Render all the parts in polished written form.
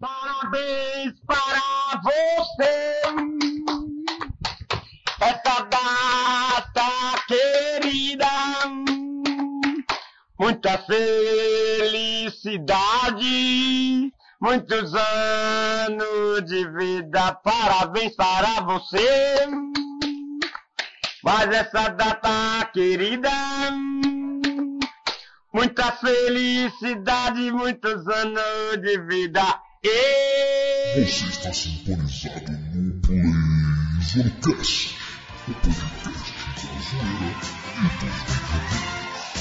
Parabéns para você, essa data querida, muita felicidade, muitos anos de vida, parabéns para você, mas essa data querida, muita felicidade, muitos anos de vida. Você está sintonizado no PlayZoneCast, o podcast da zoeira e dos videogames.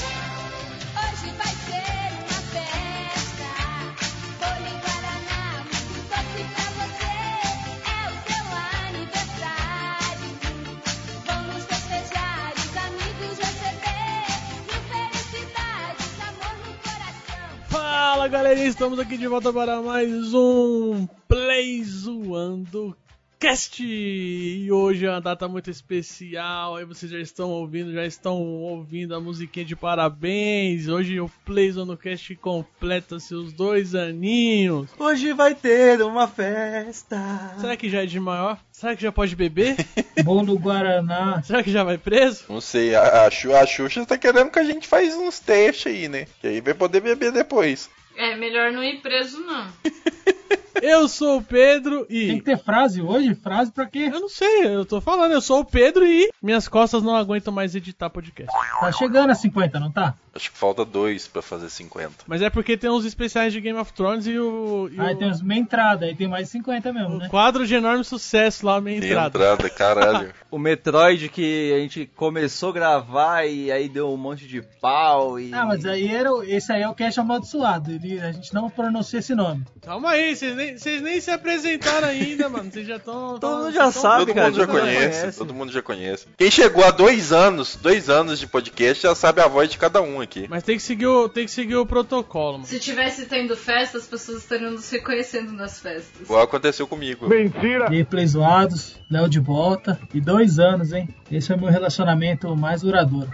Hoje vai ser uma festa, bolo em Guaraná, muito doce pra você. É o seu aniversário, vamos festejar, os amigos receber. Mil felicidades, amor no coração. Fala galerinha, estamos aqui de volta para mais um Play Zoando Cast. E hoje é uma data muito especial. Aí vocês já estão ouvindo a musiquinha de parabéns. Hoje o Play Zoando Cast completa seus 2 aninhos. Hoje vai ter uma festa. Será que já é de maior? Será que já pode beber? Bolo Guaraná. Será que já vai preso? Não sei, a Xuxa tá querendo que a gente faz uns testes aí, né? Que aí vai poder beber depois. É, melhor não ir preso, não. Eu sou o Pedro e... Tem que ter frase hoje? Frase pra quê? Eu não sei, eu tô falando, eu sou o Pedro e minhas costas não aguentam mais editar podcast. Tá chegando a 50, não tá? Acho que falta 2 pra fazer 50. Mas é porque tem uns especiais de Game of Thrones e Aí tem uns meia entrada, aí tem mais 50 mesmo, né? quadro de enorme sucesso lá, meia entrada. Entrada, caralho. O Metroid que a gente começou a gravar e aí deu um monte de pau e... Ah, mas aí esse aí é o Cash amaldiçoado. A gente não pronuncia esse nome. Calma aí, vocês nem se apresentaram ainda, mano. Vocês já estão... Todo mundo já sabe, Todo cara. mundo já conhece, todo mundo já conhece. Quem chegou há 2 anos de podcast já sabe a voz de cada um aqui. Mas tem que seguir o protocolo, mano. Se tivesse tendo festa, as pessoas estariam nos reconhecendo nas festas. Igual aconteceu comigo. E aí, Play Zoados, Léo de volta. E 2 anos, hein? Esse é o meu relacionamento mais duradouro.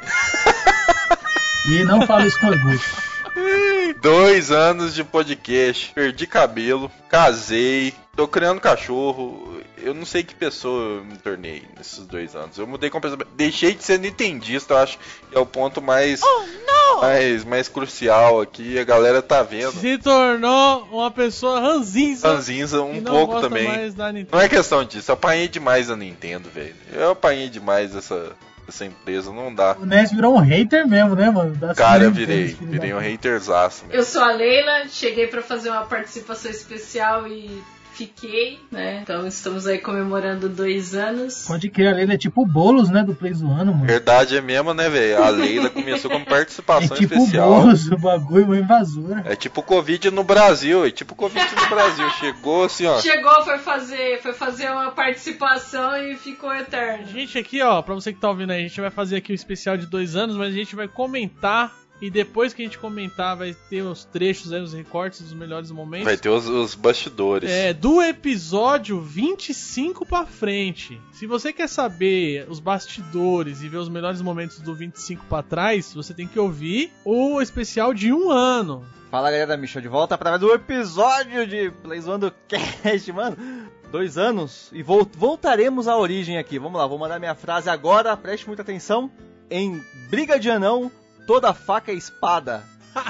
E não falo isso com orgulho. 2 anos de podcast, perdi cabelo, casei, tô criando cachorro. Eu não sei que pessoa eu me tornei nesses 2 anos. Eu mudei completamente. Deixei de ser nintendista, eu acho que é o ponto mais crucial aqui. A galera tá vendo. Se tornou uma pessoa ranzinza. Ranzinza que um não pouco gosta também. mais da Nintendo. Não é questão disso, eu apanhei demais a Nintendo, velho. Eu apanhei demais essa empresa, não dá. O Ness virou um hater mesmo, né, mano? Cara, eu virei um haterzaço mesmo. Eu sou a Leila, cheguei pra fazer uma participação especial e fiquei, né? Então estamos aí comemorando 2 anos. Pode crer, a Leila é tipo o Boulos, né, do Play Zoando, mano. Verdade é mesmo, né, velho? A Leila começou como participação É tipo especial. o Boulos, o bagulho, uma invasora. É tipo o Covid no Brasil, Chegou assim, ó. Chegou, foi fazer uma participação e ficou eterno. A gente aqui, ó, pra você que tá ouvindo aí, a gente vai fazer aqui o especial de 2 anos, mas a gente vai comentar. E depois que a gente comentar, vai ter os trechos aí, os recortes dos melhores momentos. Vai ter os bastidores. Do episódio 25 pra frente. Se você quer saber os bastidores e ver os melhores momentos do 25 pra trás, você tem que ouvir o especial de 1 ano. Fala galera, Michel de volta para mais um episódio de Play Zoando Cast, mano. 2 anos e voltaremos à origem aqui. Vamos lá, vou mandar minha frase agora, preste muita atenção. Em briga de anão, toda faca é espada.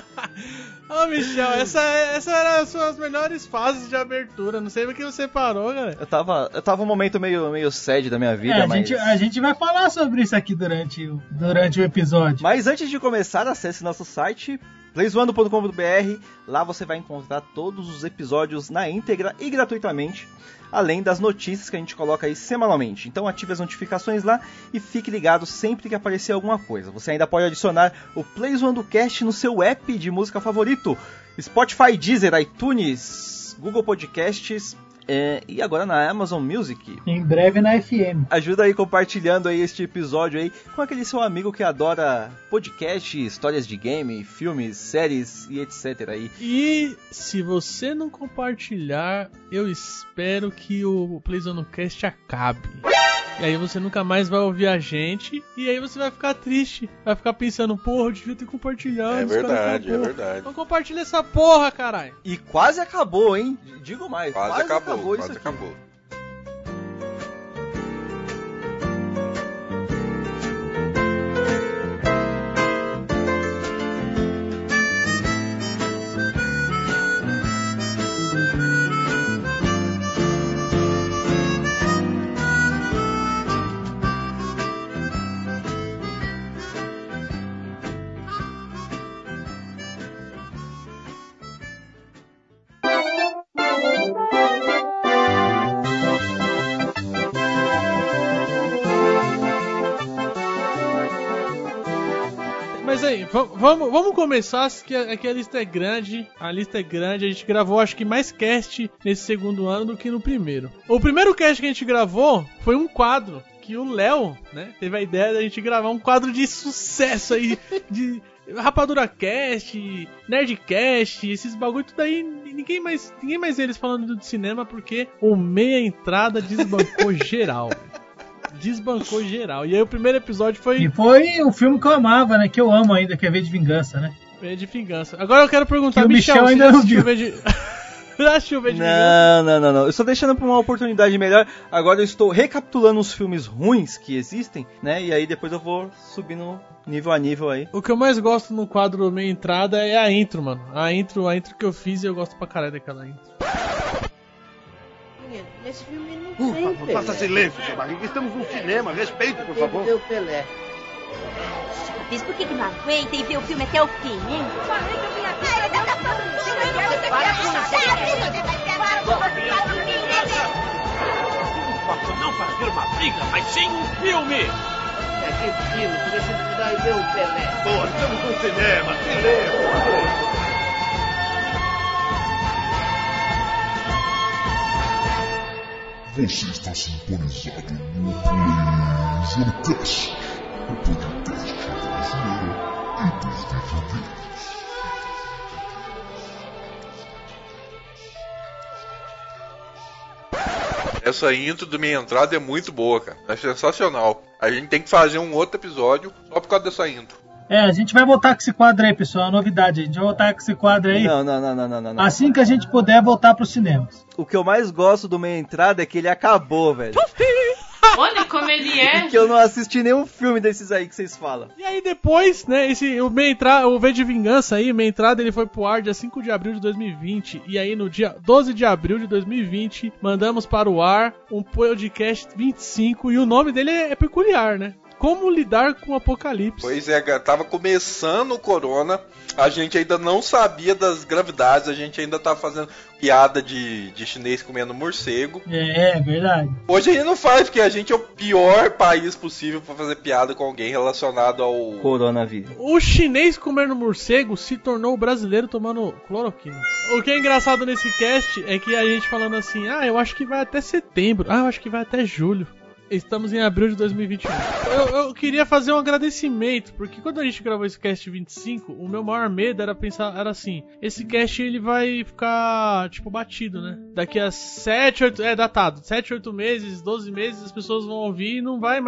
Ô Michel, essa era as suas melhores fases de abertura. Não sei por que você parou, galera. Eu tava um momento meio sad da minha vida, mas... A gente vai falar sobre isso aqui durante o episódio. Mas antes de começar, acesse nosso site playzoando.com.br. Lá você vai encontrar todos os episódios na íntegra e gratuitamente, além das notícias que a gente coloca aí semanalmente. Então ative as notificações lá e fique ligado sempre que aparecer alguma coisa. Você ainda pode adicionar o Play Zoando Cast no seu app de música favorito: Spotify, Deezer, iTunes, Google Podcasts e agora na Amazon Music. Em breve na FM. Ajuda aí compartilhando aí este episódio aí com aquele seu amigo que adora podcast, histórias de game, filmes, séries e etc aí. E se você não compartilhar, eu espero que o Play Zoando Cast acabe. E aí você nunca mais vai ouvir a gente. E aí você vai ficar triste. Vai ficar pensando, porra, eu devia ter compartilhado. É esse cara verdade, é acabou. verdade. Então compartilha essa porra, caralho. E quase acabou, hein? Digo mais. Quase acabou, isso quase aqui. acabou. Mas aí, vamos começar, que a lista é grande. A lista é grande, a gente gravou acho que mais cast nesse segundo ano do que no primeiro. O primeiro cast que a gente gravou foi um quadro que o Léo, né, teve a ideia da gente gravar um quadro de sucesso aí, de Rapadura Cast, Nerdcast, esses bagulho tudo aí, ninguém mais eles falando de cinema, porque o Meia Entrada desbancou geral. Desbancou geral. E aí o primeiro episódio foi... E foi um filme que eu amava, né? Que eu amo ainda, que é V de Vingança, né? V de Vingança. Agora eu quero perguntar, Que o Michel você ainda já não assistiu viu. V de... Já assistiu V de Vingança? Não. Eu estou deixando pra uma oportunidade melhor. Agora eu estou recapitulando os filmes ruins que existem, né? E aí depois eu vou subindo nível a nível aí. O que eu mais gosto no quadro Meia Entrada é a intro, mano. A intro que eu fiz e eu gosto pra caralho daquela intro. Nesse filme não tem Pelé. Faça silêncio, seu barriga. Estamos num cinema. Respeite, por favor. Tem o Pelé. Diz por que não aguenta e vê o filme até o fim, hein? Falei que eu vim aqui Não para ver uma briga, mas sim um filme. É que filme, você precisa ir lá e ver o Pelé. Pô, estamos num cinema. Silêncio. Você está sintonizado no PlayZonecast, o podcast da zoeira e dos videogames. Essa intro do Minha Entrada é muito boa, cara. É sensacional. A gente tem que fazer um outro episódio só por causa dessa intro. É, a gente vai voltar com esse quadro aí, pessoal. É uma novidade. A gente vai voltar com esse quadro aí. Não. Assim que a gente puder voltar pros cinemas. O que eu mais gosto do Meia Entrada é que ele acabou, velho. Olha como ele é. Que eu não assisti nenhum filme desses aí que vocês falam. E aí depois, né, o V de Vingança aí, Meia Entrada, ele foi pro ar dia 5 de abril de 2020. E aí no dia 12 de abril de 2020, mandamos para o ar um podcast 25. E o nome dele é peculiar, né? Como lidar com o apocalipse. Pois é, cara, tava começando o corona, a gente ainda não sabia das gravidades, a gente ainda tava fazendo piada de chinês comendo morcego. É verdade. Hoje a gente não faz, porque a gente é o pior país possível pra fazer piada com alguém relacionado ao... Coronavírus. O chinês comendo morcego se tornou o brasileiro tomando cloroquina. O que é engraçado nesse cast é que a gente falando assim, eu acho que vai até setembro, eu acho que vai até julho. Estamos em abril de 2021. Eu queria fazer um agradecimento, porque quando a gente gravou esse cast 25, o meu maior medo era assim, esse cast ele vai ficar, tipo, batido, né? Daqui a 7, 8 meses, 12 meses, as pessoas vão ouvir e não vai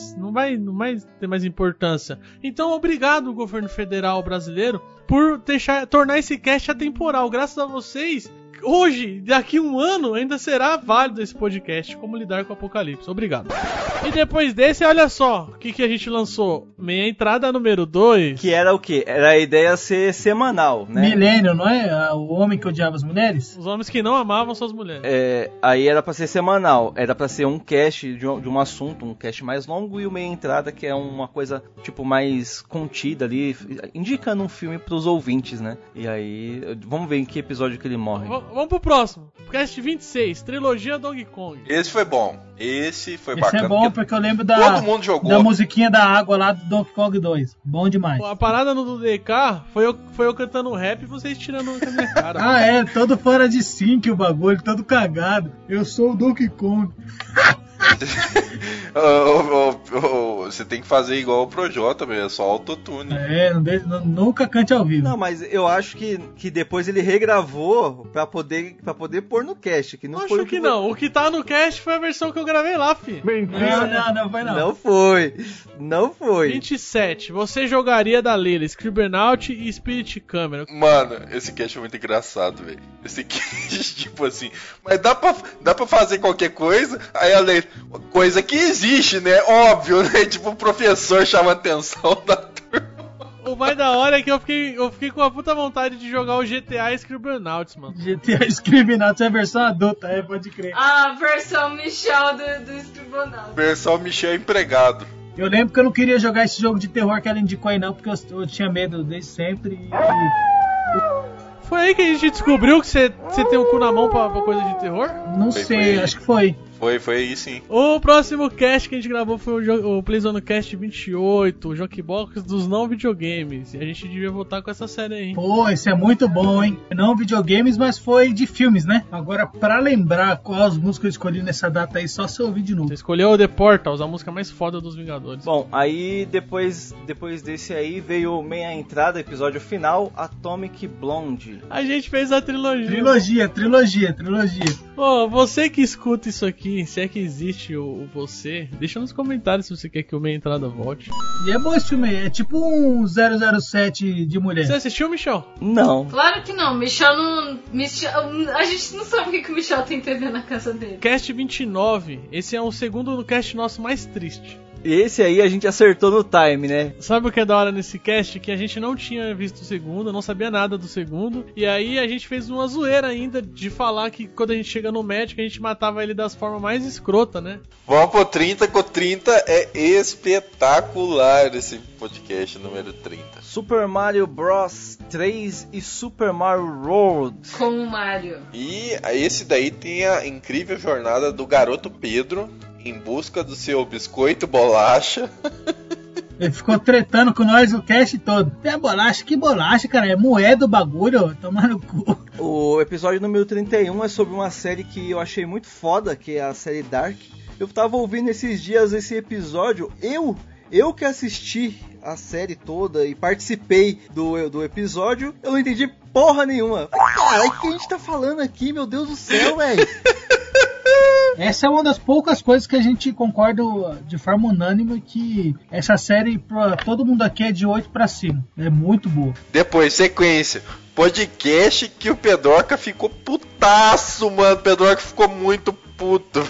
ter mais importância. Então, obrigado, governo federal brasileiro, por tornar esse cast atemporal. Graças a vocês, hoje, daqui a um ano, ainda será válido esse podcast, Como Lidar com o Apocalipse. Obrigado. E depois desse, olha só, o que a gente lançou? Meia Entrada número 2. Que era o quê? Era a ideia ser semanal, né? Milênio, não é? O homem que odiava as mulheres? Os homens que não amavam suas mulheres. Aí era pra ser semanal, era pra ser um cast de um assunto, um cast mais longo, e o Meia Entrada, que é uma coisa, tipo, mais contida ali, indicando um filme pros ouvintes, né? E aí, vamos ver em que episódio que ele morre. Vamos pro próximo. Cast 26, Trilogia Donkey Kong. Esse foi bom. Esse foi Esse bacana. é bom porque eu lembro todo mundo jogou. da musiquinha da água lá do Donkey Kong 2. Bom demais. A parada no DK foi eu cantando rap e vocês tirando com a minha cara. Todo fora de sync o bagulho, todo cagado. Eu sou o Donkey Kong. você tem que fazer igual o Projota, mesmo, é só autotune. Nunca cante ao vivo. Não, mas eu acho que depois ele regravou pra poder pôr no cast. Que não Acho foi que não. O que tá no cast foi a versão que eu gravei lá, fi. Não foi não. Não foi. 27. Você jogaria da Leila, Scribblenauts e Spirit Camera. Mano, esse cast é muito engraçado, velho. Esse cast, tipo assim... Mas dá pra fazer qualquer coisa? Aí a Leila... Coisa que existe, né? Óbvio, né? Tipo, o professor chama a atenção da turma. O mais da hora é que eu fiquei com a puta vontade de jogar o GTA Scribblenauts, mano. GTA Scribblenauts é a versão adulta, pode crer. A versão Michel do Scribblenauts. Versão Michel empregado. Eu lembro que eu não queria jogar esse jogo de terror que ela indicou aí não, porque eu tinha medo desde sempre Foi aí que a gente descobriu que você tem o cu na mão pra coisa de terror? Não sei, acho que foi. Foi aí sim. O próximo cast que a gente gravou foi o Playzone Cast 28, o Jokebox dos não videogames. E a gente devia voltar com essa série aí. Pô, esse é muito bom, hein? Não videogames, mas foi de filmes, né? Agora, pra lembrar quais músicas eu escolhi nessa data aí, só se eu ouvir de novo. Você escolheu The Portals, a música mais foda dos Vingadores. Bom, aí depois desse aí veio meia entrada, episódio final, Atomic Blonde. A gente fez a trilogia. Trilogia. Ô, você que escuta isso aqui, se é que existe o você, deixa nos comentários se você quer que o meia entrada volte. E é bom esse filme aí, é tipo um 007 de mulher. Você assistiu, Michel? Não. Claro que não, Michel não... a gente não sabe o que o Michel tem TV na casa dele. Cast 29, esse é o segundo cast nosso mais triste. Esse aí a gente acertou no time, né? Sabe o que é da hora nesse cast? Que a gente não tinha visto o segundo, não sabia nada do segundo. E aí a gente fez uma zoeira ainda de falar que quando a gente chega no médico, a gente matava ele das formas mais escrotas, né? Vamos pro 30, que o 30 é espetacular esse podcast número 30. Super Mario Bros 3 e Super Mario World. Com o Mario. E esse daí tem a incrível jornada do garoto Pedro em busca do seu biscoito bolacha. Ele ficou tretando com nós o cast todo. É bolacha, que bolacha, cara. É moeda o bagulho, toma no cu. O episódio número 31 é sobre uma série que eu achei muito foda, que é a série Dark. Eu tava ouvindo esses dias esse episódio, eu que assisti a série toda e participei do episódio, eu não entendi porra nenhuma. Caralho, o que a gente tá falando aqui, meu Deus do céu, velho? Essa é uma das poucas coisas que a gente concorda de forma unânime, que essa série pra todo mundo aqui é de 8 pra cima. É muito boa. Depois, sequência. Podcast que o Pedroca ficou putaço, mano. O Pedroca ficou muito puto.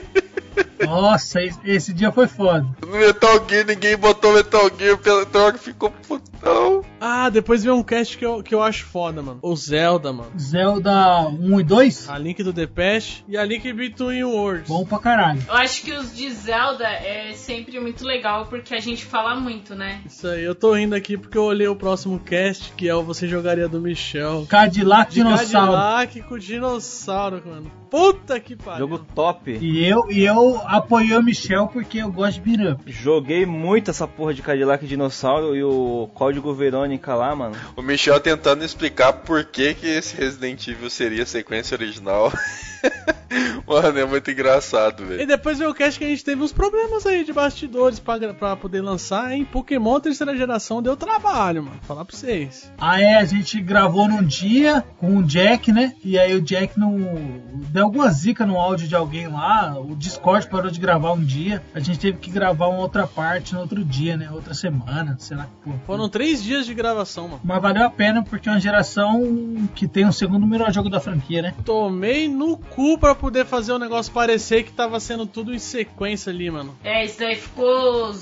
Nossa, esse dia foi foda. No Metal Gear, ninguém botou Metal Gear, o Pedroca ficou putão. Ah, depois veio um cast que eu acho foda, mano. O Zelda, mano. Zelda 1 e 2? A Link do The Past e a Link Between Worlds. Bom pra caralho. Eu acho que os de Zelda é sempre muito legal, porque a gente fala muito, né? Isso aí, eu tô rindo aqui porque eu olhei o próximo cast, que é o Você Jogaria do Michel. Cadillac Dinossauro. Cadillac com dinossauro, mano. Puta que pariu. Jogo top. E eu apoiei o Michel porque eu gosto de beat up. Joguei muito essa porra de Cadillac Dinossauro e o Código Verônica lá, mano. O Michel tentando explicar por que esse Resident Evil seria a sequência original. Mano, é muito engraçado, velho. E depois veio o cast que a gente teve uns problemas aí de bastidores pra poder lançar, hein? Pokémon terceira geração deu trabalho, mano. Falar pra vocês. Ah, a gente gravou num dia com o Jack, né? E aí o Jack não deu alguma zica no áudio de alguém lá. O Discord parou de gravar um dia. A gente teve que gravar uma outra parte no outro dia, né? Outra semana, sei lá que porra. Foram 3 dias de gravação, mano. Mas valeu a pena porque é uma geração que tem o segundo melhor jogo da franquia, né? Tomei no cu pra poder fazer o negócio parecer que tava sendo tudo em sequência ali, mano. É, isso daí ficou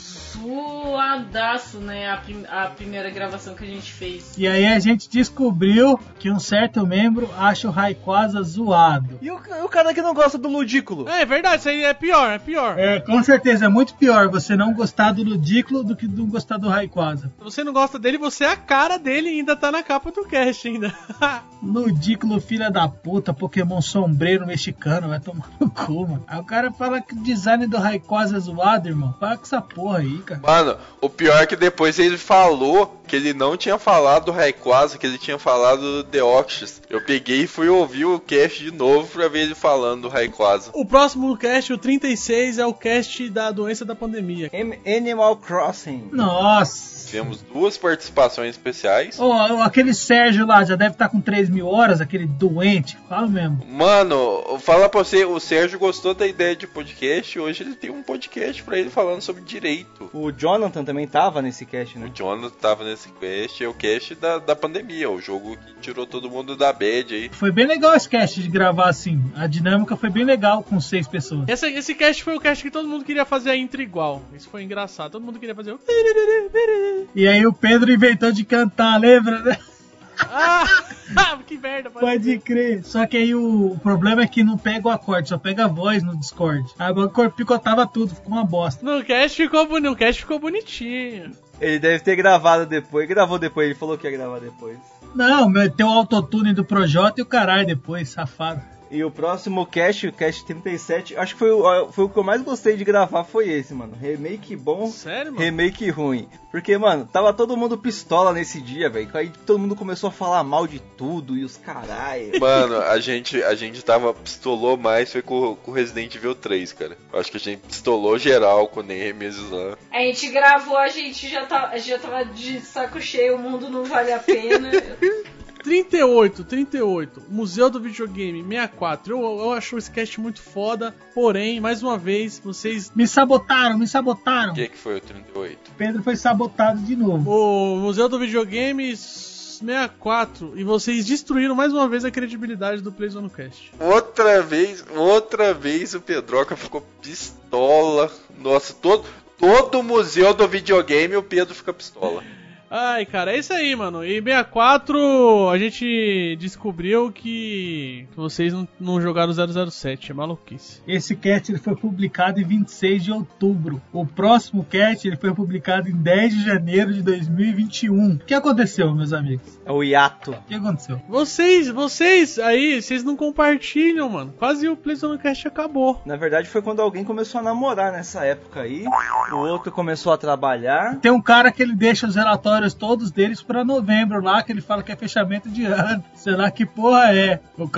zoadaço, né? A primeira gravação que a gente fez. E aí a gente descobriu que um certo membro acha o Rayquaza zoado. E o cara que não gosta do Ludículo? É verdade, isso aí é pior. É, com certeza, é muito pior você não gostar do Ludículo do que não gostar do Rayquaza. Se você não gosta dele, você é a cara dele e ainda tá na capa do cast ainda. Ludículo, filha da puta, Pokémon sombreiro mexicano, vai tomar no cu, mano. Aí o cara fala que o design do Rayquaza é zoado, irmão. Para com essa porra aí. cara. Mano, o pior é que depois ele falou que ele não tinha falado do Rayquaza, que ele tinha falado do Deoxys. Eu peguei e fui ouvir o cast de novo pra ver ele falando do Rayquaza. O próximo cast, o 36, é o cast da doença da pandemia. Animal Crossing. Nossa. Temos 2 participações especiais. Aquele Sérgio lá já deve estar com 3.000 horas, aquele doente. Fala mesmo. Mano, fala pra você, o Sérgio gostou da ideia de podcast, hoje ele tem um podcast pra ele falando sobre direito. O Jonathan também tava nesse cast, né? O Jonathan tava nesse cast, é o cast da pandemia, o jogo que tirou todo mundo da bad aí. Foi bem legal esse cast de gravar assim. A dinâmica foi bem legal com 6 pessoas. Esse cast foi o cast que todo mundo queria fazer a intro igual. Isso foi engraçado. Todo mundo queria fazer o... E aí o Pedro inventou de cantar, lembra, né? Que merda. Pode crer. Só que aí o problema é que não pega o acorde, só pega a voz no Discord. Aí o corpo picotava tudo, ficou uma bosta. No cast ficou bonitinho. Ele deve ter gravado depois, gravou depois, ele falou que ia gravar depois. Não, meteu o autotune do Projota e o caralho depois, safado. E o próximo cast, o cast 37, acho que foi o que eu mais gostei de gravar, foi esse, mano. Remake bom, sério, mano? Remake ruim. Porque, mano, tava todo mundo pistola nesse dia, velho. Aí todo mundo começou a falar mal de tudo e os caralho. Mano, a gente pistolou mais, foi com o Resident Evil 3, cara. Eu acho que a gente pistolou geral com o Nemesis lá. A gente gravou, a gente já tava de saco cheio, o mundo não vale a pena. 38, Museu do Videogame 64. Eu acho esse cast muito foda, porém, mais uma vez, vocês... Me sabotaram. O que foi o 38? Pedro foi sabotado de novo. O Museu do Videogame 64, e vocês destruíram mais uma vez a credibilidade do PlayZone Cast. Outra vez o Pedroca ficou pistola. Nossa, todo museu do videogame o Pedro fica pistola. Ai, cara, é isso aí, mano. E 64, a gente descobriu que vocês não jogaram 007, é maluquice. Esse cast ele foi publicado em 26 de outubro. O próximo cast ele foi publicado em 10 de janeiro de 2021. O que aconteceu, meus amigos? É o hiato. O que aconteceu? Vocês aí, vocês não compartilham, mano. Quase o PlayStation Cast acabou. Na verdade foi quando alguém começou a namorar nessa época aí. O outro começou a trabalhar. Tem um cara que ele deixa os relatórios todos deles pra novembro lá, que ele fala que é fechamento de ano. Sei lá que porra é.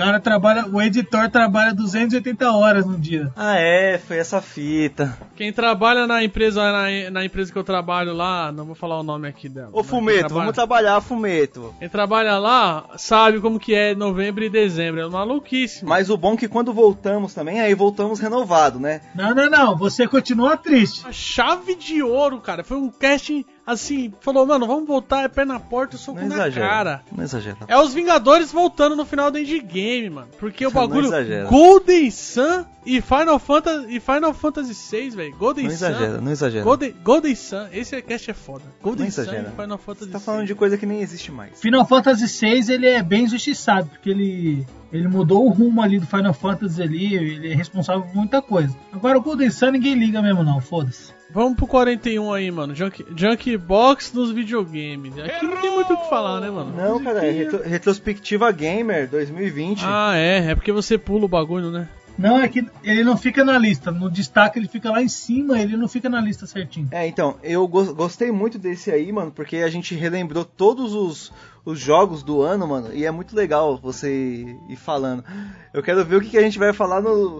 O editor trabalha 280 horas no dia. Ah, foi essa fita. Quem trabalha na empresa que eu trabalho lá, não vou falar o nome aqui dela. Ô Fumeto, vamos trabalhar, Fumeto. Quem trabalha lá sabe como que é novembro e dezembro, é maluquíssimo. Mas o bom é que quando voltamos também, aí voltamos renovado, né? Não, você continua triste. A chave de ouro, cara, foi um casting assim, falou, mano, vamos voltar, é pé na porta, eu sou com na cara. Não exagera. É os Vingadores voltando no final do Endgame, mano. Porque o bagulho Golden Sun e Final Fantasy VI, velho. Golden Sun. Não exagera. Golden Sun, esse cast é foda. Golden Sun e Final Fantasy VI. Você tá falando de coisa que nem existe mais. Final Fantasy VI, ele é bem injustiçado, porque ele mudou o rumo ali do Final Fantasy ali, ele é responsável por muita coisa. Agora o Golden Sun ninguém liga mesmo não, foda-se. Vamos pro 41 aí, mano. Junk Box dos videogames. Aqui não tem muito o que falar, né, mano? Não, cara, é Retrospectiva Gamer 2020. Ah, é porque você pula o bagulho, né? Não, é que ele não fica na lista. No destaque ele fica lá em cima, ele não fica na lista certinho. Então, eu gostei muito desse aí, mano, porque a gente relembrou todos os jogos do ano, mano, e é muito legal você ir falando. Eu quero ver o que a gente vai falar no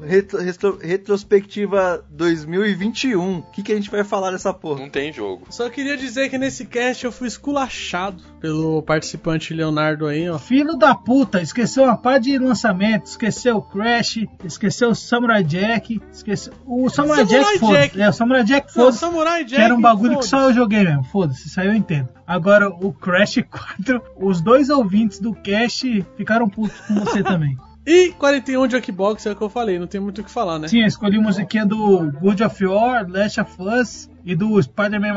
Retrospectiva 2021. O que a gente vai falar dessa porra? Não tem jogo. Só queria dizer que nesse cast eu fui esculachado pelo participante Leonardo aí, ó. Filho da puta, esqueceu uma par de lançamento, esqueceu o Crash, esqueceu o Samurai Jack, esqueceu... O Samurai Jack, foda-se. O Samurai Jack, foda-se. Samurai Jack, que era um bagulho que só eu joguei mesmo, foda-se, isso aí eu entendo. Agora, o Crash 4, os 2 ouvintes do cast ficaram putos com você também. E 41 Junkbox é o que eu falei, não tem muito o que falar, né? Sim, eu escolhi musiquinha do God of War, Last of Us e do Spider-Man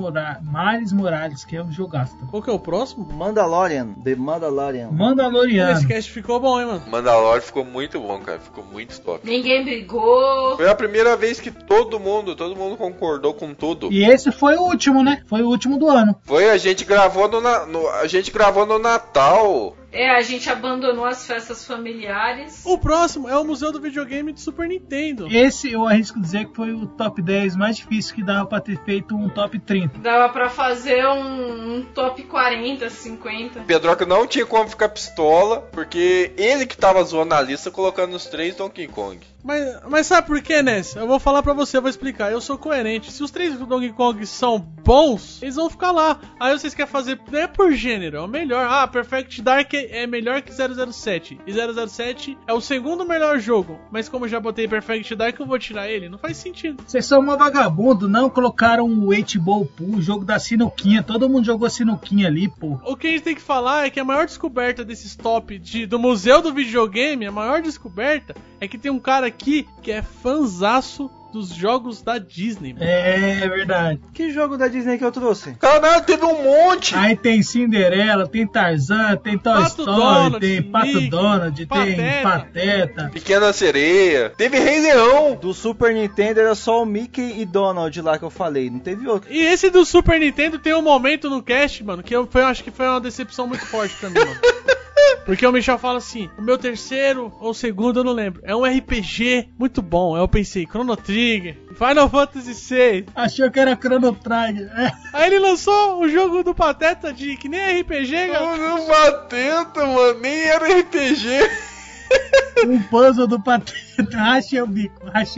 Miles Morales, que é um jogaço. Qual que é o próximo? Mandalorian, The Mandalorian. Mandaloriano. Esse cast ficou bom, hein, mano? Mandalorian ficou muito bom, cara, ficou muito top. Ninguém brigou. Foi a primeira vez que todo mundo concordou com tudo. E esse foi o último, né? Foi o último do ano. A gente gravou no Natal. A gente abandonou as festas familiares. O próximo é o Museu do Videogame de Super Nintendo. Esse eu arrisco dizer que foi o top 10 mais difícil, que dava pra ter feito um top 30. Dava pra fazer um top 40, 50. Pedroca não tinha como ficar pistola, porque ele que tava zoando a lista colocando os 3 Donkey Kong. Mas sabe por quê, Ness? Eu vou falar pra você, eu vou explicar. Eu sou coerente. Se os 3 Donkey Kong são bons, eles vão ficar lá. Aí vocês querem fazer, não é por gênero, é o melhor. Ah, Perfect Dark é melhor que 007. E 007 é o segundo melhor jogo. Mas como eu já botei Perfect Dark, eu vou tirar ele? Não faz sentido. Vocês são uma vagabundo, não colocaram o 8-Ball Pool, o jogo da sinuquinha. Todo mundo jogou sinuquinha ali, pô. O que a gente tem que falar é que a maior descoberta desses top do Museu do Videogame, a maior descoberta é que tem um cara aqui que é fanzaço dos jogos da Disney. Mano. É verdade. Que jogo da Disney que eu trouxe? Caralho, teve um monte! Aí tem Cinderela, tem Tarzan, tem Toy Pato Story, Donald, tem Pato Mickey, Donald, Pateta. tem Pateta. Pequena Sereia, teve Rei Leão! Do Super Nintendo era só o Mickey e Donald lá que eu falei, não teve outro. E esse do Super Nintendo tem um momento no cast, mano, que eu acho que foi uma decepção muito forte pra mim, mano. Porque o Michel fala assim, o meu terceiro ou segundo, eu não lembro, é um RPG muito bom. Aí eu pensei, Chrono Trigger, Final Fantasy VI. Achou que era Chrono Trigger. Aí ele lançou o jogo do Pateta que nem RPG, cara. O Pateta, mano, nem era RPG. Um puzzle do Pateta. Rachei o bico.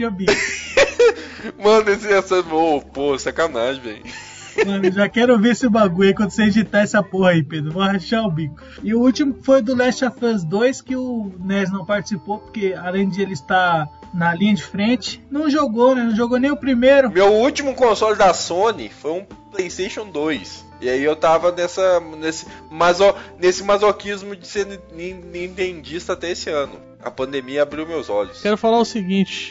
Mano, pô, sacanagem, velho. Mano, já quero ver esse bagulho aí quando você editar essa porra aí, Pedro. Vou rachar o bico. E o último foi do Last of Us 2, que o Nes não participou, porque além de ele estar na linha de frente, não jogou, né? Não jogou nem o primeiro. Meu último console da Sony foi um PlayStation 2. E aí eu tava nesse masoquismo de ser nintendista até esse ano. A pandemia abriu meus olhos. Quero falar o seguinte,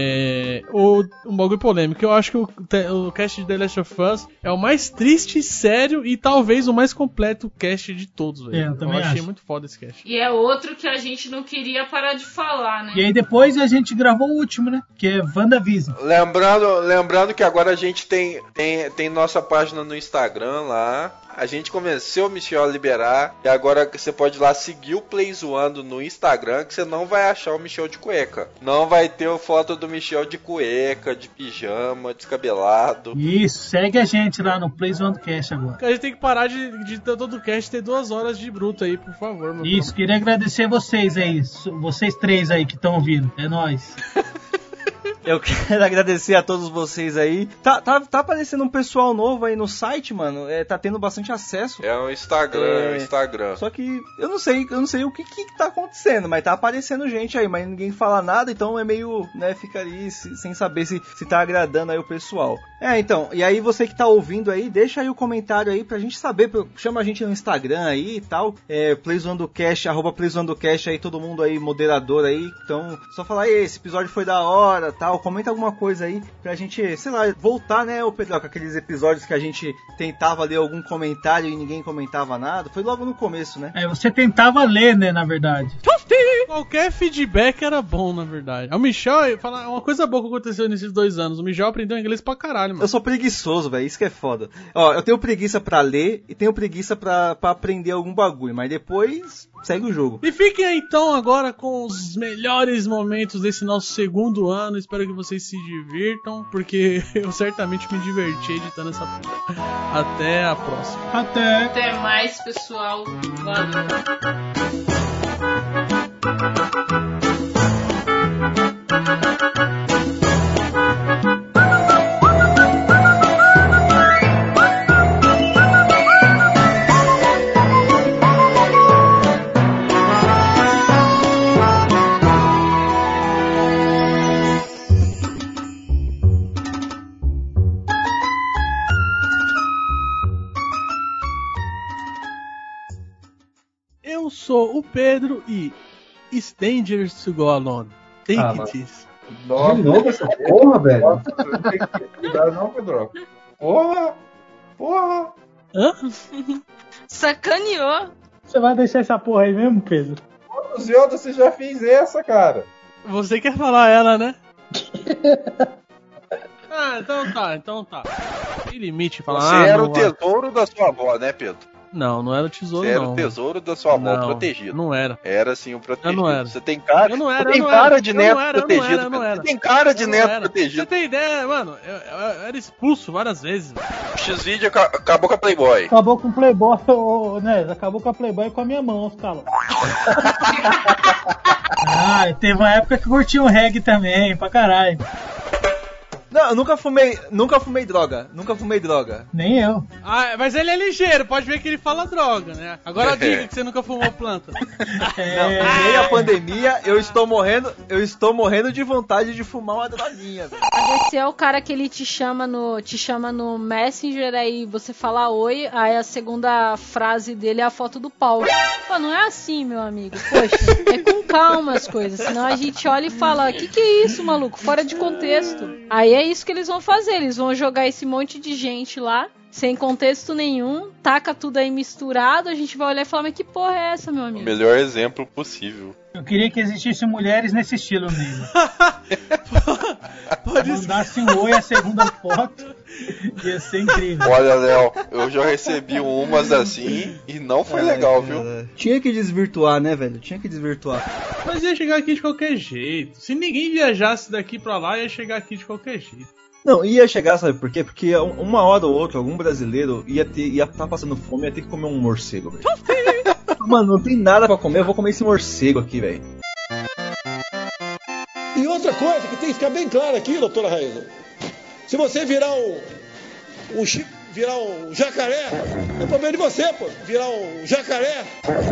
um bagulho polêmico. Eu acho que o cast de The Last of Us é o mais triste, sério e talvez o mais completo cast de todos, velho. Eu achei muito foda esse cast. E é outro que a gente não queria parar de falar, né? E aí depois a gente gravou o último, né? Que é WandaVision. Lembrando que agora a gente tem nossa página no Instagram lá. A gente convenceu o Michel a liberar. E agora você pode ir lá seguir o Play Zoando no Instagram, que você não vai achar o Michel de cueca. Não vai ter foto do Michel de cueca, de pijama, descabelado. Isso, segue a gente lá no Play Zoando Cast agora. A gente tem que parar de todo o cast ter 2 horas de bruto aí, por favor. Meu Isso, queria agradecer vocês aí. Vocês 3 aí que estão ouvindo. É nóis. Eu quero agradecer a todos vocês aí. Tá aparecendo um pessoal novo aí no site, mano. Tá tendo bastante acesso. É o Instagram. Só que eu não sei o que tá acontecendo, mas tá aparecendo gente aí, mas ninguém fala nada, então é meio, né, fica ali sem saber se tá agradando aí o pessoal. Então, e aí você que tá ouvindo aí, deixa aí o comentário aí pra gente saber, chama a gente no Instagram aí e tal, PlayZoandoCast, @PlayZoandoCast aí, todo mundo aí, moderador aí, então, só falar, esse episódio foi da hora, tal, comenta alguma coisa aí pra gente, sei lá, voltar, né, ô Pedro, com aqueles episódios que a gente tentava ler algum comentário e ninguém comentava nada, foi logo no começo, né? Você tentava ler, né, na verdade. Qualquer feedback era bom, na verdade. O Michel, falar uma coisa boa que aconteceu nesses 2 anos, o Michel aprendeu inglês pra caralho, mano. Eu sou preguiçoso, velho, isso que é foda. Ó, eu tenho preguiça pra ler e tenho preguiça pra aprender algum bagulho, mas depois segue o jogo. E fiquem aí, então, agora com os melhores momentos desse nosso segundo ano. Espero que vocês se divirtam, porque eu certamente me diverti editando essa porra. Até a próxima. Até mais, pessoal. Valeu. Eu sou o Pedro e It's dangerous to go alone. Take it easy. Nossa, de novo essa porra, velho? Nossa, não tem que cuidar não, Pedro. Porra! Hã? Sacaneou. Você vai deixar essa porra aí mesmo, Pedro? Ô, Zelda, você já fez essa, cara. Você quer falar ela, né? Então tá. Tem limite falar. Você era o tesouro da sua avó, né, Pedro? Não era o tesouro, Você não. era o tesouro da sua avó Não, protegido. não era. Era sim o protegido. Eu não era. Você tem cara, Eu não era, você tem eu não cara era. de Eu neto não era, eu não protegido. era, eu não cara. era. Você tem cara de Eu não neto era. protegido. Você tem ideia, mano? Eu era expulso várias vezes. Velho. O X-Video acabou com a Playboy. Acabou com o Playboy, né? Acabou com a Playboy com a minha mão, os caras. Teve uma época que curtia um reggae também, pra caralho. Não, eu nunca fumei droga. Nem eu. Mas ele é ligeiro, pode ver que ele fala droga, né? Agora diga que você nunca fumou planta. Não, nem a pandemia, eu estou morrendo de vontade de fumar uma droguinha, velho. Esse é o cara que ele te chama no Messenger, aí você fala oi, aí a segunda frase dele é a foto do pau. Pô, não é assim, meu amigo. Poxa, é com calma as coisas, senão a gente olha e fala, que é isso, maluco? Fora de contexto. Aí é isso que eles vão fazer, eles vão jogar esse monte de gente lá, sem contexto nenhum, taca tudo aí misturado, a gente vai olhar e falar, mas que porra é essa, meu amigo? O melhor exemplo possível. Eu queria que existissem mulheres nesse estilo mesmo. Mandasse um oi a segunda foto, ia ser incrível. Olha, Léo, eu já recebi umas assim e não foi legal, viu? Tinha que desvirtuar, né, velho? Mas ia chegar aqui de qualquer jeito. Se ninguém viajasse daqui pra lá, ia chegar aqui de qualquer jeito. Não, ia chegar, sabe por quê? Porque uma hora ou outra, algum brasileiro ia estar passando fome, ia ter que comer um morcego, velho. Mano, não tem nada pra comer, eu vou comer esse morcego aqui, velho. E outra coisa que tem que ficar bem claro aqui, doutora Raíza. Se você virar um jacaré, é problema de você, pô. Virar um jacaré.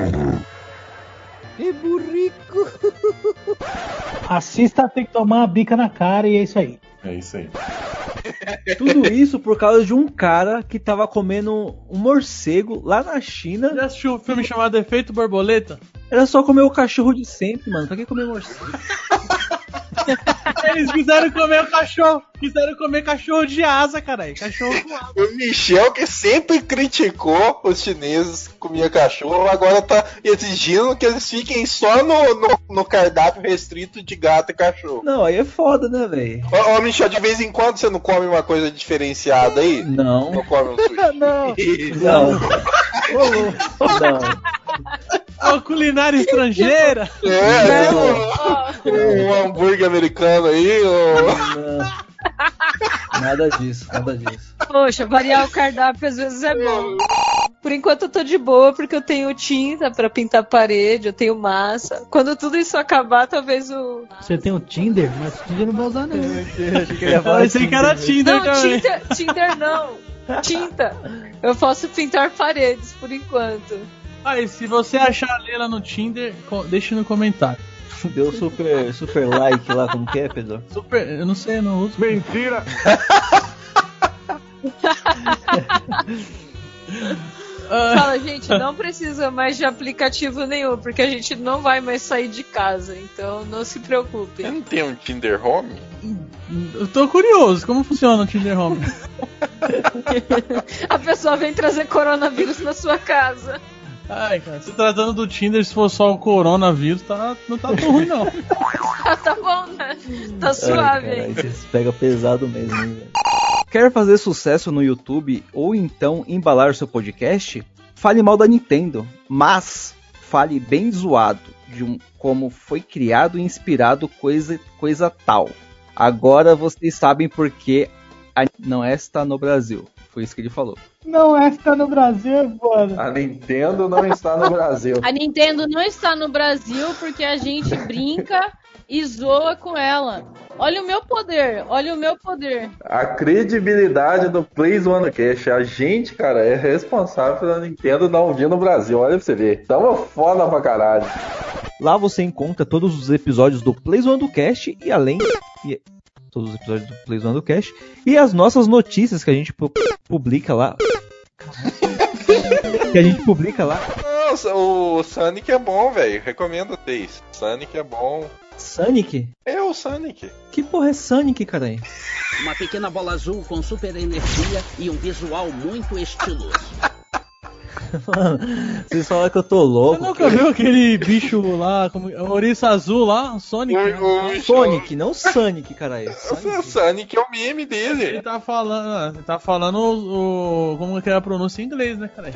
Que burrico. Assista, tem que tomar uma bica na cara e é isso aí. É isso aí. Tudo isso por causa de um cara que tava comendo um morcego lá na China. Já assistiu um filme chamado Efeito Borboleta? Era só comer o cachorro de sempre, mano. Pra que comer morcego? Eles quiseram comer o cachorro. Quiseram comer cachorro de asa, caralho. Cachorro com asa. O Michel, que sempre criticou os chineses que comiam cachorro, agora tá exigindo que eles fiquem só no cardápio restrito de gato e cachorro. Não, aí é foda, né, velho? Ô, Michel, de vez em quando você não come uma coisa diferenciada aí? Não. Não come um sushi? Não. A culinária estrangeira? Um hambúrguer americano aí? Nada disso. Poxa, variar o cardápio às vezes é bom. Por enquanto eu tô de boa porque eu tenho tinta pra pintar parede, eu tenho massa. Quando tudo isso acabar, talvez o... Você tem o Tinder? Mas o Tinder não vai usar não. Parecia que era Tinder não, também. Tinder não. Tinta. Eu posso pintar paredes por enquanto. Aí, se você achar a Leila no Tinder, deixe no comentário. Deu super like lá, como que é, Pedro? Super, eu não sei, eu não uso. Mentira! Fala, gente, não precisa mais de aplicativo nenhum, porque a gente não vai mais sair de casa, então não se preocupe. Você não tem um Tinder Home? Eu tô curioso, como funciona o Tinder Home? A pessoa vem trazer coronavírus na sua casa. Ai, cara, se tratando do Tinder, se for só o coronavírus, não tá tão ruim, não. Tá bom, né? Tá suave aí. Vocês pegam pesado mesmo, hein, velho. Quer fazer sucesso no YouTube ou então embalar o seu podcast? Fale mal da Nintendo, mas fale bem zoado de como foi criado e inspirado coisa tal. Agora vocês sabem por que não está no Brasil. Foi isso que ele falou. Não está no Brasil, mano. A Nintendo não está no Brasil. A Nintendo não está no Brasil porque a gente brinca e zoa com ela. Olha o meu poder, olha o meu poder. A credibilidade do Plays One Cast. A gente, cara, é responsável pela Nintendo não vir no Brasil. Olha pra você ver. Tamo foda pra caralho. Lá você encontra todos os episódios do Plays One Cast e além... todos os episódios do Plays One Cast e as nossas notícias que a gente publica lá. Nossa, o Sonic é bom, velho. Recomendo vocês. Sonic é bom. Sonic? É o Sonic. Que porra é Sonic, caralho? Uma pequena bola azul com super energia e um visual muito estiloso. Mano, vocês falam que eu tô louco. Você nunca viu aquele bicho lá, ouriço azul lá? Sonic? Sonic, não Sonic, caralho. Sonic é o meme dele. Ele tá falando como que é a pronúncia em inglês, né, cara?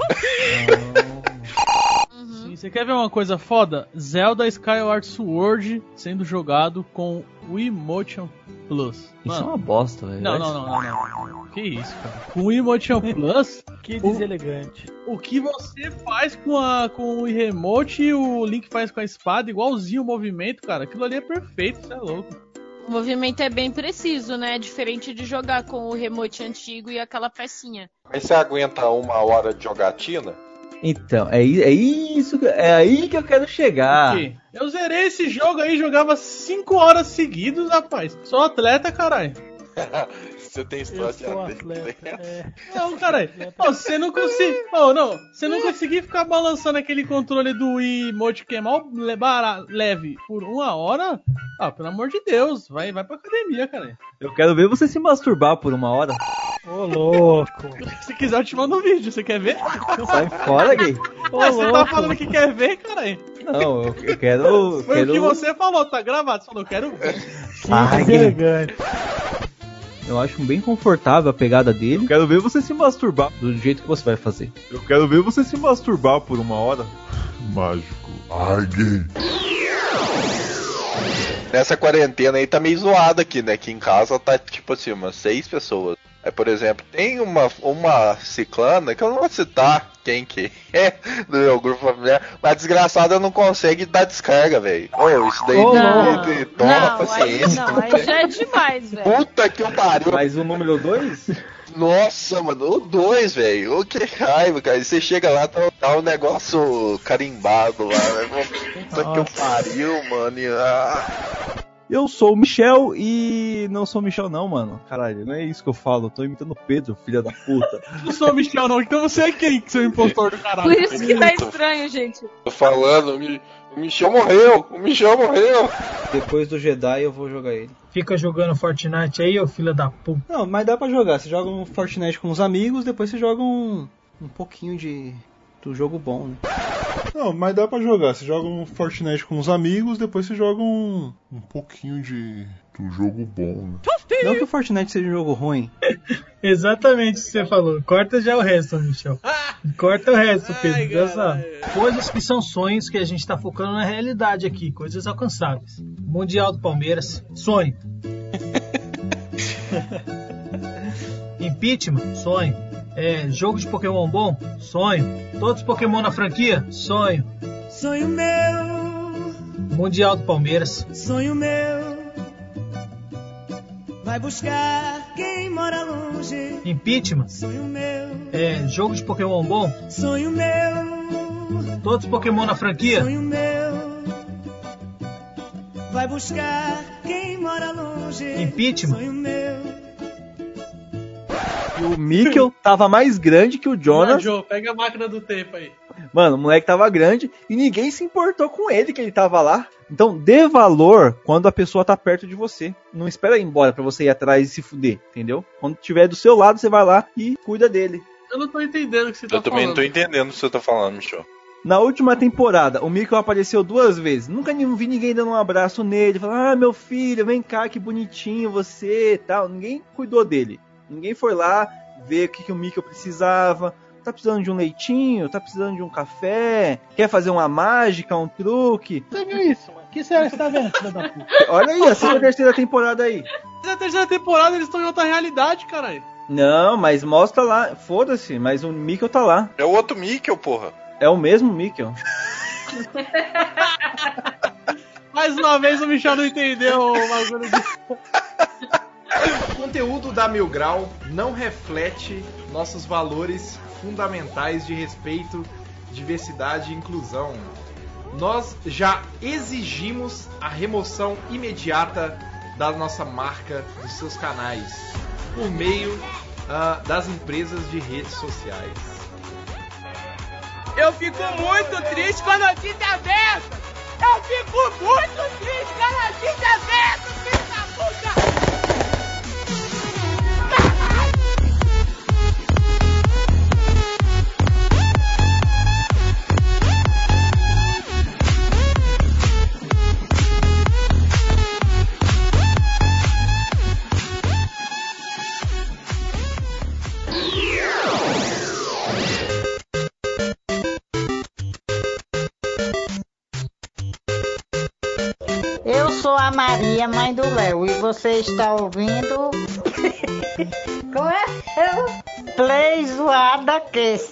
Sim, você quer ver uma coisa foda? Zelda Skyward Sword sendo jogado com o Emotion Plus. Isso é uma bosta, velho. Não. Que isso, cara? Com o Emotion Plus... Que deselegante. O que você faz com o Remote e o Link faz com a espada, igualzinho o movimento, cara. Aquilo ali é perfeito, você é louco. O movimento é bem preciso, né? Diferente de jogar com o remote antigo e aquela pecinha. Mas você aguenta 1 hora de jogatina? Então, é isso, é aí que eu quero chegar. Eu zerei esse jogo aí, jogava 5 horas seguidas, rapaz. Sou atleta, caralho. Você tem história de atleta. Não, caralho. Você não conseguir. Você não conseguir ficar balançando aquele controle do Wii Emote que é mal leve por 1 hora. Pelo amor de Deus, vai pra academia, cara. Eu quero ver você se masturbar por 1 hora. Ô, louco. Se quiser, eu te mando um vídeo. Você quer ver? Sai fora, gay. Você tá falando que quer ver, caralho? Não, eu quero. Foi o que você falou, tá gravado. Você falou, eu quero ver. Que deselegante. Eu acho bem confortável a pegada dele. Eu quero ver você se masturbar do jeito que você vai fazer. Eu quero ver você se masturbar por 1 hora. Mágico. Ai, gay. Nessa quarentena aí tá meio zoado aqui, né? Aqui em casa tá tipo assim, umas 6 pessoas. Aí, por exemplo, tem uma ciclana, que eu não vou citar quem que é do meu grupo familiar, mas a desgraçada não consegue dar descarga, velho. Isso daí toma paciência. Aí já é demais, velho. Puta que pariu. Mas o número 2? Nossa, mano, o 2, velho. Que raiva, cara. E você chega lá, tá um negócio carimbado lá, né? Puta que pariu, mano. Eu sou o Michel e não sou o Michel não, mano. Caralho, não é isso que eu falo. Eu tô imitando o Pedro, filha da puta. Não sou o Michel não, então você é quem, seu impostor do caralho? Por isso que tá estranho, gente. Tô falando, o Michel morreu. Depois do Jedi eu vou jogar ele. Fica jogando Fortnite aí, ô filha da puta. Não, mas dá pra jogar. Você joga um Fortnite com os amigos, depois você joga um pouquinho do jogo bom, né? Não, mas dá pra jogar. Você joga um Fortnite com os amigos, depois você joga um pouquinho do jogo bom, né? Não que o Fortnite seja um jogo ruim. Exatamente o que você falou. Corta já o resto, Michel. Corta o resto, Pedro. Já sabe. Coisas que são sonhos que a gente tá focando na realidade aqui. Coisas alcançáveis. Mundial do Palmeiras. Sonho. Impeachment. Sonho. Jogo de Pokémon bom? Sonho. Todos os Pokémon na franquia? Sonho. Sonho meu. Mundial do Palmeiras. Sonho meu. Vai buscar quem mora longe. Impeachment. Sonho meu. Jogo de Pokémon bom? Sonho meu. Todos os Pokémon na franquia? Sonho meu. Vai buscar quem mora longe. Impeachment. Sonho meu. E o Mikkel tava mais grande que o Jonas. Joe, pega a máquina do tempo aí. Mano, o moleque tava grande e ninguém se importou com ele que ele tava lá. Então, dê valor quando a pessoa tá perto de você. Não espera ir embora pra você ir atrás e se fuder, entendeu? Quando tiver do seu lado, você vai lá e cuida dele. Eu não tô entendendo o que você tá falando. Eu também não tô entendendo o que você tá falando, Michel. Na última temporada, o Mikkel apareceu 2 vezes. Nunca vi ninguém dando um abraço nele. Falando, meu filho, vem cá, que bonitinho você e tal. Ninguém cuidou dele. Ninguém foi lá ver o que o Mikkel precisava. Tá precisando de um leitinho? Tá precisando de um café? Quer fazer uma mágica, um truque? Você viu isso, mano? Que sério você tá vendo, filho da puta? Olha aí, assista a 3ª temporada aí. Na 3ª temporada eles estão em outra realidade, caralho. Não, mas mostra lá. Foda-se, mas o Mikkel tá lá. É o outro Mikkel, porra. É o mesmo Mikkel. Mais uma vez o Michel não entendeu o bagulho de... O conteúdo da Mil Grau não reflete nossos valores fundamentais de respeito, diversidade e inclusão. Nós já exigimos a remoção imediata da nossa marca dos seus canais por meio das empresas de redes sociais. Eu fico muito triste com a notícia aberta! Eu fico muito triste com a notícia aberta, filho da puta! a Maria, mãe do Léo, e você está ouvindo... Como é? Play Zoada Cast.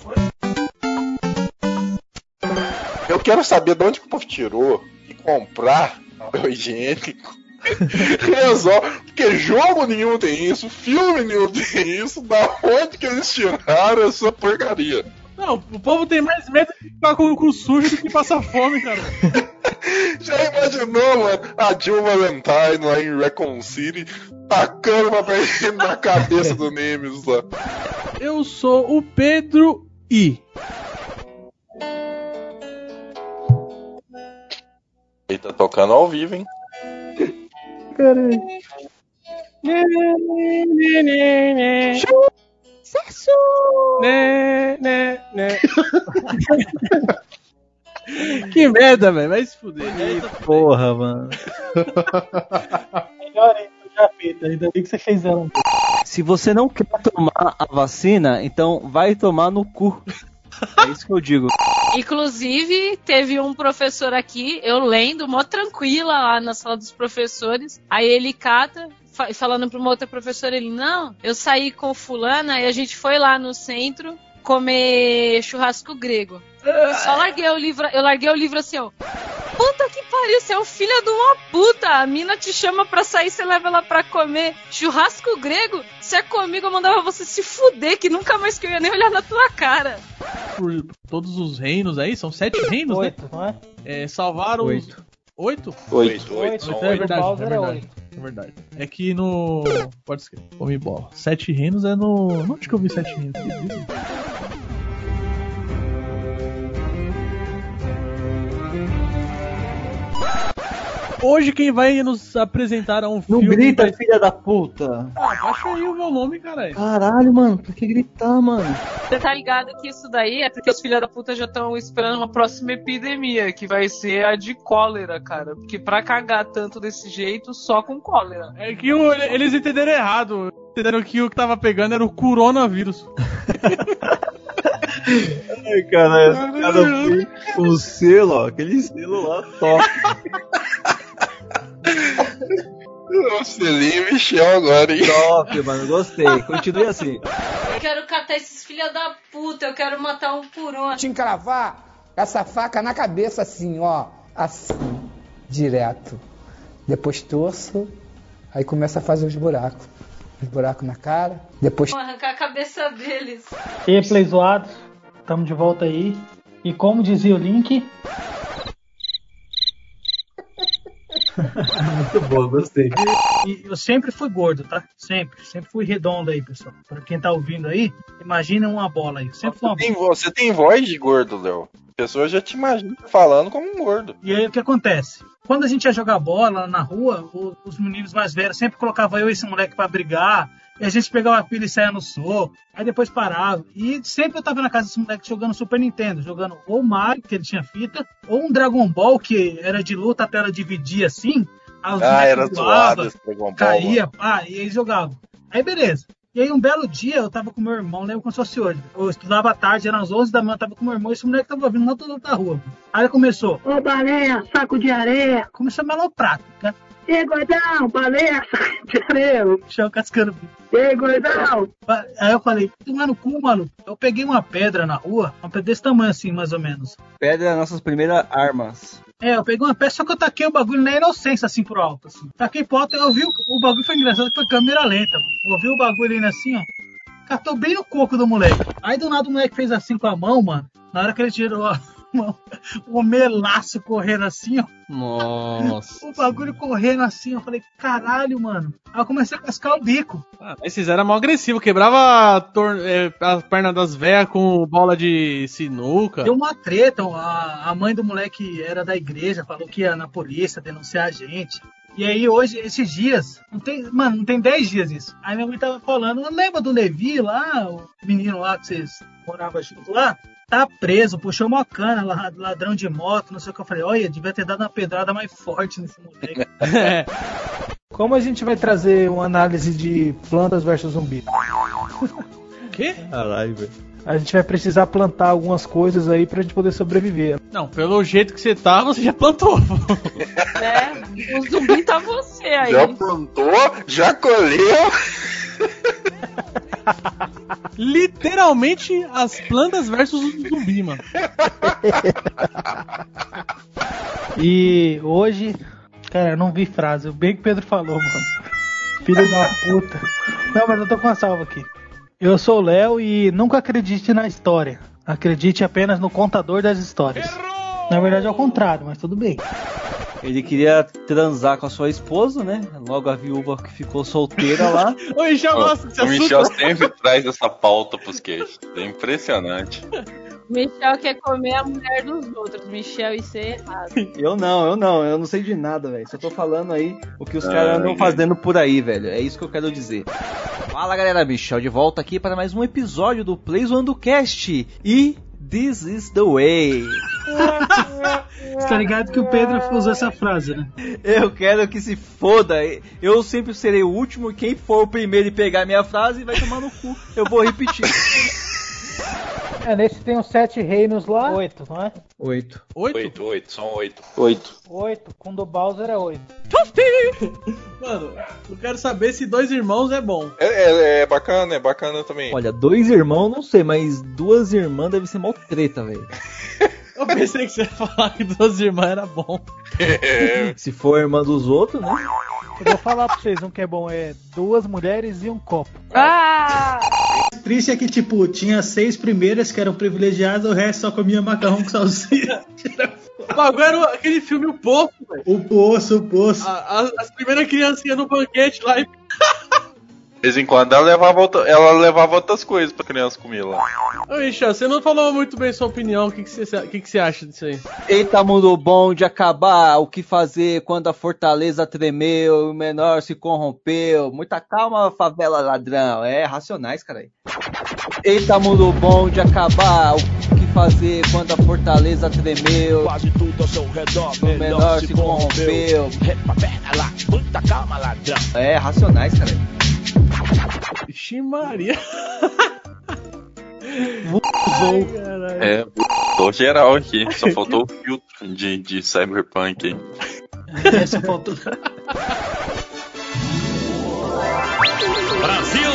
Eu quero saber de onde que o povo tirou e comprar papel higiênico. Resolve, porque jogo nenhum tem isso, filme nenhum tem isso, da onde que eles tiraram essa porcaria? Não, o povo tem mais medo de ficar com o cu sujo do que passar fome, cara. Já imaginou, mano, a Jill Valentine lá em Recon City tacando papel higiênico na cabeça do Nemesis lá? Eu sou o Pedro I. Ele tá tocando ao vivo, hein? Caralho. Sexo! Né. Que merda, velho. Vai se fuder. Porra, mano. Melhor ainda, já feito. Ainda bem que você fez ela. Se você não quer tomar a vacina, então vai tomar no cu. É isso que eu digo. Inclusive, teve um professor aqui, eu lendo, mó tranquila lá na sala dos professores. Aí ele cata, falando pra uma outra professora, ele, não, eu saí com fulana e a gente foi lá no centro comer churrasco grego. Só larguei o livro, eu larguei o livro assim, ó. Puta que pariu, você é um filho de uma puta. A mina te chama pra sair, você leva ela pra comer churrasco grego. Se é comigo, eu mandava você se fuder, que nunca mais que eu ia nem olhar na tua cara. Por todos os reinos aí, são 7 reinos, 8, né? não é? Salvaram 8. os... 8? 8. É verdade. É verdade. É que no... Pode escrever. Come bola. 7 reinos é no... Onde que eu vi 7 reinos? Hoje quem vai nos apresentar um filme... Não grita, filha da puta! Baixa aí o meu nome, caralho. Caralho, mano, pra que gritar, mano? Você tá ligado que isso daí é porque os filhos da puta já estão esperando uma próxima epidemia, que vai ser a de cólera, cara. Porque pra cagar tanto desse jeito, só com cólera. É que eles entenderam errado. Entenderam que o que tava pegando era o coronavírus. Ai, cara, esse cara foi com selo, ó, aquele selo lá, top. O selinho Michel agora, hein? Top, mano, gostei. Continue assim. Eu quero catar esses filhos da puta, eu quero matar um por um. Te encravar essa faca na cabeça assim, ó. Assim, direto. Depois torço, aí começa a fazer os buracos. Os buracos na cara, depois... Vou arrancar a cabeça deles. E aí, Play Zoados, estamos de volta aí. E como dizia o Link... Muito bom, gostei. E eu sempre fui gordo, tá? Sempre fui redondo aí, pessoal. Pra quem tá ouvindo aí, imagina uma bola aí. Sempre fui uma bola. Você tem voz de gordo, Léo. A pessoa já te imagina falando como um gordo. E aí o que acontece? Quando a gente ia jogar bola na rua, os meninos mais velhos sempre colocavam eu e esse moleque pra brigar. E a gente pegava a pilha e saia no soco. Aí depois parava. E sempre eu tava na casa desse moleque jogando Super Nintendo. Jogando ou Mario, que ele tinha fita, ou um Dragon Ball, que era de luta, a tela dividia assim. Era zoado esse Dragon Ball. Caía, pá, e aí jogava. Aí beleza. E aí um belo dia eu tava com meu irmão, lembro como se fosse hoje. Eu estudava à tarde, eram as 11 da manhã, eu tava com meu irmão e esse moleque tava vindo lá do lado da rua. Aí ele começou: ô baleia, saco de areia. Começou a me aloprar, né? Ei, gordão, baleia, saco de areia. Chão cascando. Ei, gordão. Aí eu falei: tomar no cu, maluco. Eu peguei uma pedra na rua, uma pedra desse tamanho assim, mais ou menos. Pedra é nossas primeiras armas. Eu peguei uma pedra, só que eu taquei o bagulho na inocência, assim, pro alto, assim. Taquei pro alto, eu vi o bagulho, foi engraçado, que foi câmera lenta, mano. Eu vi o bagulho indo assim, ó. Catou bem no coco do moleque. Aí do nada o moleque fez assim com a mão, mano. Na hora que ele tirou a mão, o melaço correndo assim, ó. Nossa. O bagulho correndo assim, eu falei, caralho, mano. Aí eu comecei a cascar o bico. Esses eram mal agressivos, quebrava a perna das velhas com bola de sinuca. Deu uma treta, a mãe do moleque era da igreja, falou que ia na polícia denunciar a gente. E aí hoje, esses dias, não tem 10 dias isso. Aí minha mãe tava falando, lembra do Levi lá, o menino lá que vocês moravam junto lá? Tá preso, puxou uma cana, ladrão de moto, não sei o que. Eu falei, olha, devia ter dado uma pedrada mais forte nesse moleque. Como a gente vai trazer uma análise de Plantas vs Zumbi? O quê? Caralho, velho. A gente vai precisar plantar algumas coisas aí pra gente poder sobreviver. Não, pelo jeito que você tá, você já plantou. O zumbi tá você aí. Já plantou, já colheu. Literalmente as plantas versus o zumbi, mano. E hoje, cara, eu não vi frase, bem que o Pedro falou, mano. Filho da puta. Não, mas eu tô com uma salva aqui. Eu sou o Léo e nunca acredite na história. Acredite apenas no contador das histórias. Na verdade é ao contrário, mas tudo bem. Ele queria transar com a sua esposa, né? Logo a viúva que ficou solteira lá. O Michel gosta desse O Michel assunto. sempre traz essa pauta pros queixos. É impressionante. Michel quer comer a mulher dos outros. Michel, isso é errado. Eu não sei de nada, velho. Só tô falando aí o que os caras andam fazendo por aí, velho. É isso que eu quero dizer. Fala, galera, Michel de volta aqui para mais um episódio do Play Zoando Cast. E this is the way. Você tá ligado que o Pedro usou essa frase, né? Eu quero que se foda. Eu sempre serei o último e quem for o primeiro e pegar minha frase vai tomar no cu. Eu vou repetir. Nesse tem os 7 reinos lá. 8, não é? 8. 8, são 8. 8, com do Bowser é 8. Mano, eu quero saber se 2 irmãos é bom. É bacana também. Olha, 2 irmãos não sei, mas 2 irmãs deve ser mó treta, velho. Eu pensei que você ia falar que 2 irmãs era bom. Se for irmã dos outros, né? Eu vou falar pra vocês, um que é bom é 2 mulheres e um copo. O triste é que, tipo, tinha 6 primeiras que eram privilegiadas, o resto só comia macarrão com salsicha. Agora era aquele filme O Poço, velho. O Poço. As primeiras criancinhas no banquete lá e... De vez em quando ela levava outras coisas pra criança comer lá. Ô, Michel, você não falou muito bem sua opinião. O que você acha disso aí? Eita, mundo bom de acabar. O que fazer quando a fortaleza tremeu, o menor se corrompeu? Muita calma, favela ladrão. É, Racionais, cara. Eita, mundo bom de acabar. O que fazer quando a fortaleza tremeu? Quase tudo ao seu redor, o menor se corrompeu. Muita calma, ladrão. É, Racionais, cara. Ixi, Maria. Tô geral aqui. Só faltou o filtro de Cyberpunk aí. Só faltou. Brasil!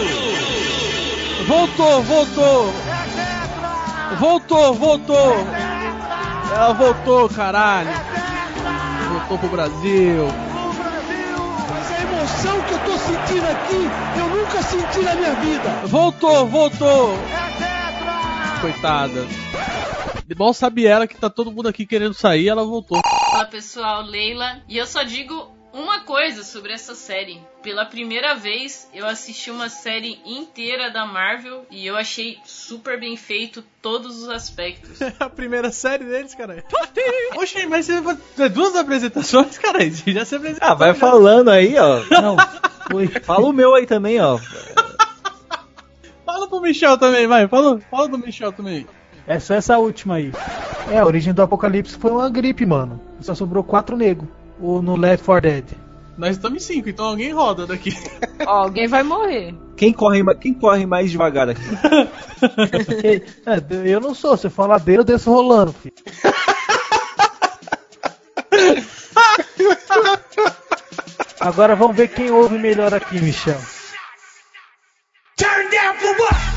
Voltou! Ela voltou, caralho! Voltou pro Brasil! Essa emoção que eu tô sentindo aqui, eu nunca senti na minha vida. Voltou! Coitada. Mal sabe ela que tá todo mundo aqui querendo sair, ela voltou. Fala pessoal, Leila. E eu só digo uma coisa sobre essa série. Pela primeira vez eu assisti uma série inteira da Marvel e eu achei super bem feito todos os aspectos. A primeira série deles, cara. Oxe, mas você vai fazer 2 apresentações, cara? Você já se apresentou. Ah, vai falando aí, ó. Não, fala o meu aí também, ó. Fala pro Michel também, vai. Fala do Michel também. É só essa última aí. A origem do Apocalipse foi uma gripe, mano. Só sobrou 4 negros. Ou no Left 4 Dead. Nós estamos em 5, então alguém roda daqui. Alguém vai morrer. Quem corre mais devagar aqui? Eu não sou, se eu for ladeira eu desço rolando, filho. Agora vamos ver quem ouve melhor aqui, Michel. Turn down for what?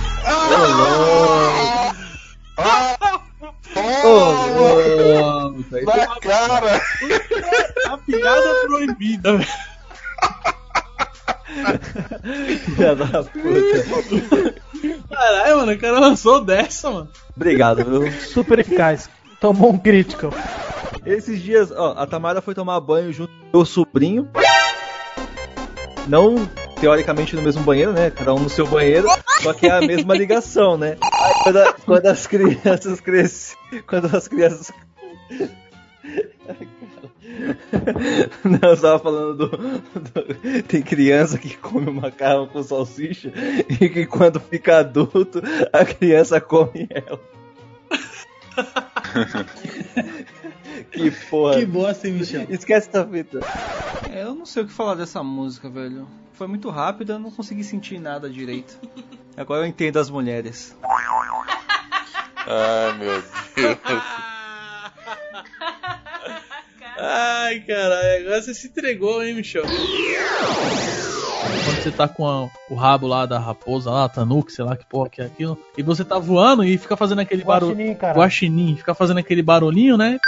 Na cara! A piada proibida, velho. Filha da puta. Caralho, mano, o cara lançou dessa, mano. Obrigado, viu? Super eficaz. Tomou um crítico. Esses dias, ó, a Tamara foi tomar banho junto com o meu sobrinho. Não, teoricamente, no mesmo banheiro, né? Cada um no seu banheiro. Só que é a mesma ligação, né? Aí, quando as crianças crescem... Quando as crianças... Não, eu tava falando tem criança que come macarrão com salsicha e que quando fica adulto a criança come ela. Que porra. Que bosta, hein, Michel? Esquece essa fita. Eu não sei o que falar dessa música, velho. Foi muito rápida, eu não consegui sentir nada direito. Agora eu entendo as mulheres. Ai, meu Deus. Ai, caralho, agora você se entregou, hein, Michel? Quando você tá com o rabo lá da raposa, lá, Tanuki, sei lá que porra que é aquilo, e você tá voando e fica fazendo aquele barulho. Guaxinim, fica fazendo aquele barulhinho, né?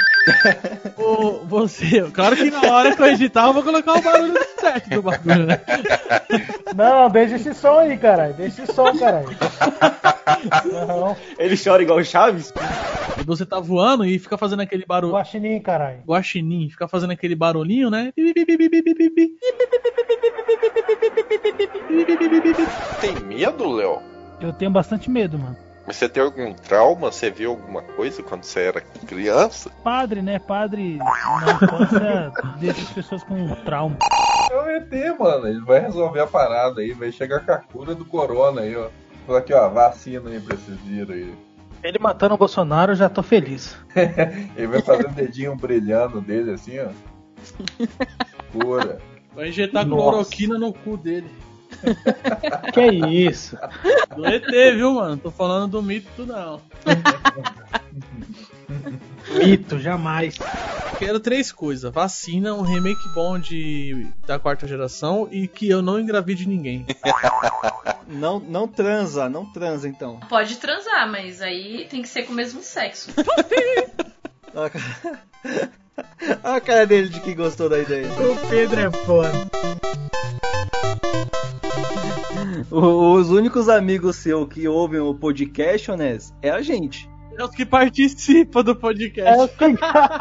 Claro que na hora que eu editar eu vou colocar o barulho certo do bagulho, né? Não, deixa esse som aí, caralho. Deixa esse som, caralho. Não. Ele chora igual o Chaves? E você tá voando e fica fazendo aquele barulho. Guaxinim, caralho. Guaxinim, fica fazendo aquele barulhinho, né? Tem medo, Léo? Eu tenho bastante medo, mano. Mas você tem algum trauma? Você viu alguma coisa quando você era criança? Padre, né? Padre na infância deixa as pessoas com trauma. É o ET, mano. Ele vai resolver a parada aí, vai chegar com a cura do corona aí, ó. Fala aqui, ó, vacina aí pra esses vírus aí. Ele matando o Bolsonaro, eu já tô feliz. Ele vai fazer o dedinho brilhando dele assim, ó. Cura. Vai injetar cloroquina no cu dele. Que isso? Do ET, viu, mano? Tô falando do mito, não. Mito, jamais. Quero 3 coisas: vacina, um remake bom da 4ª geração e que eu não engravide ninguém. Não transa então. Pode transar, mas aí tem que ser com o mesmo sexo. Olha a cara dele de que gostou da ideia. O Pedro é foda. Os únicos amigos seus que ouvem o podcast, Onés, é a gente. É os que participam do podcast. É os que...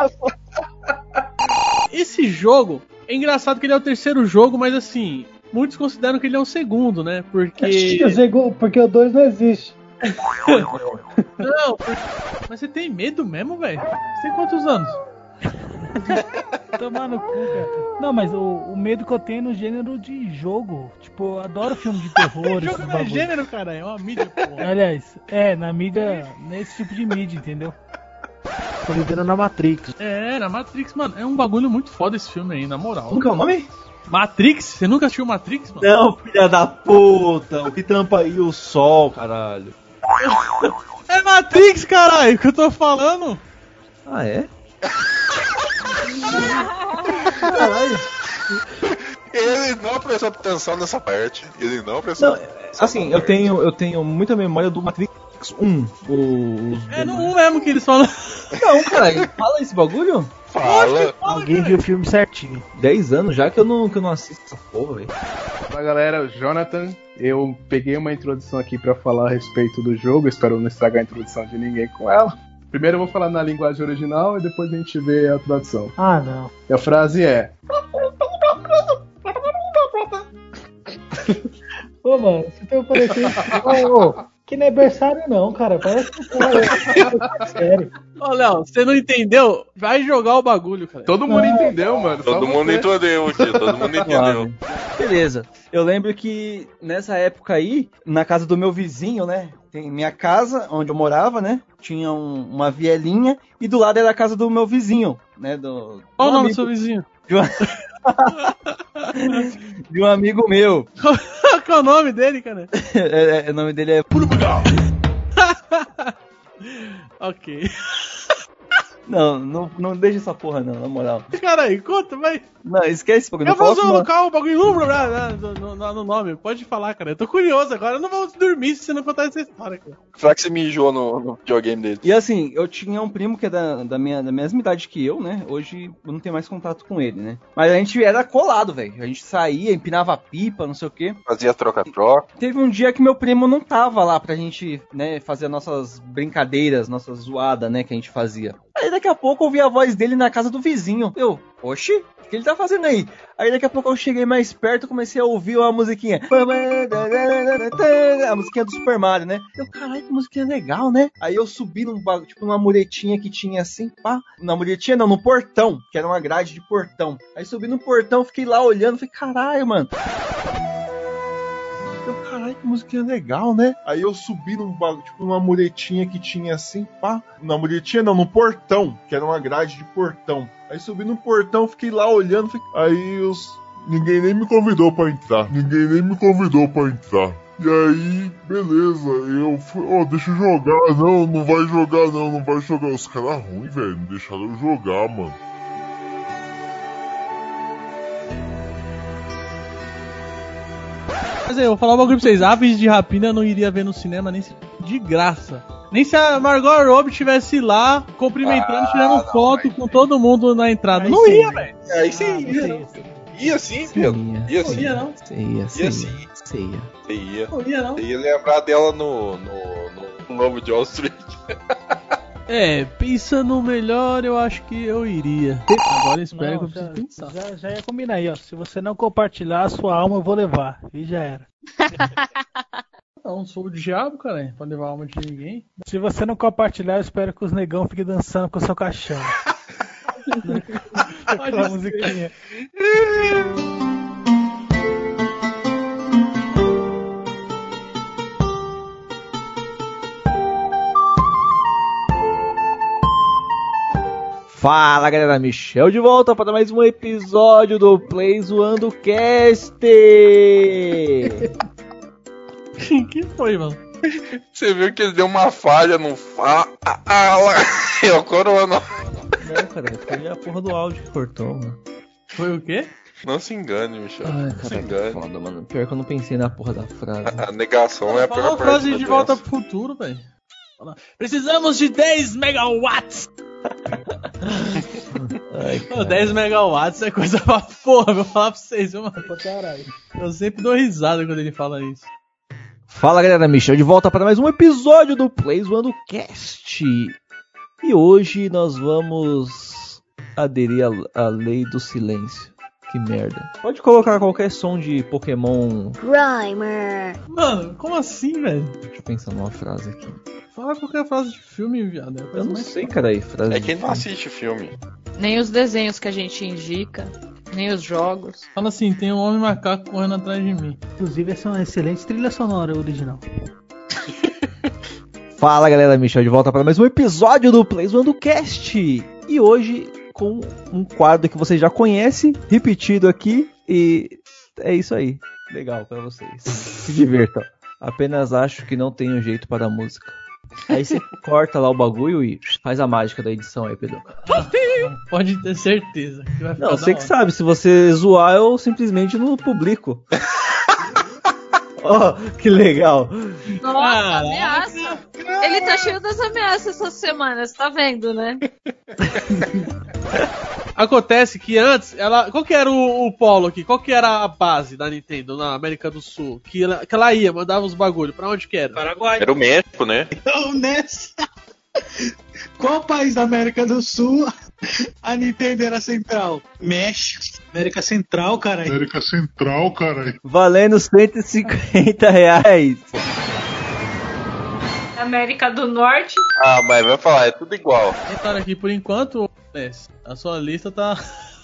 Esse jogo, é engraçado que ele é o 3º jogo, mas assim, muitos consideram que ele é o 2º, né? Porque o 2 não existe. Não, mas você tem medo mesmo, velho? Você tem quantos anos? Tomar no cu, cara. Não, mas o medo que eu tenho é no gênero de jogo. Tipo, eu adoro filme de terror. Jogo não é gênero, cara, é uma mídia, pô. Aliás, na mídia, nesse tipo de mídia, entendeu? Tô vivendo na Matrix. Na Matrix, mano. É um bagulho muito foda esse filme aí, na moral. Como que é o nome? Matrix? Você nunca assistiu Matrix, mano? Não, filha da puta. O que tampa aí o sol, caralho. É Matrix, caralho, que eu tô falando. Ah, é? Caralho. Ele não prestou atenção nessa parte. Ele não prestou atenção. Assim, eu tenho muita memória do Matrix 1. No 1 mesmo que eles falam. Não, cara, fala esse bagulho? Fala. Alguém viu o filme certinho. 10 anos já que eu não assisto essa porra, velho. Fala galera, o Jonathan. Eu peguei uma introdução aqui pra falar a respeito do jogo. Espero não estragar a introdução de ninguém com ela. Primeiro eu vou falar na linguagem original e depois a gente vê a tradução. Ah, não. E a frase é... Ô, mano, você tá parecendo... Que não é berçário não, cara. Parece que é sério. Ô, Léo, você não entendeu? Vai jogar o bagulho, cara. Todo mundo entendeu, mano. Todo mundo entendeu aqui, todo mundo entendeu. Beleza. Eu lembro que nessa época aí, na casa do meu vizinho, né? Tem minha casa, onde eu morava, né? Tinha uma vielinha e do lado era a casa do meu vizinho, né? Qual o nome do seu vizinho? De um amigo meu. Qual é o nome dele, cara? O nome dele é... Ok. Não deixa essa porra não, na moral. Caralho, conta, vai. Não, esquece, porque eu vou colocar o bagulho no nome. Pode falar, cara. Eu tô curioso agora. Eu não vou dormir se você não contar essa história, cara. Será que você mijou no videogame dele? E assim, eu tinha um primo que é da mesma idade que eu, né? Hoje eu não tenho mais contato com ele, né? Mas a gente era colado, velho. A gente saía, empinava pipa, não sei o quê. Fazia troca-troca. Teve um dia que meu primo não tava lá pra gente, né, fazer nossas brincadeiras, nossas zoadas, né, que a gente fazia. Aí daqui a pouco eu ouvi a voz dele na casa do vizinho. Oxi, o que ele tá fazendo aí? Aí daqui a pouco eu cheguei mais perto e comecei a ouvir uma musiquinha. A musiquinha do Super Mario, né? Caralho, que musiquinha legal, né? Aí eu subi numa muretinha que tinha assim, pá. Na muretinha não, no portão, que era uma grade de portão. Aí subi no portão, fiquei lá olhando, falei, caralho, mano. Caralho, que musiquinha legal, né? Aí eu subi numa muretinha que tinha assim, pá. Na muretinha não, no portão, que era uma grade de portão. Aí subi no portão, fiquei lá olhando, Ninguém nem me convidou pra entrar. E aí, beleza, eu fui, deixa eu jogar, não vai jogar não vai jogar. Os caras ruins, velho, não deixaram eu jogar, mano. Mas aí, eu vou falar um bagulho pra vocês, Aves de Rapina eu não iria ver no cinema nem de graça. Nem se a Margot Robbie estivesse lá, cumprimentando, tirando foto com todo mundo na entrada. Não ia, velho. Aí você iria. Ia sim, Pedro. Ia sim. Não ia, não. Ia sim. Você ia. Não ia, não. Você ia lembrar dela no Lobo de Wall Street. Pensando melhor, eu acho que eu iria. Agora espero que eu preciso pensar. Já ia combinar aí, ó. Se você não compartilhar a sua alma, eu vou levar. E já era. Não sou o diabo, cara, pra levar a alma de ninguém. Se você não compartilhar, eu espero que os negão fiquem dançando com o seu caixão. Aquela musiquinha. Fala galera, Michel de volta para mais um episódio do Play Zoando Cast. Que foi, mano? Você viu que ele deu uma falha no fala. É o corona. Não, cara, foi a porra do áudio que cortou, mano. Foi o quê? Não se engane, Michel. Ai, não se engane. Foda, mano. Pior que eu não pensei na porra da frase. A negação é a pior parte. Fala a frase de volta pro futuro, velho. Precisamos de 10 megawatts. Ai, 10 megawatts é coisa pra porra, vou falar pra vocês, viu, mano? Pra caralho. Eu sempre dou risada quando ele fala isso. Fala galera, Michel de volta para mais um episódio do Play Zoando Cast. E hoje nós vamos aderir à lei do silêncio. Que merda. Pode colocar qualquer som de Pokémon. Grimer. Mano, como assim, velho? Deixa eu pensar numa frase aqui. Fala qualquer frase de filme, viado. Eu não sei, cara, aí. Frase é quem não assiste filme. Nem os desenhos que a gente indica, nem os jogos. Fala assim, tem um homem macaco correndo atrás de mim. Inclusive, essa é uma excelente trilha sonora original. Fala galera, Michel de volta para mais um episódio do Play Zoando Cast. E hoje com um quadro que você já conhece, repetido aqui, e é isso aí. Legal pra vocês. Se divirtam. Apenas acho que não tenho jeito para a música. Aí você corta lá o bagulho e faz a mágica da edição aí, Pedro. Pode ter certeza. Que vai ficar não, você que sabe, se você zoar, eu simplesmente não publico. Oh, que legal. Nossa, ameaça. Ele tá cheio das ameaças essas semanas, tá vendo, né? Acontece que antes, qual que era o polo aqui? Qual que era a base da Nintendo na América do Sul? Que ela ia, mandava os bagulho. Pra onde que era? Paraguai. Era o México, né? Então, nessa... Qual país da América do Sul a Nintendo era central? México. América Central, caralho. América Central, caralho. Valendo R$150. América do Norte. Ah, mas vai falar, é tudo igual. Detalhe aqui, por enquanto, a sua lista tá...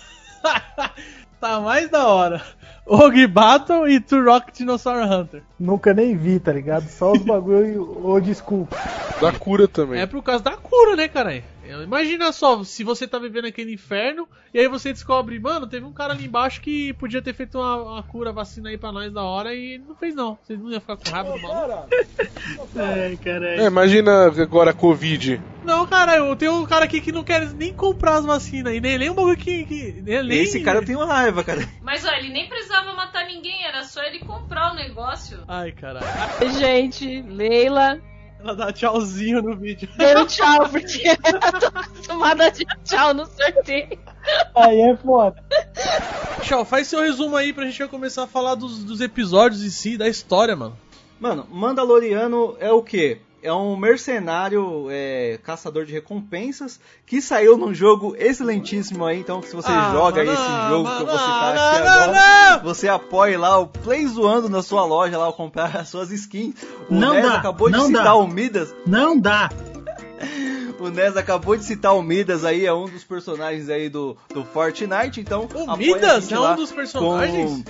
tá mais da hora. Rogue Battle e Turok Dinosaur Hunter. Nunca nem vi, tá ligado? Só os bagulho old school. Da cura também. É por causa da cura, né, cara? Imagina só, se você tá vivendo aquele inferno e aí você descobre, mano, teve um cara ali embaixo que podia ter feito uma cura, vacina aí pra nós da hora e não fez não. Vocês não iam ficar com raiva do maluco? Caralho. Imagina agora a Covid. Não, cara, eu tenho um cara aqui que não quer nem comprar as vacinas e nem um bagulho que nem... Esse cara tem uma raiva, cara. Mas olha, ele nem precisava matar ninguém, era só ele comprar o negócio. Ai, caralho. Gente, Leila... Ela dá tchauzinho no vídeo. Deu tchau, porque ela tá acostumada a dar tchau no sorteio. Aí é foda. Tchau, faz seu resumo aí pra gente já começar a falar dos episódios em si, da história, mano. Mano, Mandaloriano é o quê? É um mercenário, caçador de recompensas, que saiu num jogo excelentíssimo aí. Então, se você joga esse jogo que eu vou citar aqui agora, você apoie lá o Play Zoando na sua loja, lá, ao comprar as suas skins. O Nes acabou de citar o Midas. Não dá! O Nes acabou de citar o Midas aí, é um dos personagens aí do Fortnite, então... O Midas é um dos personagens?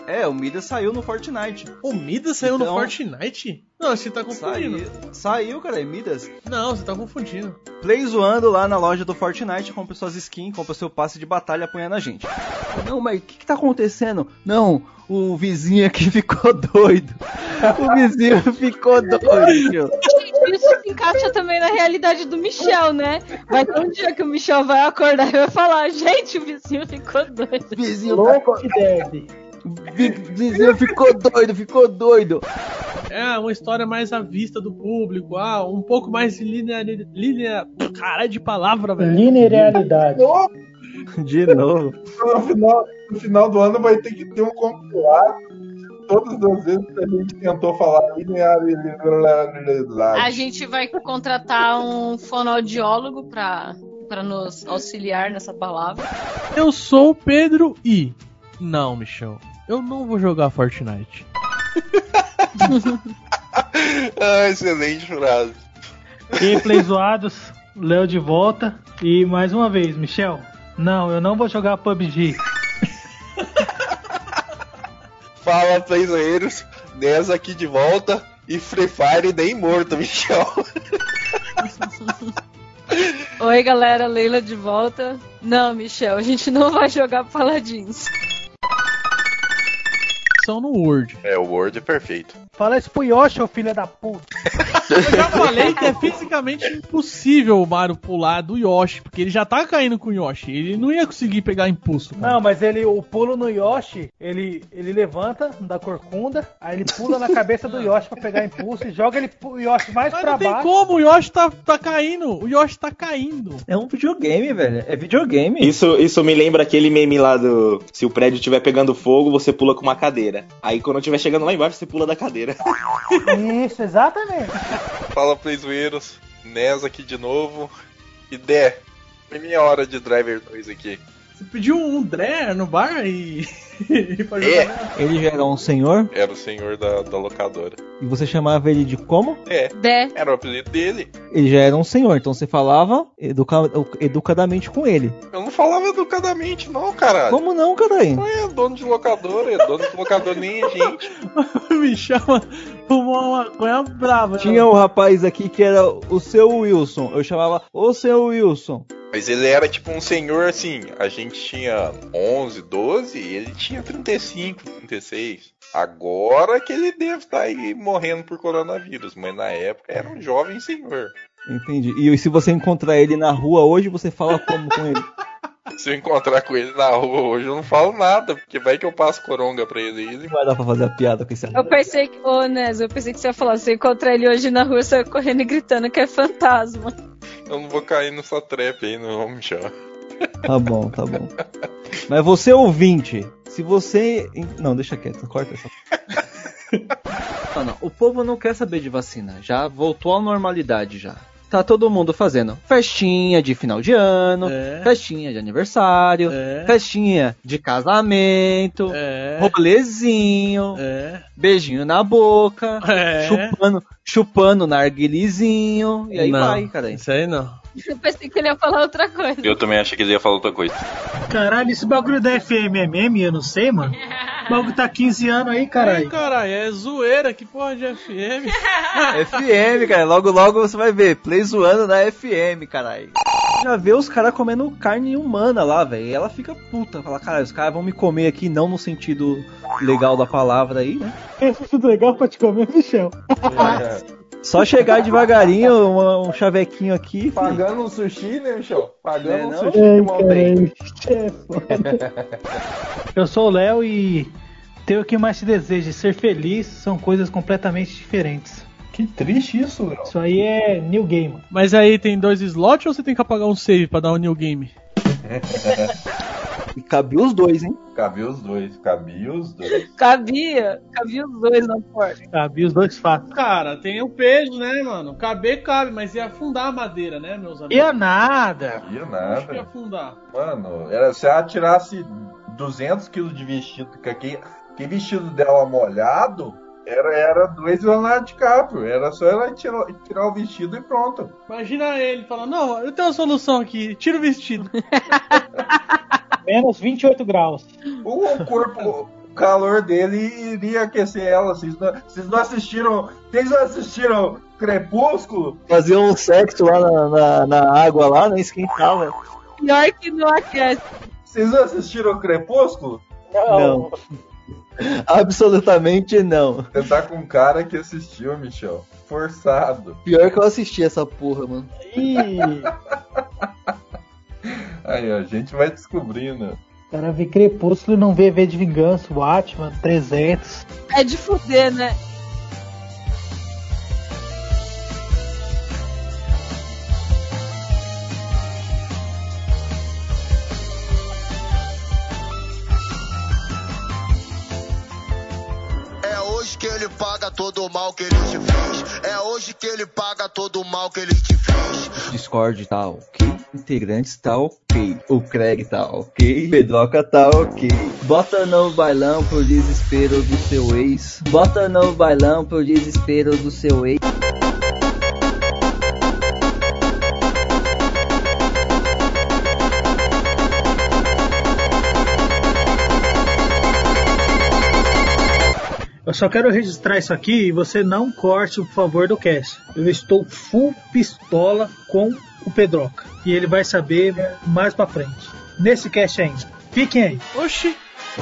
É, o Midas saiu no Fortnite. O Midas saiu no Fortnite? Não, você tá confundindo. Saiu, cara, é Midas. Não, você tá confundindo. Play zoando lá na loja do Fortnite, compra suas skins, compra seu passe de batalha apanhando a gente. Não, mas o que tá acontecendo? Não, o vizinho aqui ficou doido. O vizinho ficou doido. Isso se encaixa também na realidade do Michel, né? Vai ter um dia que o Michel vai acordar e vai falar: gente, o vizinho ficou doido. Vizinho louco que deve. Vizinho ficou doido. É uma história mais à vista do público, um pouco mais de cara de palavra, velho. Linearidade. De novo. No final do ano vai ter que ter um compilado. Todas as vezes que a gente tentou falar linearidade. A gente vai contratar um fonoaudiólogo pra nos auxiliar nessa palavra. Eu sou o Pedro e... Não, Michel, eu não vou jogar Fortnite. Excelente frase. Gameplay zoados, Léo de volta. E mais uma vez, Michel, não, eu não vou jogar PUBG. Fala, playzoeiros, Nessa aqui de volta e Free Fire nem morto, Michel. Oi, galera, Leila de volta. Não, Michel, a gente não vai jogar Paladins. São no Word. É, o Word é perfeito. Fala isso pro Yoshi, ô filho da puta. Eu já falei que é fisicamente impossível o Mario pular do Yoshi, porque ele já tá caindo com o Yoshi. Ele não ia conseguir pegar impulso. Cara. Não, mas o pulo no Yoshi, ele levanta da corcunda, aí ele pula na cabeça do Yoshi pra pegar impulso e joga o Yoshi mais mas pra não baixo. Tem como, o Yoshi tá caindo. O Yoshi tá caindo. É um videogame, velho. É videogame. Isso me lembra aquele meme lá do... Se o prédio estiver pegando fogo, você pula com uma cadeira. Aí quando estiver chegando lá embaixo, você pula da cadeira. Isso, exatamente. Fala, playzoeiros. Nessa aqui de novo. E Dé, foi minha hora de Driver 2 aqui. Você pediu um Dré no bar e pra jogar. Ele já era um senhor? Era o senhor da locadora. E você chamava ele de como? Dé. Era o apelido dele. Ele já era um senhor, então você falava educadamente com ele. Eu não falava educadamente, não, caralho. Como não, caralho? Não é dono de locadora, dono de locadora nem é gente. Me chama uma maconha brava. Tinha um rapaz aqui que era o seu Wilson. Eu chamava o seu Wilson. Mas ele era tipo um senhor assim, a gente tinha 11, 12 e ele tinha 35, 36. Agora que ele deve estar aí morrendo por coronavírus, mas na época era um jovem senhor. Entendi. E se você encontrar ele na rua hoje, você fala como com ele? Se eu encontrar com ele na rua hoje, eu não falo nada, porque vai que eu passo coronga pra ele. Não vai dar pra fazer a piada com esse Eu pensei que, Nes, eu pensei que você ia falar, se eu encontrar ele hoje na rua, você vai correndo e gritando que é fantasma. Eu não vou cair nessa trap aí, não, Michel. Tá bom. Mas você ouvinte, se você... Não, deixa quieto, corta essa... Não, o povo não quer saber de vacina, já voltou à normalidade já. Tá todo mundo fazendo festinha de final de ano, festinha de aniversário, festinha de casamento, rolezinho, beijinho na boca, chupando narguilizinho, e aí não, vai, cara. Isso aí não. Eu pensei que ele ia falar outra coisa. Eu também achei que ele ia falar outra coisa. Caralho, esse bagulho da FMMM, eu não sei, mano. O bagulho tá 15 anos aí, caralho. Caralho, é zoeira, que porra de FM? FM, cara, logo você vai ver. Play zoando na FM, caralho. Já vê os caras comendo carne humana lá, velho. E ela fica puta. Fala, cara, os caras vão me comer aqui, não no sentido legal da palavra aí, né? Esse tudo legal pra te comer, Michel. Só chegar devagarinho, um chavequinho aqui. Pagando um sushi, né, Michel? Pagando um sushi que mal tem. Eu sou o Léo e ter o que mais te deseja, ser feliz, são coisas completamente diferentes. Que triste isso, Léo. Isso aí é new game. Mas aí tem 2 slots ou você tem que apagar um save pra dar um new game? E cabia os dois, hein? Cabia os dois. Cabia os dois na porta. Cabia os dois fatos. Cara, tem o peso, né, mano? Cabe, mas ia afundar a madeira, né, meus amigos? Ia nada. Acho que ia afundar. Mano, se ela tirasse 200 kg de vestido, que vestido dela molhado, era 2 Leonardo DiCaprio. Era só ela tirar o vestido e pronto. Imagina ele falando, não, eu tenho uma solução aqui, tira o vestido. Menos 28 graus. O O calor dele iria aquecer ela. Vocês não assistiram Crepúsculo? Fazia um sexo lá na água lá, né? Esquentava. Pior que não aquece. Vocês não assistiram Crepúsculo? Não. Absolutamente não. Você tá com um cara que assistiu, Michel. Forçado. Pior que eu assisti essa porra, mano. Aí, ó, a gente vai descobrindo. O cara vê Crepúsculo e não vê V de Vingança, Watchmen, 300. É de fuder, né? É hoje que ele paga todo o mal que ele te fez. É hoje que ele paga todo o mal que ele te fez. Discord tá ok. Integrantes tá ok. O Craig tá ok. Pedroca tá ok. Bota no bailão pro desespero do seu ex. Bota no bailão pro desespero do seu ex. Eu só quero registrar isso aqui e você não corte, por favor, do cast. Eu estou full pistola com o Pedroca. E ele vai saber mais pra frente. Nesse cast ainda. Fiquem aí. Oxi!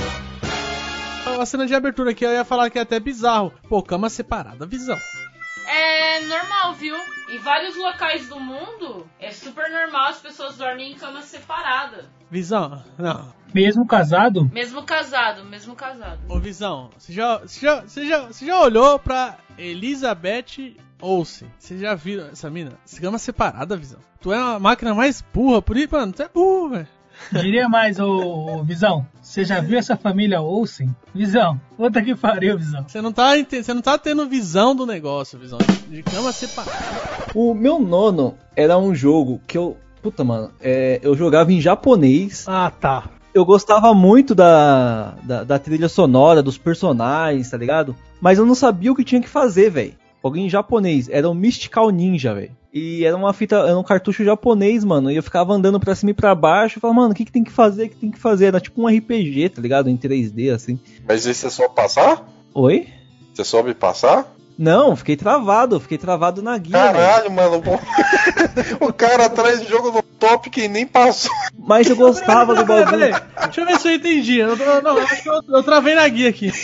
A cena de abertura aqui eu ia falar que é até bizarro. Pô, cama separada, visão. É normal, viu? Em vários locais do mundo, é super normal as pessoas dormem em cama separada. Visão, não. Mesmo casado? Mesmo casado. Ô, Visão, você já olhou pra Elizabeth Olsen? Você já viu essa mina? Cama separada, Visão. Tu é uma máquina mais burra, por isso, mano, tu é burro, velho. Diria mais, ô Visão, você já viu essa família Olsen? Visão, puta que pariu, Visão. Você não tá tendo visão do negócio, Visão, de cama separada. O meu nono era um jogo que eu... Puta, mano, eu jogava em japonês. Ah, tá. Eu gostava muito da trilha sonora, dos personagens, tá ligado? Mas eu não sabia o que tinha que fazer, velho. Alguém em japonês, era um Mystical Ninja, velho. E era um cartucho japonês, mano. E eu ficava andando pra cima e pra baixo. E falava, mano, o que tem que fazer? O que tem que fazer? Era tipo um RPG, tá ligado? Em 3D, assim. Mas aí você soube passar? Oi? Você soube passar? Não, fiquei travado na guia. Caralho, mano. O cara atrás de jogo no top que nem passou. Mas eu gostava do bagulho. Peraí. Deixa eu ver se eu entendi. Acho que eu travei na guia aqui.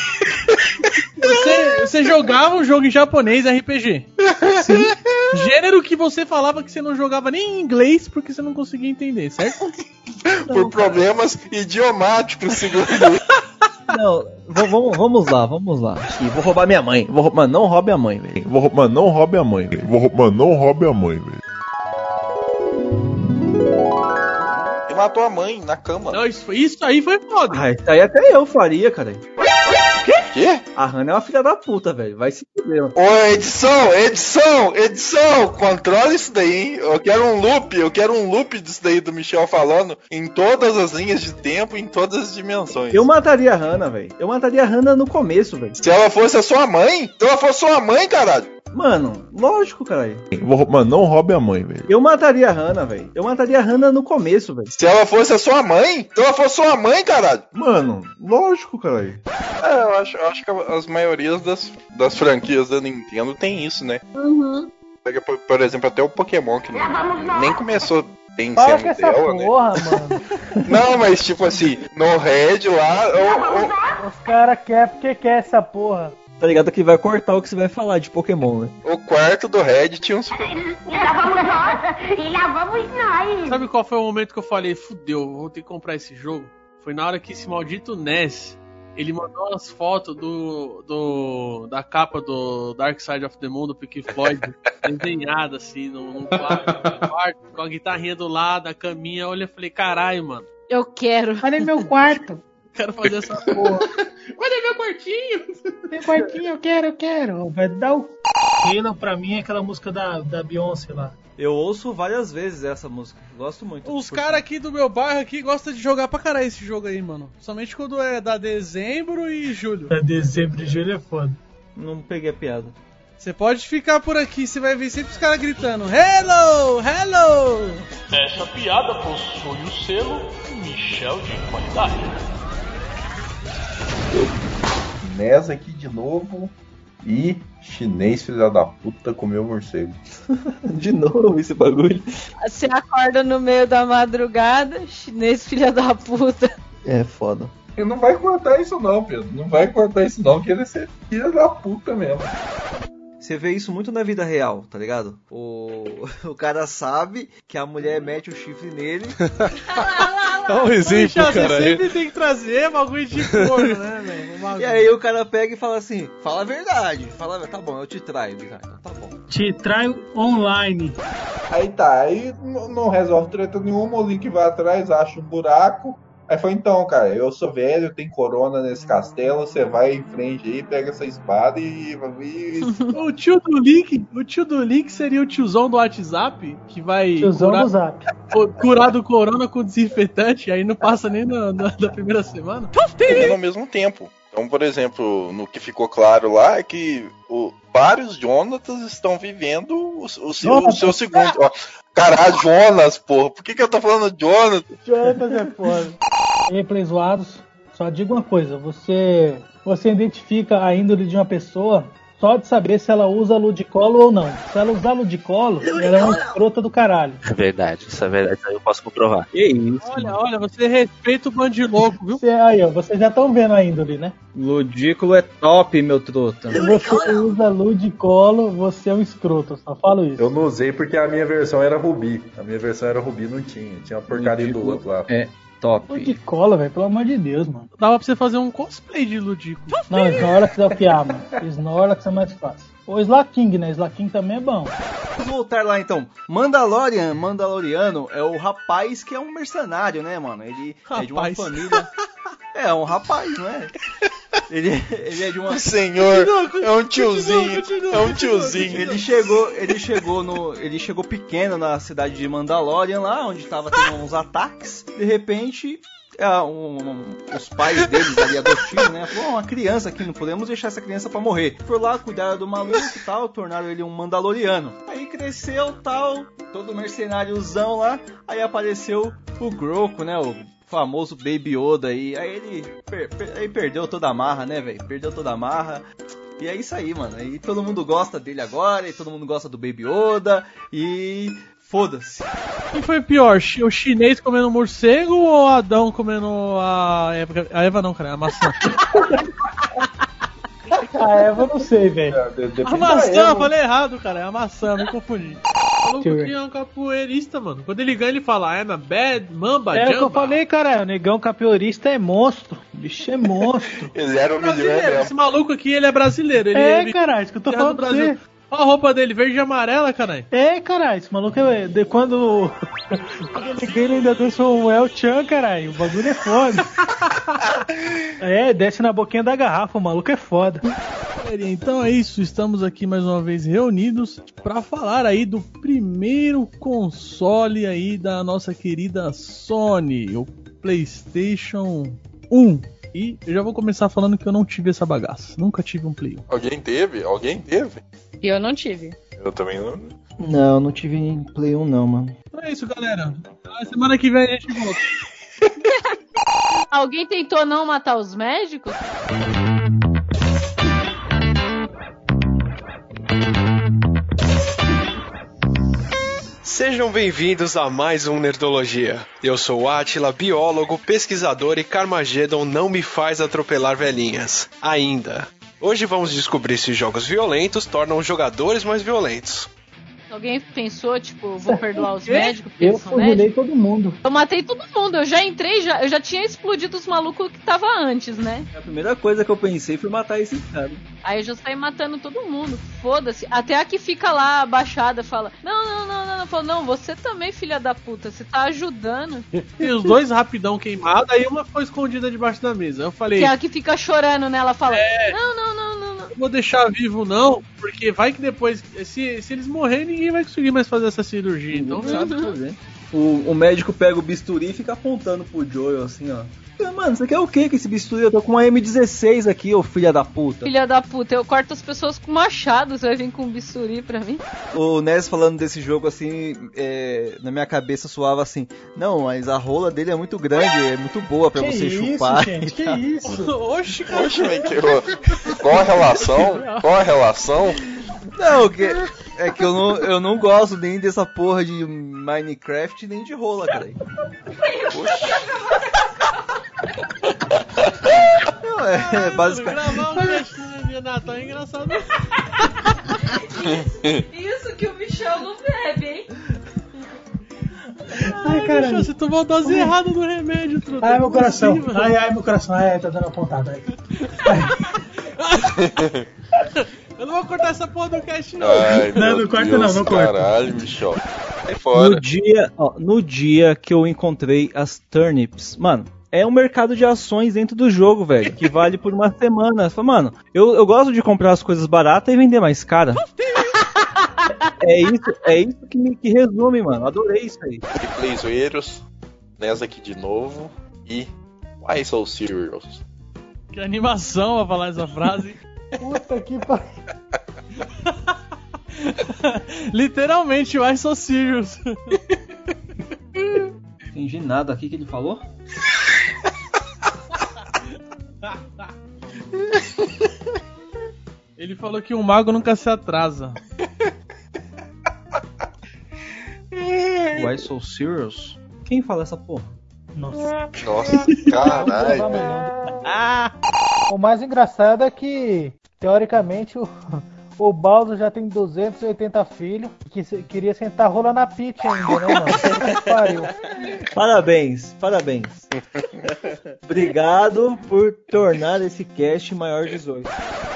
Você jogava um jogo em japonês RPG? Sim. Gênero que você falava que você não jogava nem em inglês porque você não conseguia entender, certo? Por problemas idiomáticos, segundo ele. Não, vamos lá. Ih, vou roubar minha mãe. Mano, não roube a mãe, velho. Mano, não roube a mãe, velho. Ele matou a mãe na cama. Não, isso aí foi foda. Ah, isso aí até eu faria, cara. Quê? A Hannah é uma filha da puta, velho. Vai se fuder. Ô, edição, controla isso daí, hein? Eu quero um loop disso daí do Michel falando em todas as linhas de tempo, em todas as dimensões. Eu mataria a Hannah, velho. Eu mataria a Hannah no começo, velho. Se ela fosse a sua mãe? Se ela fosse sua mãe, caralho. Mano, lógico, caralho. Mano, não roube a mãe, velho. Eu mataria a Hannah, velho. Eu mataria a Hannah no começo, velho. Se ela fosse a sua mãe? Se ela fosse sua mãe, caralho. Mano, lógico, caralho. Eu acho que as maiorias das franquias da Nintendo tem isso, né? Uhum. Pega, por exemplo, até o Pokémon, que nem começou bem Para sendo com essa dela, né? porra, mano. Não, mas tipo assim, no Red lá... Os caras querem porque quer essa porra. Tá ligado que vai cortar o que você vai falar de Pokémon, né? O quarto do Red tinha uns... E lá vamos nós. Sabe qual foi o momento que eu falei, fudeu, vou ter que comprar esse jogo? Foi na hora que esse maldito NES, ele mandou umas fotos da capa do Dark Side of the Moon do Pink Floyd, desenhada assim, num quarto, com a guitarrinha do lado, a caminha. Eu olhei e falei, caralho, mano. Eu quero. Olha meu quarto. Quero fazer essa porra. Olha meu quartinho. Meu quartinho, eu quero. Vai dar o... Halo pra mim é aquela música da Beyoncé lá. Eu ouço várias vezes essa música. Gosto muito. Os caras aqui do meu bairro aqui gostam de jogar pra caralho esse jogo aí, mano. Somente quando é da dezembro e julho. Da dezembro e julho é foda. Não peguei a piada. Você pode ficar por aqui, você vai ver sempre os caras gritando Hello! Hello! Essa piada possui o selo Michel de qualidade. Nessa aqui de novo. E chinês, filha da puta, comeu morcego. De novo esse bagulho. Você acorda no meio da madrugada, chinês filha da puta. É foda. E não vai cortar isso não, Pedro. Não vai cortar isso não, que ele é ser filha da puta mesmo. Você vê isso muito na vida real, tá ligado? O cara sabe que a mulher mete o chifre nele. Dá um exemplo, cara. Você sempre tem que trazer bagulho de corno, né, velho? E aí o cara pega e fala assim, fala a verdade. Fala, tá bom, eu te traio. Então tá bom. Te traio online. Aí tá, aí não resolve treta nenhuma, o Link vai atrás, acha um buraco. Aí foi então, cara, eu sou velho, tem corona nesse castelo, você vai em frente aí, pega essa espada e... O tio do Link seria o tiozão do WhatsApp, que vai curar do corona com desinfetante, aí não passa nem na primeira semana. E ao mesmo tempo. Então, por exemplo, no que ficou claro lá é que vários Jonatas estão vivendo o seu segundo... Ó, caralho, Jonas, porra. Por que eu tô falando Jonas? Jonas é foda. E aí, Play Zoados, só digo uma coisa. Você identifica a índole de uma pessoa só de saber se ela usa ludicolo ou não. Se ela usar ludicolo, ela é uma escrota do caralho. É verdade, isso é verdade, isso aí eu posso comprovar. Que isso? Olha, você respeita o bandilouco, viu? Aí, ó, vocês já estão vendo a índole, né? Ludículo é top, meu trota. Se você usa ludicolo, você é um escroto, eu só falo isso. Eu não usei porque a minha versão era Rubi. A minha versão era Rubi, não tinha. Tinha a porcaria do outro lá. É. Top. Ludicolo, velho, pelo amor de Deus, mano. Dava pra você fazer um cosplay de Ludículo. Não, Snorlax é o que há, mano. Snorlax é mais fácil. Ou Slaking, né? Slaking também é bom. Vamos voltar lá então. Mandaloriano é o rapaz que é um mercenário, né, mano? Ele é de uma família. É um rapaz, não é? Ele é de uma... Senhor, é um tiozinho. É um tiozinho. Ele chegou pequeno na cidade de Mandalorian lá, onde tava tendo uns ataques. De repente, os pais deles ali adotivos, né? Falou, uma criança aqui, não podemos deixar essa criança pra morrer. Foram lá, cuidaram do maluco e tal, tornaram ele um Mandaloriano. Aí cresceu tal, todo mercenáriozão lá. Aí apareceu o Grogu, né? O famoso Baby Yoda aí. Aí ele perdeu toda a marra, né, velho? Perdeu toda a marra. E é isso aí, mano. E todo mundo gosta dele agora, e todo mundo gosta do Baby Yoda. E... foda-se. Quem foi pior? O chinês comendo morcego ou o Adão comendo a Eva? A Eva não, cara, a maçã. A Eva não sei, velho. A maçã, eu falei errado, cara. É a maçã, me confundi. O maluco é um capoeirista, mano. Quando ele ganha, ele fala, I'm a bad mamba, é o que eu falei, cara. O negão capoeirista é monstro. O bicho é monstro. Ele era um milhão. Esse maluco aqui, ele é brasileiro. Ele caralho, isso que eu tô falando pra você. Olha a roupa dele, verde e amarela, caralho. É, caralho, esse maluco é... Quando ele ainda deixa um El Chan, caralho. O bagulho é foda. Desce na boquinha da garrafa, o maluco é foda. Então é isso, estamos aqui mais uma vez reunidos pra falar aí do primeiro console aí da nossa querida Sony, o PlayStation 1. E eu já vou começar falando que eu não tive essa bagaça. Nunca tive um Play 1. Alguém teve? Eu não tive. Eu também não. Não, eu não tive Play 1 não, mano. Então é isso, galera. Semana que vem a gente volta. Alguém tentou não matar os médicos? Sejam bem-vindos a mais um Nerdologia. Eu sou o Átila, biólogo, pesquisador e Carmageddon não me faz atropelar velhinhas. Ainda. Hoje vamos descobrir se jogos violentos tornam os jogadores mais violentos. Alguém pensou, tipo, vou perdoar os médicos? Eu fuzilei todo mundo. Eu matei todo mundo, eu já entrei, eu já tinha explodido os malucos que tava antes, né? A primeira coisa que eu pensei foi matar esse cara. Aí eu já saí matando todo mundo, foda-se. Até a que fica lá abaixada fala, não. Falou, não, você também, filha da puta, você tá ajudando. E os dois rapidão queimados, aí uma foi escondida debaixo da mesa. Eu falei... Que é a que fica chorando, né? Ela fala, não. Não vou deixar vivo não, porque vai que depois, se eles morrerem, ninguém vai conseguir mais fazer essa cirurgia. Então sabe fazer. O médico pega o bisturi e fica apontando pro Joel assim, ó. Mano, você quer o que com esse bisturi? Eu tô com uma M16 aqui, ô filha da puta. Filha da puta, eu corto as pessoas com machado, você vai vir com um bisturi pra mim? O Ness falando desse jogo assim, na minha cabeça soava assim, não, mas a rola dele é muito grande, é muito boa pra você chupar. Gente, que isso? Oxi, qual a relação? Qual a relação? Não, é que eu não gosto nem dessa porra de Minecraft, nem de rola, cara. Não, basicamente... Gravar um cast de Natal é engraçado. Isso que o Michel não bebe, hein? Ai, caralho. Você tomou a dose errada do remédio, truta. Ai, meu coração. Ai, meu coração. Ai, tá dando uma pontada aí. Eu não vou cortar essa porra do cast, não. Ai, não corta não corta. Caralho, Michel. Sai fora. No dia que eu encontrei as turnips, mano, é um mercado de ações dentro do jogo, velho, que vale por uma semana. Mano, eu gosto de comprar as coisas baratas e vender mais cara. É isso que resume, mano. Adorei isso aí. Replay zoeiros, Nessa aqui de novo e Why So Serious? Que animação pra falar essa frase. Puta que pariu. Literalmente, Why So Serious? Entendi nada aqui que ele falou. Ele falou que um mago nunca se atrasa. Why So Serious? Quem fala essa porra? Nossa, caralho. O mais engraçado é que, teoricamente, o Baldo já tem 280 filhos que queria sentar rola na pit ainda, né, mano? Que pariu. Parabéns. Obrigado por tornar esse cast maior de 18.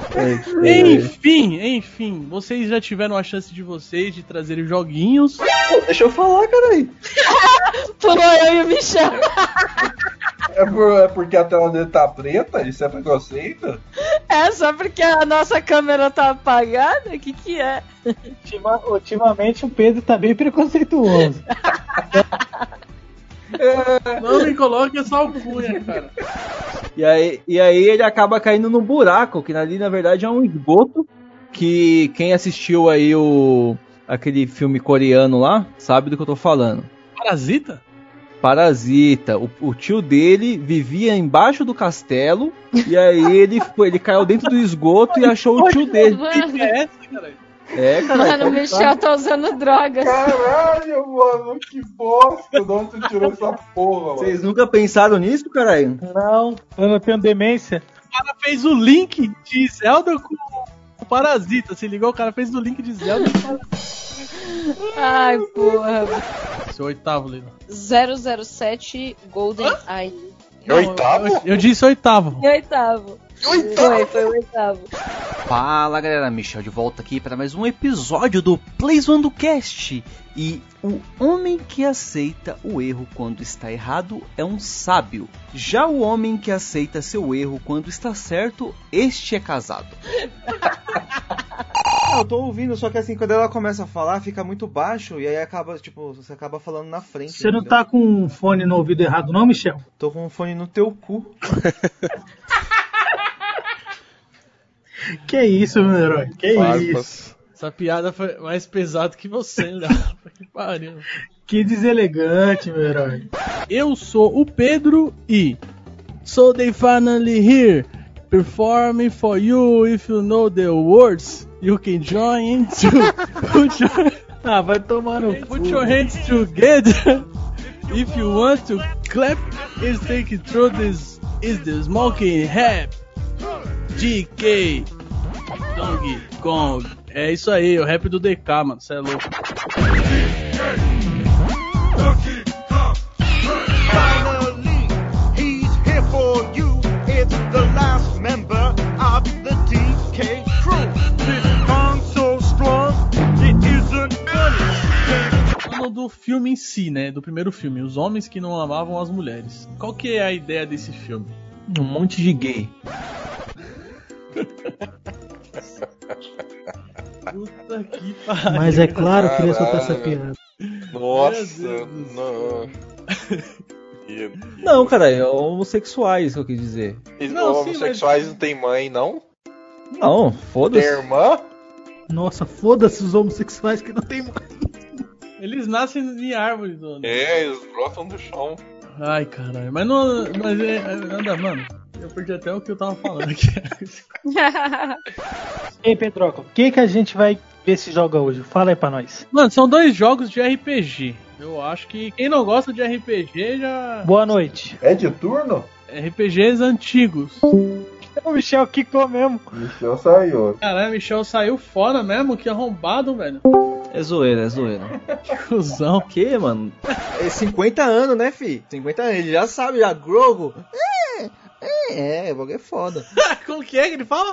Enfim, vocês já tiveram a chance de vocês de trazerem joguinhos. Pô, deixa eu falar, caralho. Pulou eu e o Michel. É porque a tela dele tá preta? Isso é preconceito? É só porque a nossa câmera tá apagada? O que é? Ultimamente o Pedro tá bem preconceituoso. Não me coloque essa alcunha, cara. E aí ele acaba caindo no buraco, que ali na verdade é um esgoto, que quem assistiu aí aquele filme coreano lá, sabe do que eu tô falando. Parasita. O tio dele vivia embaixo do castelo, e aí ele caiu dentro do esgoto e achou o tio dele. Que é essa, cara? É, cara. Mano, o Michel tá usando drogas. Caralho, mano, que bosta. De onde você tirou essa porra, mano? Vocês nunca pensaram nisso, caralho? Não, eu não tenho demência. O cara fez o link de Zelda com o Parasita. Se ligou? O cara fez o link de Zelda com o Parasita. Ai, porra. Seu oitavo, Lino. 007 Golden Eye. Oitavo? Eu disse oitavo. Foi o oitavo. Fala, galera, Michel de volta aqui para mais um episódio do Play Zoando Cast. E o homem que aceita o erro quando está errado é um sábio. Já o homem que aceita seu erro quando está certo, este é casado. Eu tô ouvindo, só que assim, quando ela começa a falar, fica muito baixo e aí acaba, tipo, você acaba falando na frente. Você não tá com um fone no ouvido errado não, Michel? Tô com um fone no teu cu. Que isso, meu herói? Que isso? Essa piada foi mais pesada que você, Léo. Que pariu. Que deselegante, meu herói. Eu sou o Pedro e So they finally here performing for you. If you know the words, you can join to vai tomar no put your hands together. If you want to clap, is take it through this is the smoking rap. GK Donkey Kong. É isso aí, o rap do DK, mano, cê é louco. Finally, he's here for you. It's the last member of the DK crew. This song so strong, it isn't funny. Falando do filme em si, né, do primeiro filme, Os Homens que Não Amavam as Mulheres. Qual que é a ideia desse filme? Um monte de gay. Puta que pariu. Mas é claro que ele ia soltar essa piada. Nossa, não. Não, cara, é homossexuais que eu quis dizer. Homossexuais não tem mãe, não? Não, foda-se. Tem irmã? Nossa, foda-se os homossexuais que não tem mãe. Eles nascem em árvores, mano. Eles brotam do chão. Ai, caralho. Mas não. Anda, mano. Eu perdi até o que eu tava falando aqui. Ei, Pedroca, o que a gente vai ver se joga hoje? Fala aí pra nós. Mano, são 2 jogos de RPG. Eu acho que quem não gosta de RPG já... Boa noite. É de turno? RPGs antigos. O Michel quicou mesmo. Michel saiu. Caralho, o Michel saiu fora mesmo, que arrombado, velho. É zoeira, é zoeira. Que cuzão. O que, mano? É 50 anos, né, fi? 50 anos, ele já sabe, já. Grogo. O bagulho é foda. Como que é que ele fala?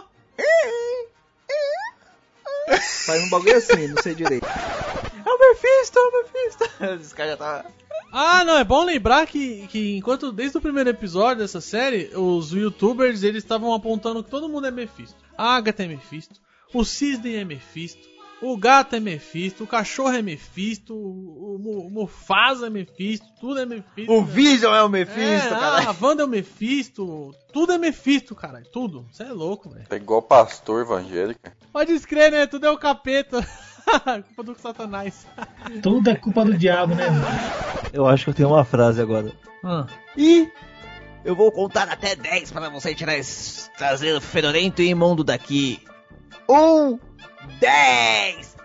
Faz um bagulho assim, não sei direito. É o Mephisto. Esse cara já tá... Ah, não, é bom lembrar que enquanto desde o primeiro episódio dessa série, os youtubers, eles estavam apontando que todo mundo é Mephisto. A Agatha é Mephisto, o Cisne é Mephisto, o gato é Mephisto, o cachorro é Mephisto, o Mufasa é Mephisto, tudo é Mephisto. O Vision é o Mephisto, caralho. A Wanda é o Mephisto, tudo é Mephisto, caralho, tudo. Você é louco, velho. É igual pastor evangélico. Pode escrever, né? Tudo é o capeta. Culpa do Satanás. Tudo é culpa do diabo, né? Eu acho que eu tenho uma frase agora. E eu vou contar até 10 para você trazer o fedorento e imundo daqui. 1, 10!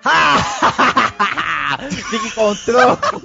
Fique com o troco.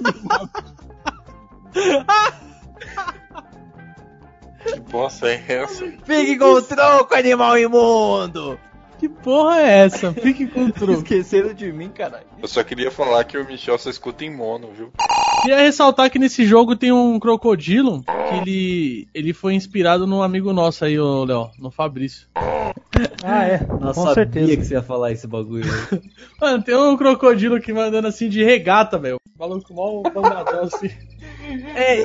Que bosta é essa? Fique com o troco, animal imundo. Que porra é essa? Fique com o troco. Esqueceram de mim, caralho. Eu só queria falar que o Michel só escuta em mono, viu? Queria ressaltar que nesse jogo tem um crocodilo que ele foi inspirado num amigo nosso aí, o Léo, no Fabrício. Ah, é. Nossa, com certeza. Sabia que você ia falar esse bagulho. Mano, tem um crocodilo que vai andando assim de regata, velho. Maluco mal bombadão assim. É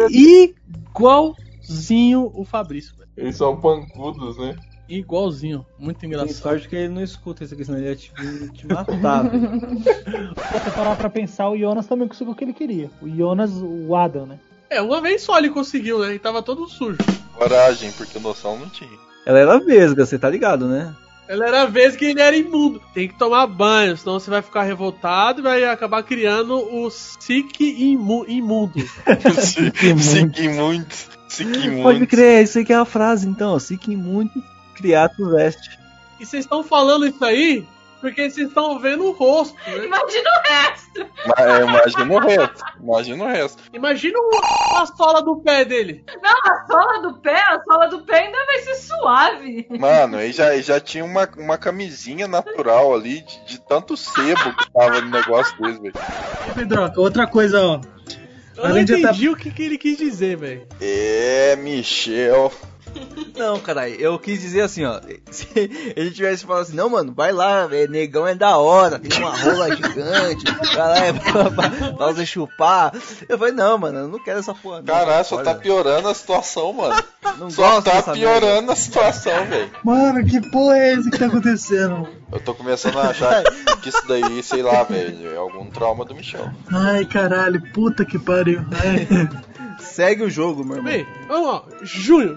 igualzinho o Fabrício, velho. Eles são pancudos, né? Igualzinho, muito engraçado. Tem sorte que ele não escuta isso aqui, senão ele ia te matar. Se você parar pra pensar, o Jonas também conseguiu o que ele queria. O Jonas, o Adam, né? Uma vez só ele conseguiu, né? Ele tava todo sujo. Coragem, porque noção não tinha. Ela era vesga, você tá ligado, né? Ela era a vez que ele era imundo. Tem que tomar banho, senão você vai ficar revoltado e vai acabar criando o Sick imundo. Sick imundo. Pode crer, isso aí que é a frase então. Sick imundo, criatus est. E vocês estão falando isso aí porque vocês estão vendo o rosto. Né? Imagina o resto. Imagina o resto. Imagina a sola do pé dele. Não, a sola do pé ainda vai ser suave. Mano, aí já tinha uma camisinha natural ali de tanto sebo que tava no negócio deles, velho. E Pedroca, outra coisa, ó. Eu não entendi o que ele quis dizer, velho. Michel. Não, caralho, eu quis dizer assim, ó. Se ele tivesse falado assim, não, mano, vai lá, negão é da hora, tem uma rola gigante, caralho, pra você chupar. Eu falei, não, mano, eu não quero essa porra. Caralho, só tá piorando a situação, mano. Não só tá piorando a situação, velho. Mano, que porra é esse que tá acontecendo? Eu tô começando a achar que isso daí, sei lá, velho, é algum trauma do Michel. Ai, caralho, puta que pariu. Segue o jogo, meu irmão. Bem, vamos lá. Junho.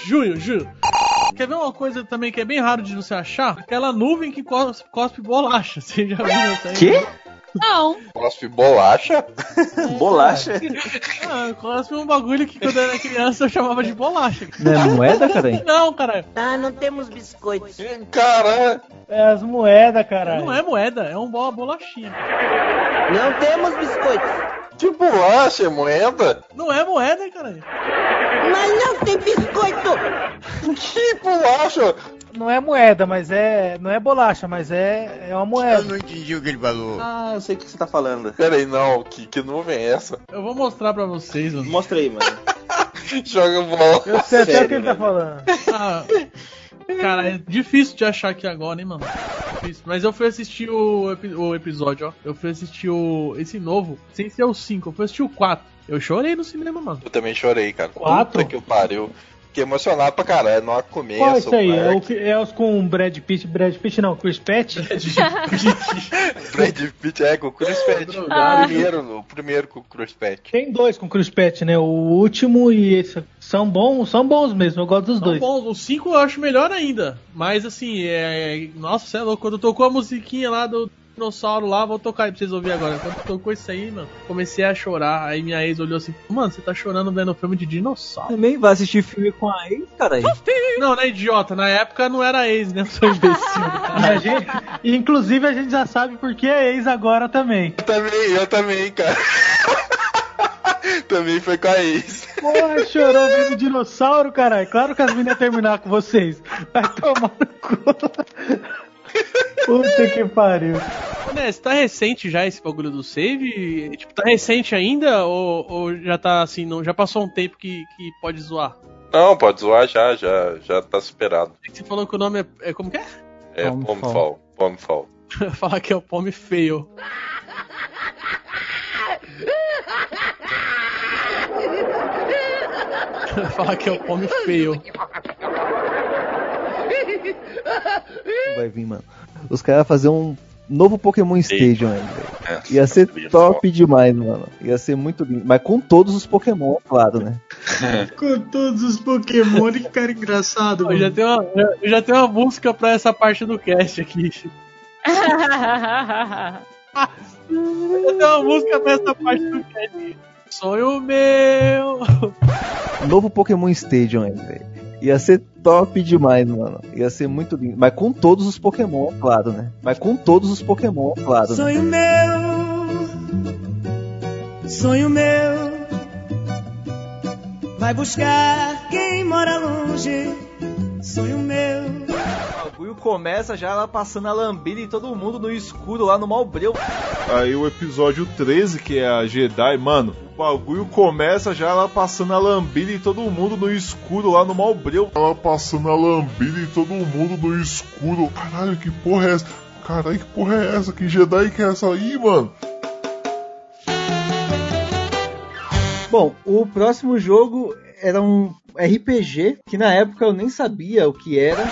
Quer ver uma coisa também que é bem raro de você achar? Aquela nuvem que cospe bolacha. Você já viu isso aí? Quê? Não. Cospe bolacha? Bolacha? Cospe um bagulho que quando eu era criança eu chamava de bolacha. Não é moeda, caralho? Não, caralho. Ah, não temos biscoitos. Caralho. É as moedas, caralho. Não é moeda, é uma bolachinha. Não temos biscoitos. Que bolacha, é moeda? Não é moeda, caralho. Mas não tem biscoito. Que bolacha? Não é moeda, mas é... Não é bolacha, mas é uma moeda. Eu não entendi o que ele falou. Ah, eu sei o que você tá falando. Pera aí, não. Que nuvem é essa? Eu vou mostrar pra vocês, mano. Mostra aí, mano. Joga bola. Eu sei até o que ele tá falando. Cara, é difícil de achar aqui agora, hein, mano. Difícil. Mas eu fui assistir o episódio, ó. Eu fui assistir esse novo, sem ser o 5. Eu fui assistir o 4. Eu chorei no cinema, mano. Eu também chorei, cara. 4? Puta que eu pariu. Fiquei emocionado pra caralho, no começo. Qual é isso aí? Mark. É os com Brad Pitt não, Chris Pratt? Brad Pitt, com o Chris Pratt. O primeiro com o Chris Pratt. Tem dois com Chris Pratt, né? O último e esse. São bons mesmo, eu gosto dos dois. São bons, o 5 eu acho melhor ainda. Mas assim, nossa, você é louco, quando tocou a musiquinha lá do dinossauro lá, vou tocar aí pra vocês ouvirem agora. Quando tocou isso aí, mano, comecei a chorar. Aí minha ex olhou assim, mano, você tá chorando vendo filme de dinossauro. Também vai assistir filme com a ex, cara aí. Não, né, idiota? Na época não era ex, né? Eu sou imbecil. Inclusive a gente já sabe por que é ex agora também. Eu também, cara. Também foi com a ex. Porra, chorou vendo dinossauro, caralho. Claro que as meninas iam terminar com vocês. Vai tomar no cu. Puta que pariu. Né, tá recente já esse bagulho do save? Tipo, tá recente ainda? Ou já tá assim, já passou um tempo que pode zoar? Não, pode zoar já tá superado. Você falou que o nome é como que é? É Pomefall. Falar que é o Pome Fail. Falar que é o Pome Fail. Vai vir, mano. Os caras vão fazer um novo Pokémon Stadium aí, velho. Ia ser top demais, mano. Ia ser muito lindo. Mas com todos os Pokémon, claro, né? Com todos os Pokémon, que cara engraçado, mano. Eu já tenho uma música pra essa parte do cast aqui. Eu tenho uma música pra essa parte do cast. Sonho meu. Novo Pokémon Stadium aí, velho. Ia ser top demais, mano. Ia ser muito lindo. Mas com todos os Pokémon, claro, né? Sonho meu, sonho meu, vai buscar quem mora longe. Sonho meu. O bagulho começa já ela passando a lambida em todo mundo no escuro lá no Malbreu. Aí o episódio 13, que é a Jedi, mano, o bagulho começa já ela passando a lambida em todo mundo no escuro lá no Malbreu. Ela passando a lambida em todo mundo no escuro. Caralho, que porra é essa? Caralho, que porra é essa? Que Jedi que é essa aí, mano? Bom, o próximo jogo era um RPG, que na época eu nem sabia o que era.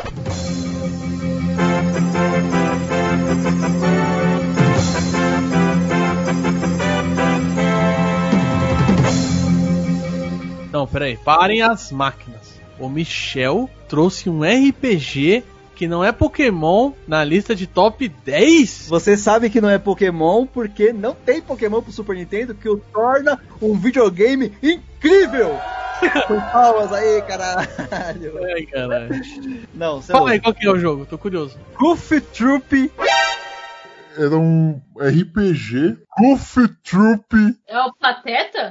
Não, peraí, parem as máquinas. O Michel trouxe um RPG que não é Pokémon na lista de top 10? Você sabe que não é Pokémon porque não tem Pokémon pro Super Nintendo, que o torna um videogame incrível! Com palmas aí, caralho! Ai, caralho. Não, fala aí, qual que é o jogo? Tô curioso. Goof Troop. Era um RPG. Goof Troop. É o Pateta?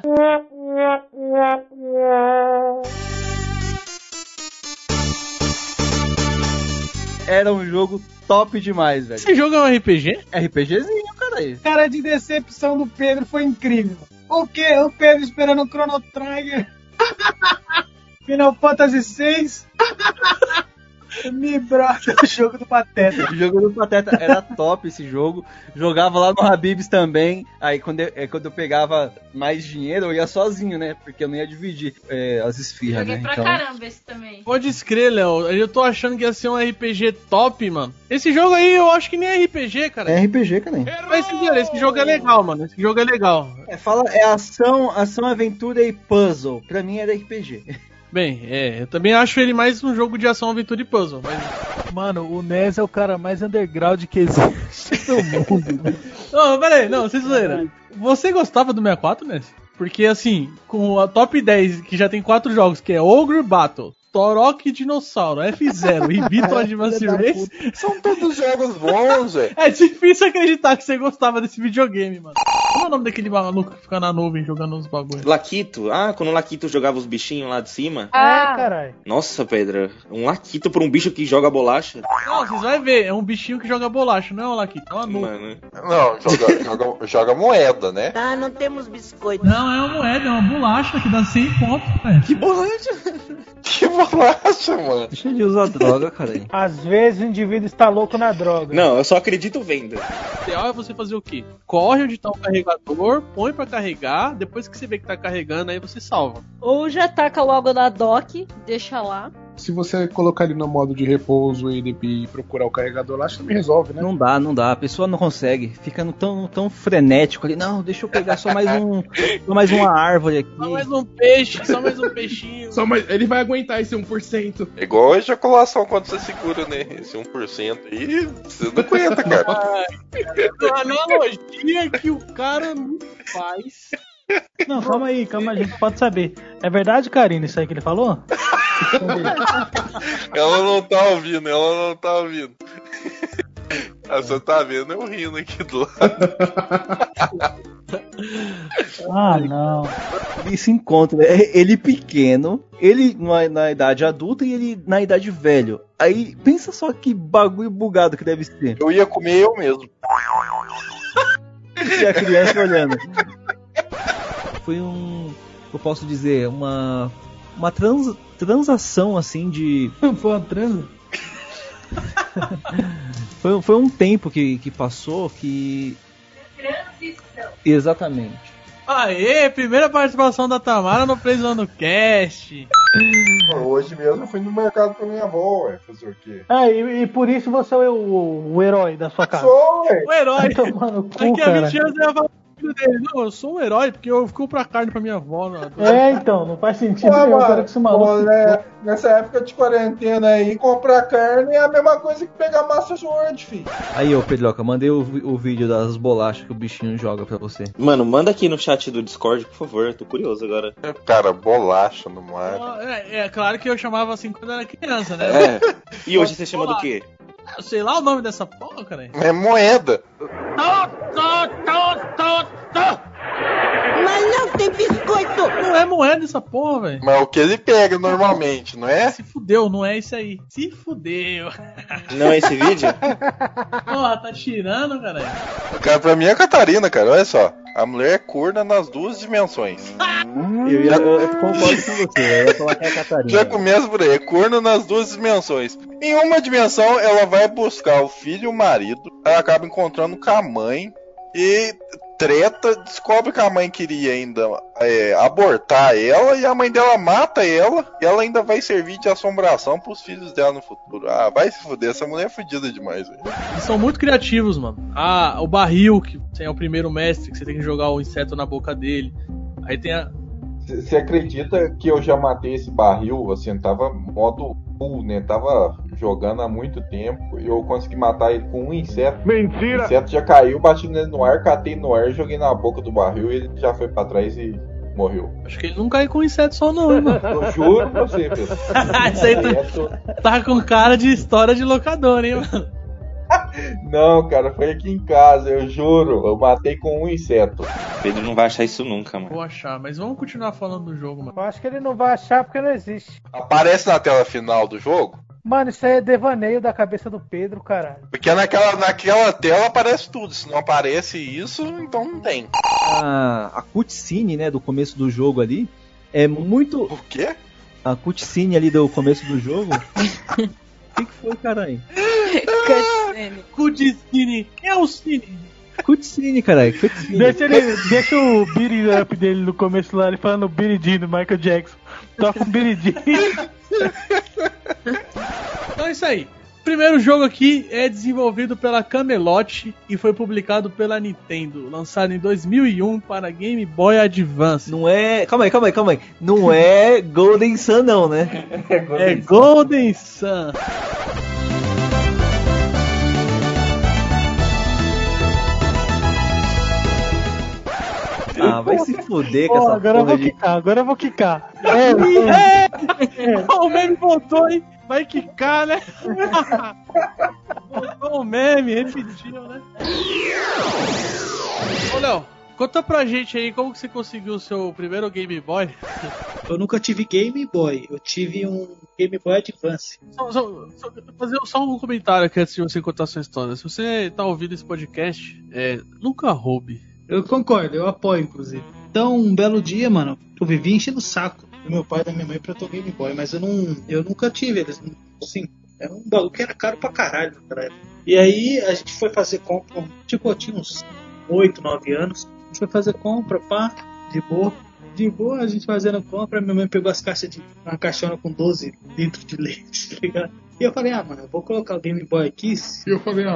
Era um jogo top demais, velho. Esse jogo é um RPG? RPGzinho, caralho. Cara, de decepção do Pedro foi incrível. O quê? O Pedro esperando o Chrono Trigger. Final Fantasy VI. Me brota o jogo do Pateta. O jogo do Pateta era top esse jogo. Jogava lá no Habib's também. Aí quando eu pegava mais dinheiro, eu ia sozinho, né? Porque eu não ia dividir as esfirras, Joguei né? pra caramba esse também. Pode escrever, Léo. Eu tô achando que ia ser um RPG top, mano. Esse jogo aí eu acho que nem é RPG, cara. É RPG, cara. Mas esse jogo é legal, mano. Esse jogo é legal. É ação, aventura e puzzle. Pra mim era RPG. Bem, eu também acho ele mais um jogo de ação, aventura e puzzle. Mas... Mano, o NES é o cara mais underground que existe no mundo. Não, peraí, não, vocês zoeira. Você gostava do 64, NES? Porque assim, com a top 10, que já tem 4 jogos, que é Ogre Battle, Turok Dinossauro, F0 e Beetle Advance Race. São todos jogos bons, velho. É difícil acreditar que você gostava desse videogame, mano. Como é o nome daquele maluco que fica na nuvem jogando os bagulhos? Laquito. Ah, quando o Laquito jogava os bichinhos lá de cima. Caralho. Nossa, Pedro. Um Laquito por um bicho que joga bolacha. Não, vocês vão ver. É um bichinho que joga bolacha, não é um Laquito, é uma nuvem. Não, joga moeda, né? Tá, não temos biscoito. Não, é uma moeda, é uma bolacha que dá 100 pontos, velho. Que bolacha? Que bolacha, mano. Deixa de usar droga, cara. Às vezes o indivíduo está louco na droga. Não, eu só acredito vendo. O ideal é você fazer o quê? Corre onde tá o carregador, põe pra carregar, depois que você vê que tá carregando, aí você salva. Ou já taca logo na dock, deixa lá. Se você colocar ele no modo de repouso e procurar o carregador lá, acho que também resolve, né? Não dá. A pessoa não consegue. Fica tão frenético ali. Não, deixa eu pegar só mais uma árvore aqui. Só mais um peixe, só mais um peixinho. Ele vai aguentar esse 1%. É igual a ejaculação quando você segura, né? Esse 1% aí, você não aguenta, cara. A analogia que o cara não faz. Não, calma aí, a gente pode saber. É verdade, Karine, isso aí que ele falou? Ela não tá ouvindo. Você tá vendo eu rindo aqui do lado. Ah, não. Ele se encontra, ele pequeno, ele na idade adulta e ele na idade velho. Aí, pensa só que bagulho bugado que deve ser. Eu ia comer eu mesmo. E a criança olhando. Foi eu posso dizer, uma transação assim de... Foi uma transa? foi um tempo que passou que... Transição. Exatamente. Aê, primeira participação da Tamara no Playzoando Cast. Hoje mesmo eu fui no mercado com a minha avó, fazer o quê? E por isso você é o herói da sua casa. Sou, o herói. Tomando cu, Daqui a 20 cara. anos eu ia falar dele. Não, eu sou um herói porque eu fico pra carne pra minha avó. Então, não faz sentido nenhum, cara, que esse maluco. Nessa época de quarentena aí, comprar carne é a mesma coisa que pegar massa Word, filho. Aí, ô Pedroca, mandei o vídeo das bolachas que o bichinho joga pra você. Mano, manda aqui no chat do Discord, por favor, tô curioso agora. Cara, bolacha no mar. É claro que eu chamava assim quando era criança, né? E hoje você chama do quê? Sei lá o nome dessa porra, cara. É moeda. Mas não tem biscoito! Não é moeda essa porra, velho. Mas o que ele pega normalmente, não é? Se fudeu, não é isso aí. Se fudeu. Não é esse vídeo? Porra, tá tirando, cara. Cara, pra mim é a Catarina, cara, olha só. A mulher é corna nas duas dimensões. Eu concordo com você, eu ia falar que é a Catarina. Já começa por aí, é corno nas duas dimensões. Em uma dimensão, ela vai buscar o filho e o marido, ela acaba encontrando com a mãe e treta, descobre que a mãe queria ainda abortar ela e a mãe dela mata ela e ela ainda vai servir de assombração pros filhos dela no futuro. Ah, vai se fuder, essa mulher é fodida demais, velho. Eles são muito criativos, mano. O barril, que é o primeiro mestre, que você tem que jogar o inseto na boca dele. Aí tem a... Você acredita que eu já matei esse barril, assim, tava modo full, né? Tava jogando há muito tempo e eu consegui matar ele com um inseto. Mentira! O inseto já caiu, bati nele no ar, catei no ar, joguei na boca do barril e ele já foi pra trás e morreu. Acho que ele não caiu com inseto só não, mano. Eu juro pra você, Pedro. Isso aí tá com cara de história de locador, hein, mano? Não, cara, foi aqui em casa, eu juro. Eu matei com um inseto. Pedro não vai achar isso nunca, mano. Vou achar, mas vamos continuar falando do jogo, mano. Eu acho que ele não vai achar porque não existe. Aparece na tela final do jogo? Mano, isso aí é devaneio da cabeça do Pedro, caralho. Porque naquela tela aparece tudo. Se não aparece isso, então não tem. A cutscene, né, do começo do jogo ali é muito... O quê? A cutscene ali do começo do jogo... O que foi, caralho? Cutscene. Quem é o Cine? Cutscene, caralho. Cutscene. Deixa o beat up dele no começo lá, ele falando Billy Jean do Michael Jackson. Toca um Billy Jean. Então é isso aí. O primeiro jogo aqui é desenvolvido pela Camelot e foi publicado pela Nintendo, lançado em 2001 para Game Boy Advance. Não é... Calma aí. Não é Golden Sun não, né? É Golden Sun. Ah, vai se foder com essa agora porra. Agora eu vou quicar. O meme voltou, hein? Vai quicar, né? Voltou o meme, repetiu, né? Ô, Léo, conta pra gente aí como que você conseguiu o seu primeiro Game Boy. Eu nunca tive Game Boy, eu tive um Game Boy Advance. Fazer só um comentário aqui antes de você contar a sua história. Se você tá ouvindo esse podcast, nunca roube. Eu concordo, eu apoio, inclusive. Então, um belo dia, mano, eu vivia enchendo o saco do meu pai e da minha mãe pra ter o Game Boy, mas eu nunca tive eles. Assim, era um bagulho que era caro pra caralho naquela época. E aí a gente foi fazer compra, tipo, eu tinha uns 8, 9 anos. A gente foi fazer compra, pá, de boa. De boa, a gente fazendo compra, minha mãe pegou as caixas de uma caixona com 12 litros de leite, tá ligado? E eu falei, mano, eu vou colocar o Game Boy Kiss.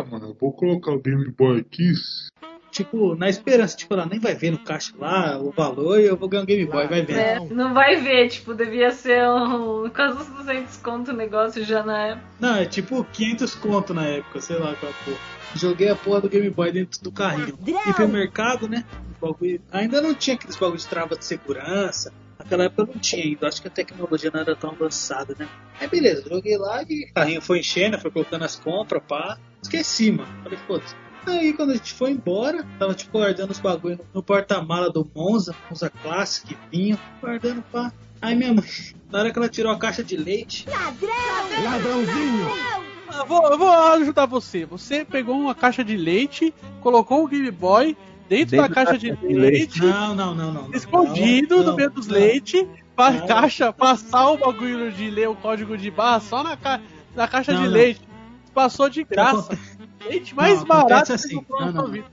Tipo, na esperança, tipo, ela nem vai ver no caixa lá o valor e eu vou ganhar um Game Boy, vai ver. Não vai ver, tipo, devia ser quase uns 200 conto o negócio já na época. Não, é tipo 500 conto na época, sei lá qual porra. Joguei a porra do Game Boy dentro do carrinho. E pro mercado, né? Bagulho, ainda não tinha aqueles bagulhos de trava de segurança. Naquela época não tinha ainda. Acho que a tecnologia não era tão avançada, né? Aí beleza, joguei lá e o carrinho foi enchendo, foi colocando as compras, pá. Esqueci, mano. Falei, foda-se. Aí quando a gente foi embora, tava tipo guardando os bagulhos no porta-mala do Monza Classic, vinho, guardando, pá. Aí minha mãe, na hora que ela tirou a caixa de leite. Ladrãozinho! Eu vou ajudar você. Você pegou uma caixa de leite, colocou o Game Boy dentro da caixa de leite. Não. Escondido no meio dos leites, pra caixa passar o bagulho de ler o código de barra só na caixa de leite. Passou de graça. Leite mais barato assim. que comprou na sua vida.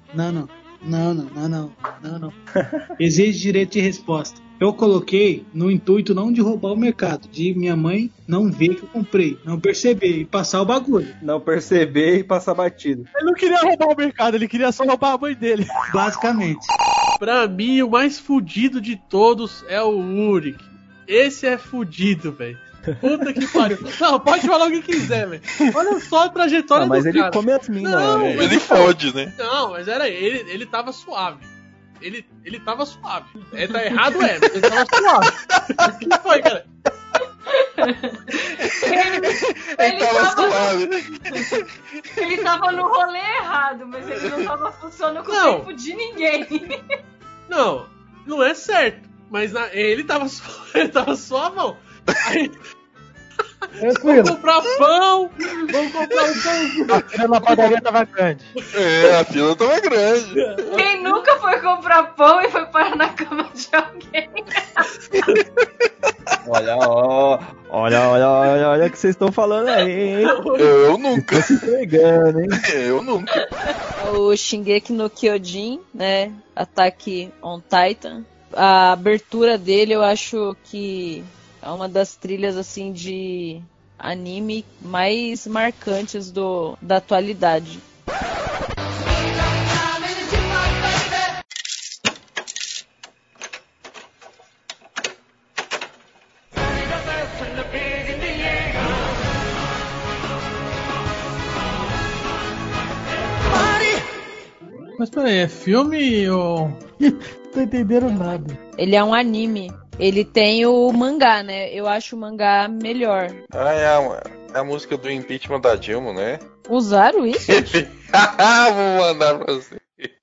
Não. Exige direito de resposta. Eu coloquei no intuito não de roubar o mercado, de minha mãe não ver que eu comprei, não perceber e passar o bagulho. Não perceber e passar batido. Ele não queria roubar o mercado, ele queria só roubar a mãe dele. Basicamente. Pra mim, o mais fudido de todos é o Uric. Esse é fudido, velho. Puta que pariu. Não, pode falar o que quiser, velho. Olha só a trajetória do cara. Mas ele come as minas, velho. Ele fode, né? Não, mas era ele tava suave. Ele tava suave. Tá errado, mas ele tava suave. O que foi, cara? Ele tava suave. Ele tava no rolê errado, mas ele não tava funcionando com o tempo de ninguém. Não é certo. Mas ele tava suavão. Aí... Vamos comprar pão! Vamos comprar um pão! A fila na padaria tava grande. A fila tava grande. Quem nunca foi comprar pão e foi parar na cama de alguém? Olha o que vocês estão falando aí, hein? Eu nunca. Tô se entregando, hein? Eu nunca. O Shingeki no Kyojin, né? Attack on Titan. A abertura dele eu acho que é uma das trilhas assim de anime mais marcantes da atualidade. Mas peraí, é filme ou... Tô entendendo nada. Ele é um anime. Ele tem o mangá, né? Eu acho o mangá melhor. É a música do impeachment da Dilma, né? Usaram isso? Vou mandar pra você.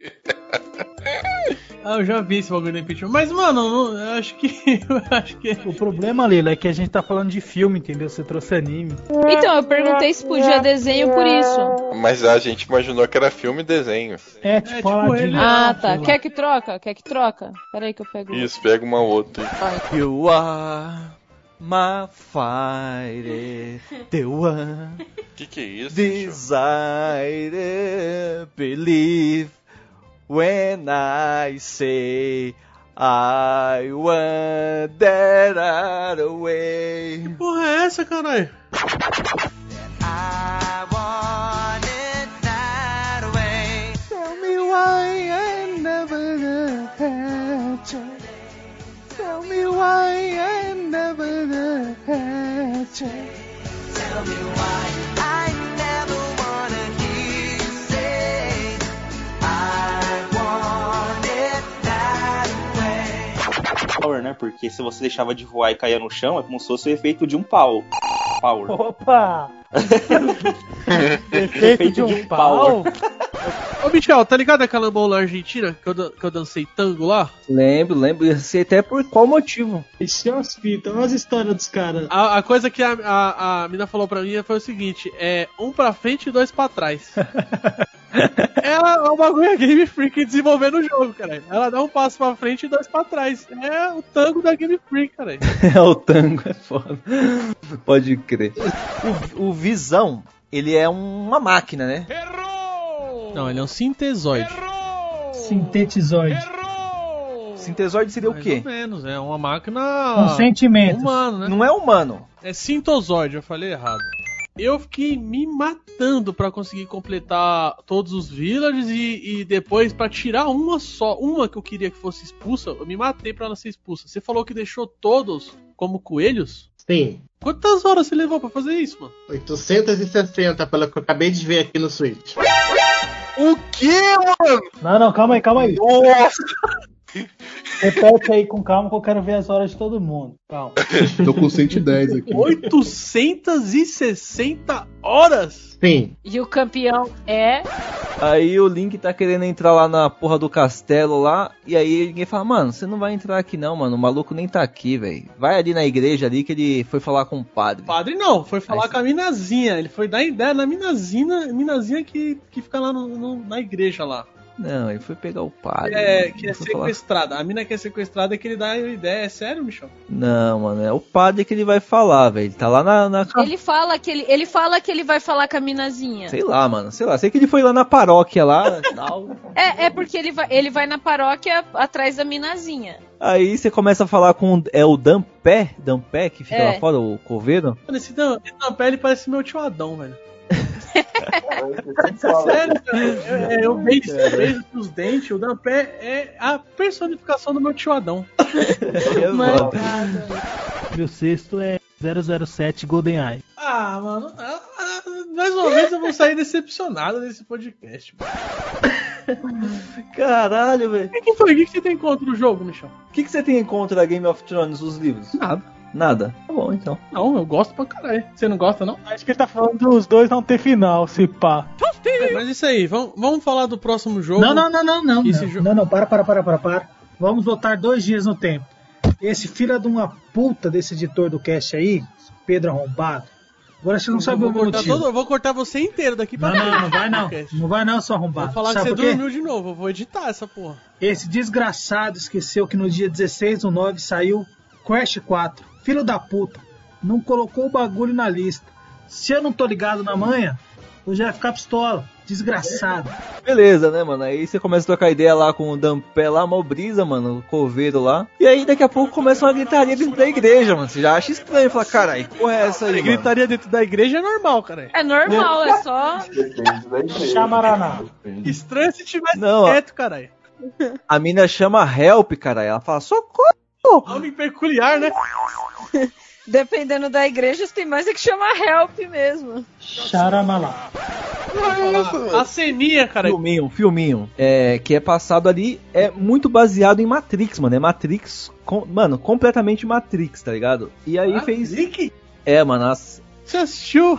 Eu já vi esse bagulho do impeachment. Mas, mano, eu acho que... O problema, Leila, é que a gente tá falando de filme, entendeu? Você trouxe anime. Então, eu perguntei se podia desenho por isso. Mas a gente imaginou que era filme e desenho. Tipo Aladdin. Ah, tá. Quer que troca? Pera aí que eu pego. Isso, pega uma outra. You are my fire, the one. Que é isso? Desire, believe. When I say I want that other way. Que porra é essa, caralho? I want it that way. Tell me why I never had you. Tell me why I never had you. Tell me why I never wanna hear you say I want it that way. Power, né? Porque se você deixava de voar e caía no chão, é como se fosse o efeito de um pau. Power. Opa! Efeito de um pau? Ô, Michel, tá ligado aquela bola argentina que eu dancei tango lá? Lembro. Eu sei até por qual motivo. Isso é umas fitas, umas histórias dos caras. A coisa que a mina falou pra mim foi o seguinte: é um pra frente e dois pra trás. É o bagulho a Game Freak desenvolvendo o jogo, cara. Ela dá um passo pra frente e 2 pra trás. É o tango da Game Freak, cara. É o tango, é foda. Pode crer. O Visão, ele é uma máquina, né? Não, ele é um sintesoide. Sintetizoide. Sintesoide seria o quê? Mais ou menos, é uma máquina... Com sentimentos. Humano, né? Não é humano. É sintozoide, eu falei errado. Eu fiquei me matando pra conseguir completar todos os villages e depois pra tirar uma só, uma que eu queria que fosse expulsa, eu me matei pra ela ser expulsa. Você falou que deixou todos como coelhos? Sim. Quantas horas você levou pra fazer isso, mano? 860, pelo que eu acabei de ver aqui no Switch. O quê, mano? Não, calma aí. Nossa! Repete aí com calma que eu quero ver as horas de todo mundo. Calma. Tô com 110 aqui. 860 horas? Sim. E o campeão é... Aí o Link tá querendo entrar lá na porra do castelo lá, e aí ninguém fala, mano, você não vai entrar aqui não, mano, o maluco nem tá aqui, velho. Vai ali na igreja ali que ele foi falar com o padre. Padre não, foi falar com a minazinha, ele foi dar ideia na minazinha que fica lá na igreja lá. Não, ele foi pegar o padre. Que é sequestrada. Falar. A mina que é sequestrada é que ele dá a ideia. É sério, Michel? Não, mano, é o padre que ele vai falar, velho. Ele tá lá na... Ele fala que ele vai falar com a minazinha. Sei lá, mano. Sei que ele foi lá na paróquia lá. É porque ele vai na paróquia atrás da minazinha. Aí você começa a falar com o Dampé que fica lá fora, o coveiro. Esse Dampé, ele parece meu tio Adão, velho. Sério, cara. Eu beijo os dentes. O Dampé é a personificação do meu tio Adão. Meu sexto é 007 GoldenEye. Ah, mano. Mais uma vez eu vou sair decepcionado desse podcast. Caralho, velho. O que você tem contra o jogo, Michel? O que você tem contra Game of Thrones, os livros? Nada? Tá bom, então. Não, eu gosto pra caralho. Você não gosta, não? Acho que ele tá falando dos dois não ter final, se pá. Mas isso aí, vamos falar do próximo jogo. Não. Não, para. Vamos voltar 2 dias no tempo. Esse filho de uma puta desse editor do cast aí, Pedro Arrombado. Agora você não sabe o motivo. Eu vou cortar você inteiro daqui pra frente. Não vai não. Não vai não, seu arrombado. Vou falar sabe que você dormiu de novo. Eu vou editar essa porra. Esse desgraçado esqueceu que no dia 16/9 saiu Crash 4. Filho da puta. Não colocou o bagulho na lista. Se eu não tô ligado na manha, eu já ia ficar pistola. Desgraçado. Beleza, né, mano? Aí você começa a trocar ideia lá com o Dampé lá, mal brisa, mano, o coveiro lá. E aí daqui a pouco começa uma gritaria dentro da igreja, mano. Você já acha estranho. Fala, caralho, que porra é essa aí, gritaria dentro da igreja é normal, cara. É normal, é só... Chamaraná. Estranho se tivesse quieto, caralho. A mina chama help, caralho. Ela fala, socorro. Nome peculiar, né? Dependendo da igreja, tem mais é que chamar help mesmo. Charamalá. A ceninha, cara. Filminho. Que é passado ali, é muito baseado em Matrix, mano. É Matrix, mano, completamente Matrix, tá ligado? E aí Matrix? Mano. Você assistiu?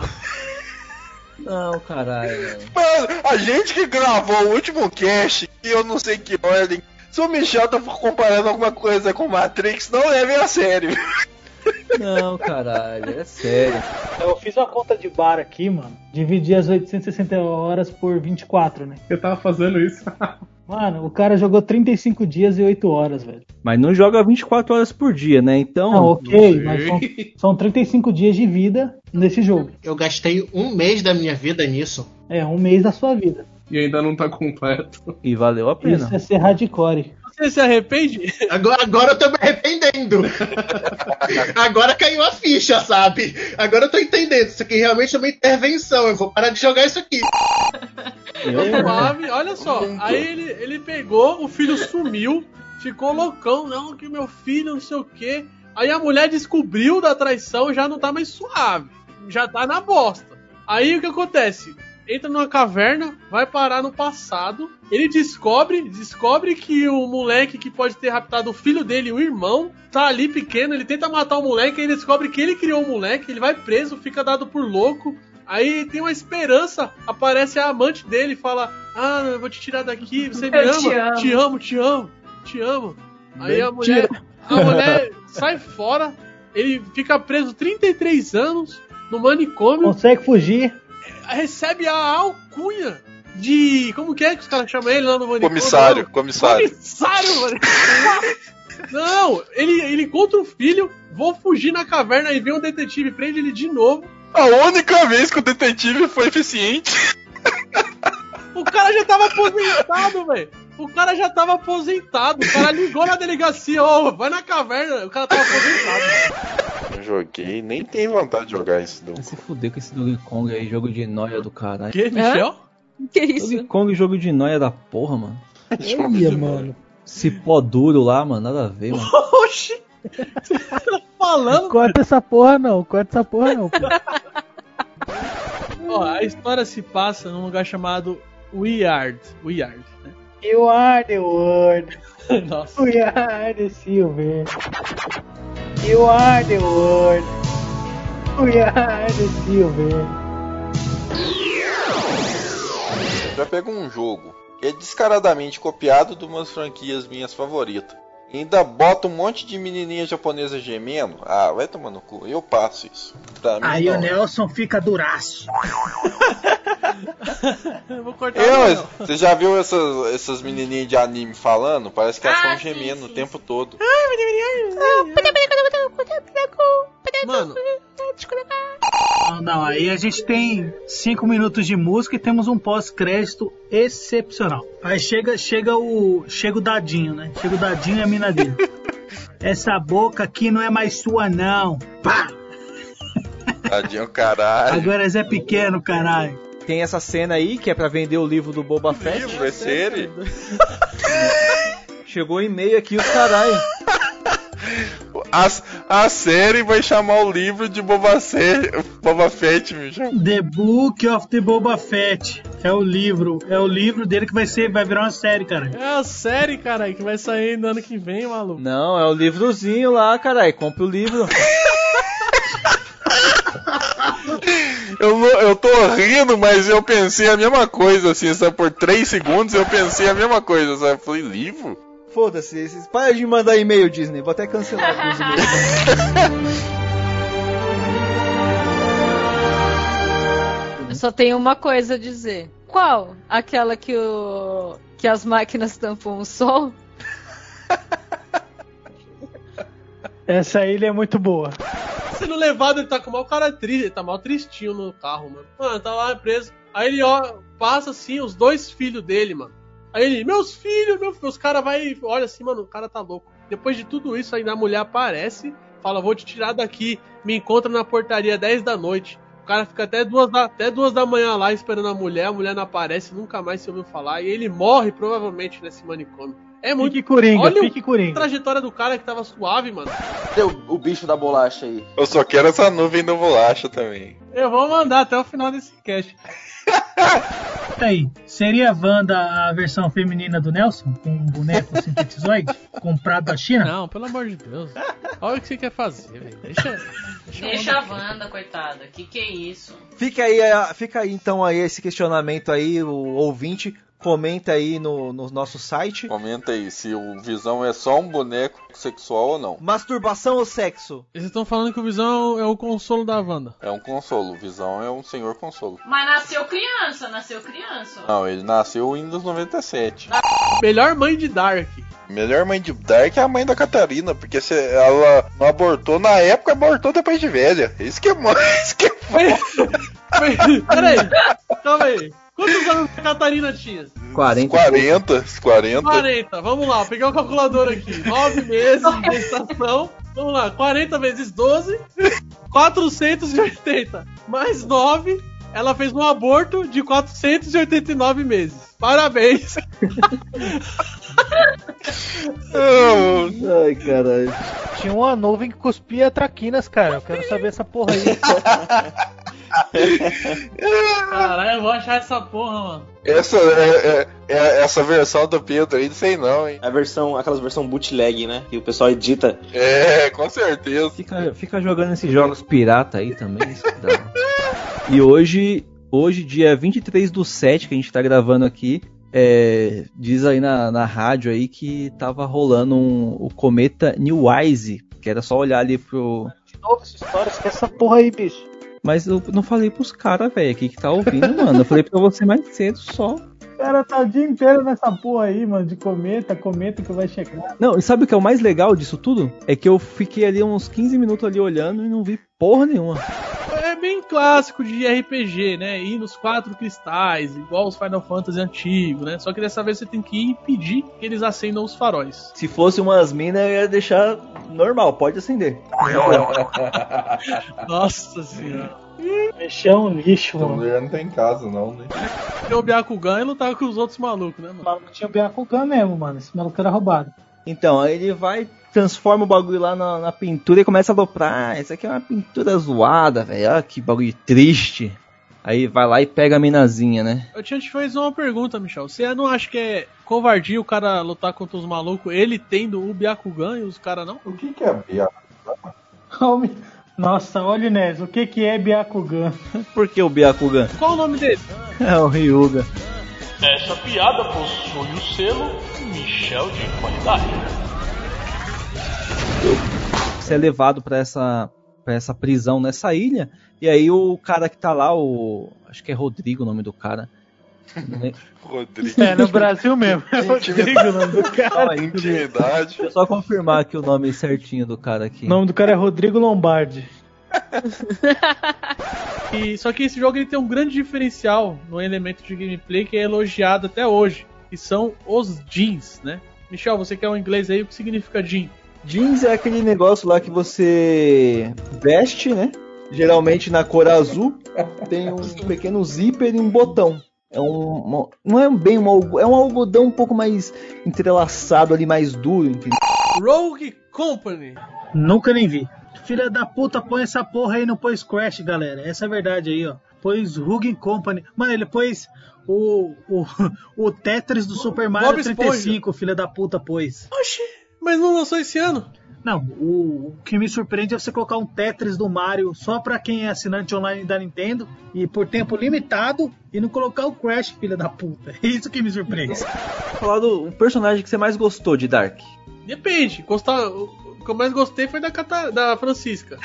Não, caralho. Mano, a gente que gravou o último cast, e eu não sei que ordem, se o Michel tá comparando alguma coisa com Matrix, não leve a sério. Não, caralho, é sério. Eu fiz uma conta de bar aqui, mano. Dividi as 860 horas por 24, né? Eu tava fazendo isso. Mano, o cara jogou 35 dias e 8 horas, velho. Mas não joga 24 horas por dia, né? Então... Não, ok, mas são 35 dias de vida nesse jogo. Eu gastei 1 mês da minha vida nisso. 1 mês da sua vida. E ainda não tá completo. E valeu a pena. Isso é ser hardcore. Você se arrepende? Agora eu tô me arrependendo. Agora caiu a ficha, sabe? Agora eu tô entendendo. Isso aqui realmente é uma intervenção. Eu vou parar de jogar isso aqui. Olha só. Aí ele pegou, o filho sumiu, ficou loucão. Não, que meu filho, não sei o quê. Aí a mulher descobriu da traição e já não tá mais suave. Já tá na bosta. Aí o que acontece? Entra numa caverna, vai parar no passado. Ele descobre que o moleque que pode ter raptado o filho dele, o irmão, tá ali pequeno. Ele tenta matar o moleque, aí ele descobre que ele criou o moleque. Ele vai preso, fica dado por louco. Aí tem uma esperança, aparece a amante dele e fala: eu vou te tirar daqui, você me ama? Te amo. Aí a mulher sai fora, ele fica preso 33 anos no manicômio. Consegue fugir. Recebe a alcunha de... Como que os caras chamam ele lá no manicômio? Comissário. Comissário, mano. Não, ele encontra o filho, vou fugir na caverna e vem um detetive, prende ele de novo. A única vez que o detetive foi eficiente. O cara já tava aposentado, velho. O cara já tava aposentado. O cara ligou na delegacia, vai na caverna. O cara tava aposentado. Eu joguei, nem tenho vontade de jogar isso. Vai se fuder com esse Donkey Kong aí, jogo de nóia do caralho. Que, Michel? Que isso? Donkey Kong, jogo de nóia da porra, mano. Olha, mano. Esse pó duro lá, mano, nada a ver, mano. Oxi! Você tá falando? Corta essa porra não, pô. Ó, a história se passa num lugar chamado Weird, né? You are the world. Nossa. We are the silver. You are the world. We are the silver. Eu já pego um jogo que é descaradamente copiado de umas franquias minhas favoritas. E ainda bota um monte de menininha japonesa gemendo. Ah, vai tomar no cu. Eu passo isso. Pra mim, aí não. O Nelson fica duraço. Eu vou cortar. Você já viu essas menininhas de anime falando? Parece que elas estão gemendo o tempo todo. Mano. Não, aí a gente tem 5 minutos de música e temos um pós-crédito excepcional. Aí chega o dadinho, né? Chega o dadinho e a mina dele. Essa boca aqui não é mais sua, não. Pá! Dadinho, caralho. Agora Zé Pequeno, caralho. Tem essa cena aí que é pra vender o livro do Boba Fett. Livro, é série? Chegou e-mail aqui, os caralho. A série vai chamar o livro de Boba Fett, Michel. The Book of the Boba Fett. É o livro dele que vai virar uma série, cara. É a série, cara, que vai sair no ano que vem, maluco. Não, é o livrozinho lá, caralho. Compre o livro. Eu tô rindo, mas eu pensei a mesma coisa, assim, sabe? Por 3 segundos eu pensei a mesma coisa, sabe? Eu falei, livro? Foda-se, para de mandar e-mail, Disney. Vou até cancelar alguns e-mails. Eu só tenho uma coisa a dizer. Qual? Aquela que as máquinas tampam o sol? Essa ilha é muito boa. Sendo levado, ele tá com o maior cara triste, ele tá mal tristinho no carro, mano. Mano, tá lá preso. Aí ele passa assim, os 2 filhos dele, mano. Aí ele, meus filhos, os caras olha assim, mano, o cara tá louco. Depois de tudo isso, ainda a mulher aparece, fala, vou te tirar daqui, me encontra na portaria 10 da noite. O cara fica até 2 da manhã lá esperando a mulher não aparece, nunca mais se ouviu falar. E ele morre, provavelmente, nesse manicômio. É muito... Fique Coringa, olha fique Coringa. A trajetória do cara que tava suave, mano. Deu o bicho da bolacha aí. Eu só quero essa nuvem da bolacha também. Eu vou mandar até o final desse cast. Aí, seria a Wanda a versão feminina do Nelson? Com um boneco sintetizoide comprado da China? Não, pelo amor de Deus. Olha o que você quer fazer, velho. Deixa a Wanda, coitada. Que é isso? Fica aí então aí esse questionamento aí, o ouvinte. Comenta aí no nosso site. Comenta aí se o Visão é só um boneco sexual ou não. Masturbação ou sexo? Eles estão falando que o Visão é o consolo da Wanda. É um consolo, o Visão é um senhor consolo. Mas nasceu criança. Não, ele nasceu em Windows 97. Melhor mãe de Dark. Melhor mãe de Dark é a mãe da Catarina, porque se ela não abortou na época, abortou depois de velha. Isso que é mãe, isso que é Peraí, calma aí. Quantos anos a Catarina tinha? 40. Vamos lá, vou pegar o calculador aqui. 9 meses de gestação. Vamos lá, 40 vezes 12, 480. Mais 9, ela fez um aborto de 489 meses. Parabéns. Ai, caralho. Tinha uma nuvem que cuspia traquinas, cara. Eu quero saber essa porra aí. Caralho, eu vou achar essa porra, mano. Essa versão do Pedro aí, não sei não, hein. Aquelas versão bootleg, né? Que o pessoal edita. É, com certeza. Fica jogando esses jogos pirata aí também. Isso que dá. E hoje, dia 23/7, que a gente tá gravando aqui, diz aí na rádio aí que tava rolando o cometa Neowise, que era só olhar ali pro... De novo essa história, esquece essa porra aí, bicho. Mas eu não falei pros caras, velho, aqui que tá ouvindo, mano. Eu falei pra você mais cedo só. O cara tá o dia inteiro nessa porra aí, mano, de comenta que vai chegar. Não, e sabe o que é o mais legal disso tudo? É que eu fiquei ali uns 15 minutos ali olhando e não vi porra nenhuma. É bem clássico de RPG, né? Ir nos 4 cristais, igual os Final Fantasy antigos, né? Só que dessa vez você tem que ir e pedir que eles acendam os faróis. Se fosse umas minas, eu ia deixar normal, pode acender. Nossa senhora. Mexer é um lixo, Então, mano. não tem casa, não, né? Tem o Byakugan e lutava com os outros malucos, né, mano? O maluco tinha o Byakugan mesmo, mano. Esse maluco era roubado. Então, aí ele vai, transforma o bagulho lá na pintura e começa a aloprar. Ah, essa aqui é uma pintura zoada, velho. Ah, que bagulho triste. Aí vai lá e pega a minazinha, né? Eu tinha te feito uma pergunta, Michel. Você não acha que é covardia o cara lutar contra os malucos, ele tendo o Byakugan e os caras não? O que é Byakugan? Nossa, olha, Inés, o que é Byakugan? Por que o Byakugan? Qual o nome dele? É o Ryuga. Essa piada possui o selo Michel de qualidade. Você é levado pra essa prisão nessa ilha, e aí o cara que tá lá, acho que é Rodrigo o nome do cara. Rodrigo. É, no Brasil mesmo. É Rodrigo o nome do cara. Intimidade. Deixa eu só confirmar aqui o nome certinho do cara aqui. O nome do cara é Rodrigo Lombardi. Só que esse jogo ele tem um grande diferencial no elemento de gameplay que é elogiado até hoje, que são os jeans, né? Michel, você quer um inglês aí, o que significa jean? Jeans é aquele negócio lá que você veste, né? Geralmente na cor azul, tem um pequeno zíper e um botão. Não é bem é um algodão um pouco mais entrelaçado ali, mais duro, entendeu? Rogue Company. Nunca nem vi. Filha da puta, põe essa porra aí, não pôs Crash, galera. Essa é a verdade aí, ó. Pôs Rogue Company. Mano, ele pôs o Tetris do Super Mario Bob 35, filha da puta, pôs. Oxi, mas não lançou esse ano? Não, o que me surpreende é você colocar um Tetris do Mario só pra quem é assinante online da Nintendo e por tempo limitado e não colocar o Crash, filha da puta. É isso que me surpreende. Falar do personagem que você mais gostou de Dark. Depende. O que eu mais gostei foi da Francisca.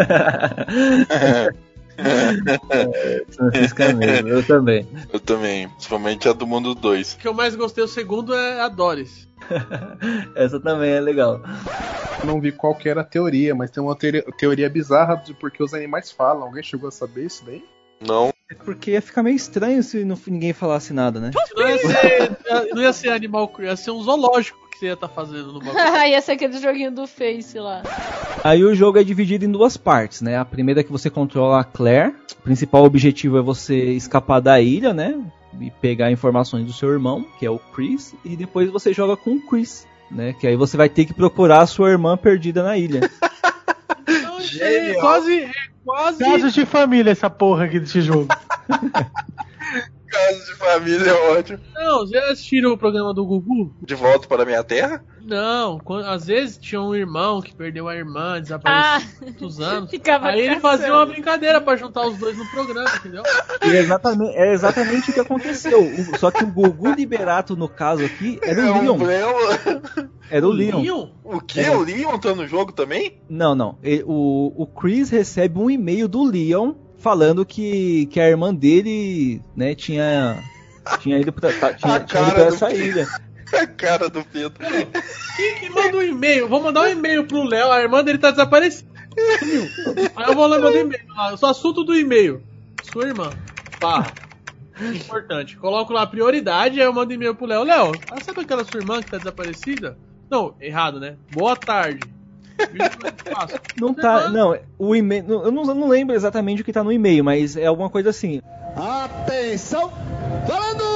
Francisca mesmo, eu também. Eu também, principalmente a do Mundo 2. O que eu mais gostei, o segundo, é a Doris. Essa também é legal. Não vi qual que era a teoria, mas tem uma teoria bizarra de porque os animais falam. Alguém chegou a saber isso daí? Não. É porque ia ficar meio estranho se ninguém falasse nada, né? Não ia ser animal, ia ser um zoológico que você ia estar fazendo no bagulho. Ia ser aquele joguinho do Face lá. Aí o jogo é dividido em duas partes, né? A primeira é que você controla a Claire. O principal objetivo é você escapar da ilha, né? E pegar informações do seu irmão, que é o Chris. E depois você joga com o Chris, né? Que aí você vai ter que procurar a sua irmã perdida na ilha. É quase... Casos de família essa porra aqui desse jogo. Casos de família é ótimo. Não, já assistiram o programa do Gugu? De Volta para a Minha Terra? Não, às vezes tinha um irmão que perdeu a irmã, desapareceu há muitos anos. Aí ele caçando. fazia uma brincadeira pra juntar os dois no programa, entendeu? E é exatamente o que aconteceu. Só que o Gugu Liberato, no caso aqui, era o Leon. Era o Leon. O que? O Leon tá no jogo também? Não. O Chris recebe um e-mail do Leon falando que a irmã dele, né, tinha ido pra essa ilha. A cara do Pedro. Quem que manda um e-mail? Vou mandar um e-mail pro Léo, a irmã dele tá desaparecida. Aí eu vou lá mandar um e-mail. O assunto do e-mail: sua irmã. Pá. Importante. Coloco lá prioridade, aí eu mando e-mail pro Léo. Léo, sabe aquela sua irmã que tá desaparecida? Não, errado, né? Boa tarde. Não tá, não, o e-mail, eu não lembro exatamente o que tá no e-mail, mas é alguma coisa assim. Atenção, falando!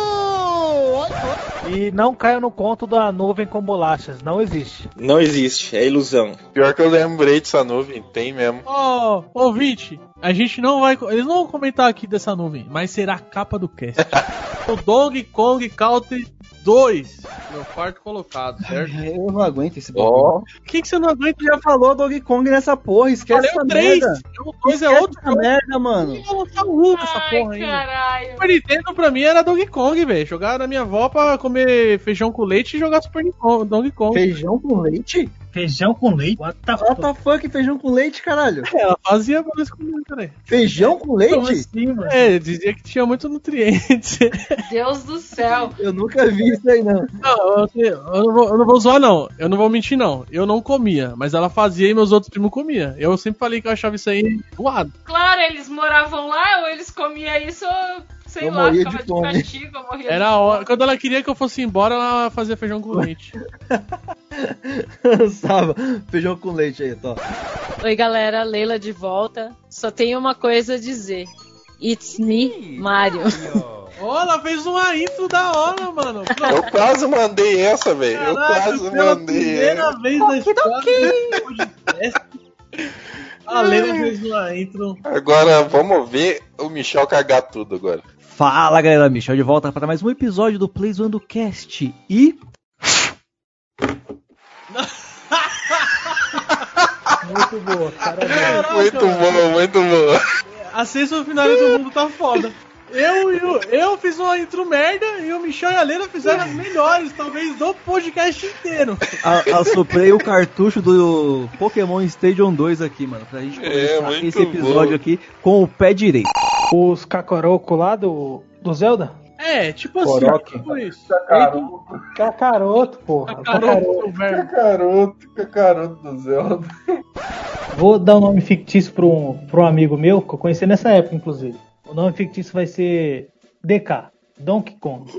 E não caia no conto da nuvem com bolachas, não existe. Não existe, é ilusão. Pior que eu lembrei dessa nuvem, tem mesmo. Ó, ouvinte, a gente não vai, eles não vão comentar aqui dessa nuvem, mas será a capa do cast. O Donkey Kong Country 2, meu quarto colocado, certo? Eu não aguento esse bagulho. O que você não aguenta? Já falou Donkey Kong nessa porra, esquece essa merda. O 3 é outro essa merda, mano. Essa porra aí. Caralho. Super Nintendo pra mim era Donkey Kong, velho. Jogar na minha avó pra comer feijão com leite e jogar Donkey Kong. Feijão com leite? Feijão com leite? What the fuck, feijão com leite, caralho? Ela fazia pra nós comer, peraí. Feijão com leite? Como assim, mano? É, dizia que tinha muito nutrientes. Deus do céu. Eu nunca vi isso aí, não. Não, eu não vou zoar, não. Eu não vou mentir, não. Eu não comia, mas ela fazia e meus outros primos comiam. Eu sempre falei que eu achava isso aí zoado. Claro, eles moravam lá, ou eles comiam isso, ou sei lá, ficava de castigo, eu morria Era a hora. Quando ela queria que eu fosse embora, ela fazia feijão com leite. Sabe? Feijão com leite aí, tô. Oi, galera, Leila de volta. Só tenho uma coisa a dizer. It's me, Mario. Ó, ela fez uma intro da hora, mano. Eu quase mandei essa, velho. Eu quase mandei essa. Primeira vez na história do podcast, a Leila fez uma intro. Agora vamos ver o Michel cagar tudo agora. Fala, galera, Michel de volta para mais um episódio do Play Zoando Cast e... Muito boa, Caraca, muito boa. A sexta final do mundo tá foda. Eu fiz uma intro merda e o Michel e a Leila fizeram as melhores, talvez, do podcast inteiro. Assoprei o cartucho do Pokémon Stadium 2 aqui, mano, pra gente começar esse episódio aqui com o pé direito. Os Kakaroko lá do Zelda? É, tipo assim, tipo isso. Kakaroto, porra. Kakaroto do Zelda. Vou dar um nome fictício pra um amigo meu, que eu conheci nessa época, inclusive. O nome fictício vai ser DK, Donkey Kong.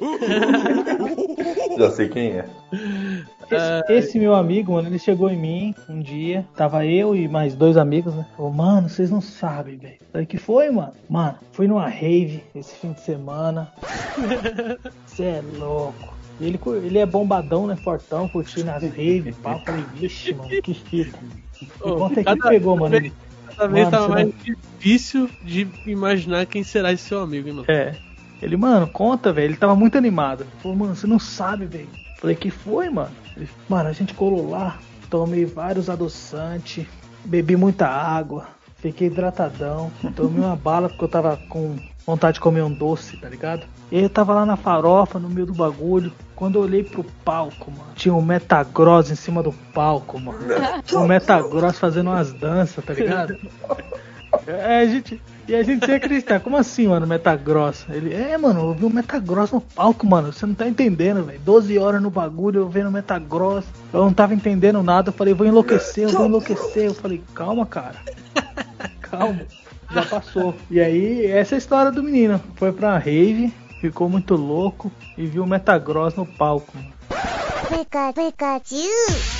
Já sei quem é. Esse meu amigo, mano, ele chegou em mim um dia, tava eu e mais dois amigos, né? Falou, mano, vocês não sabem, velho. Falei, que foi, mano? Mano, fui numa rave esse fim de semana. Você é louco. Ele é bombadão, né? Fortão, curtindo as raves, pá. Falei, vixe, mano, que fita. Quanto é que ele pegou, mano? Cada vez tava mais difícil de imaginar quem será esse seu amigo, hein, mano? É. Ele, mano, conta, velho. Ele tava muito animado. Falou, mano, você não sabe, velho. Falei, que foi, mano? Ele, mano, a gente colou lá, tomei vários adoçantes, bebi muita água, fiquei hidratadão, tomei uma bala porque eu tava com vontade de comer um doce, tá ligado? E aí eu tava lá na farofa, no meio do bagulho. Quando eu olhei pro palco, mano, tinha um Metagross em cima do palco, mano. O Metagross fazendo umas danças, tá ligado? A gente sem acreditar. Como assim, mano, Metagross? Ele, mano, eu vi um Metagross no palco, mano. Você não tá entendendo, velho. 12 horas no bagulho, eu vendo Metagross. Eu não tava entendendo nada. Eu falei, vou enlouquecer. Eu falei, calma, cara. Calma. Já passou. E aí, essa é a história do menino. Foi pra rave, ficou muito louco e viu o Metagross no palco. Pikachu!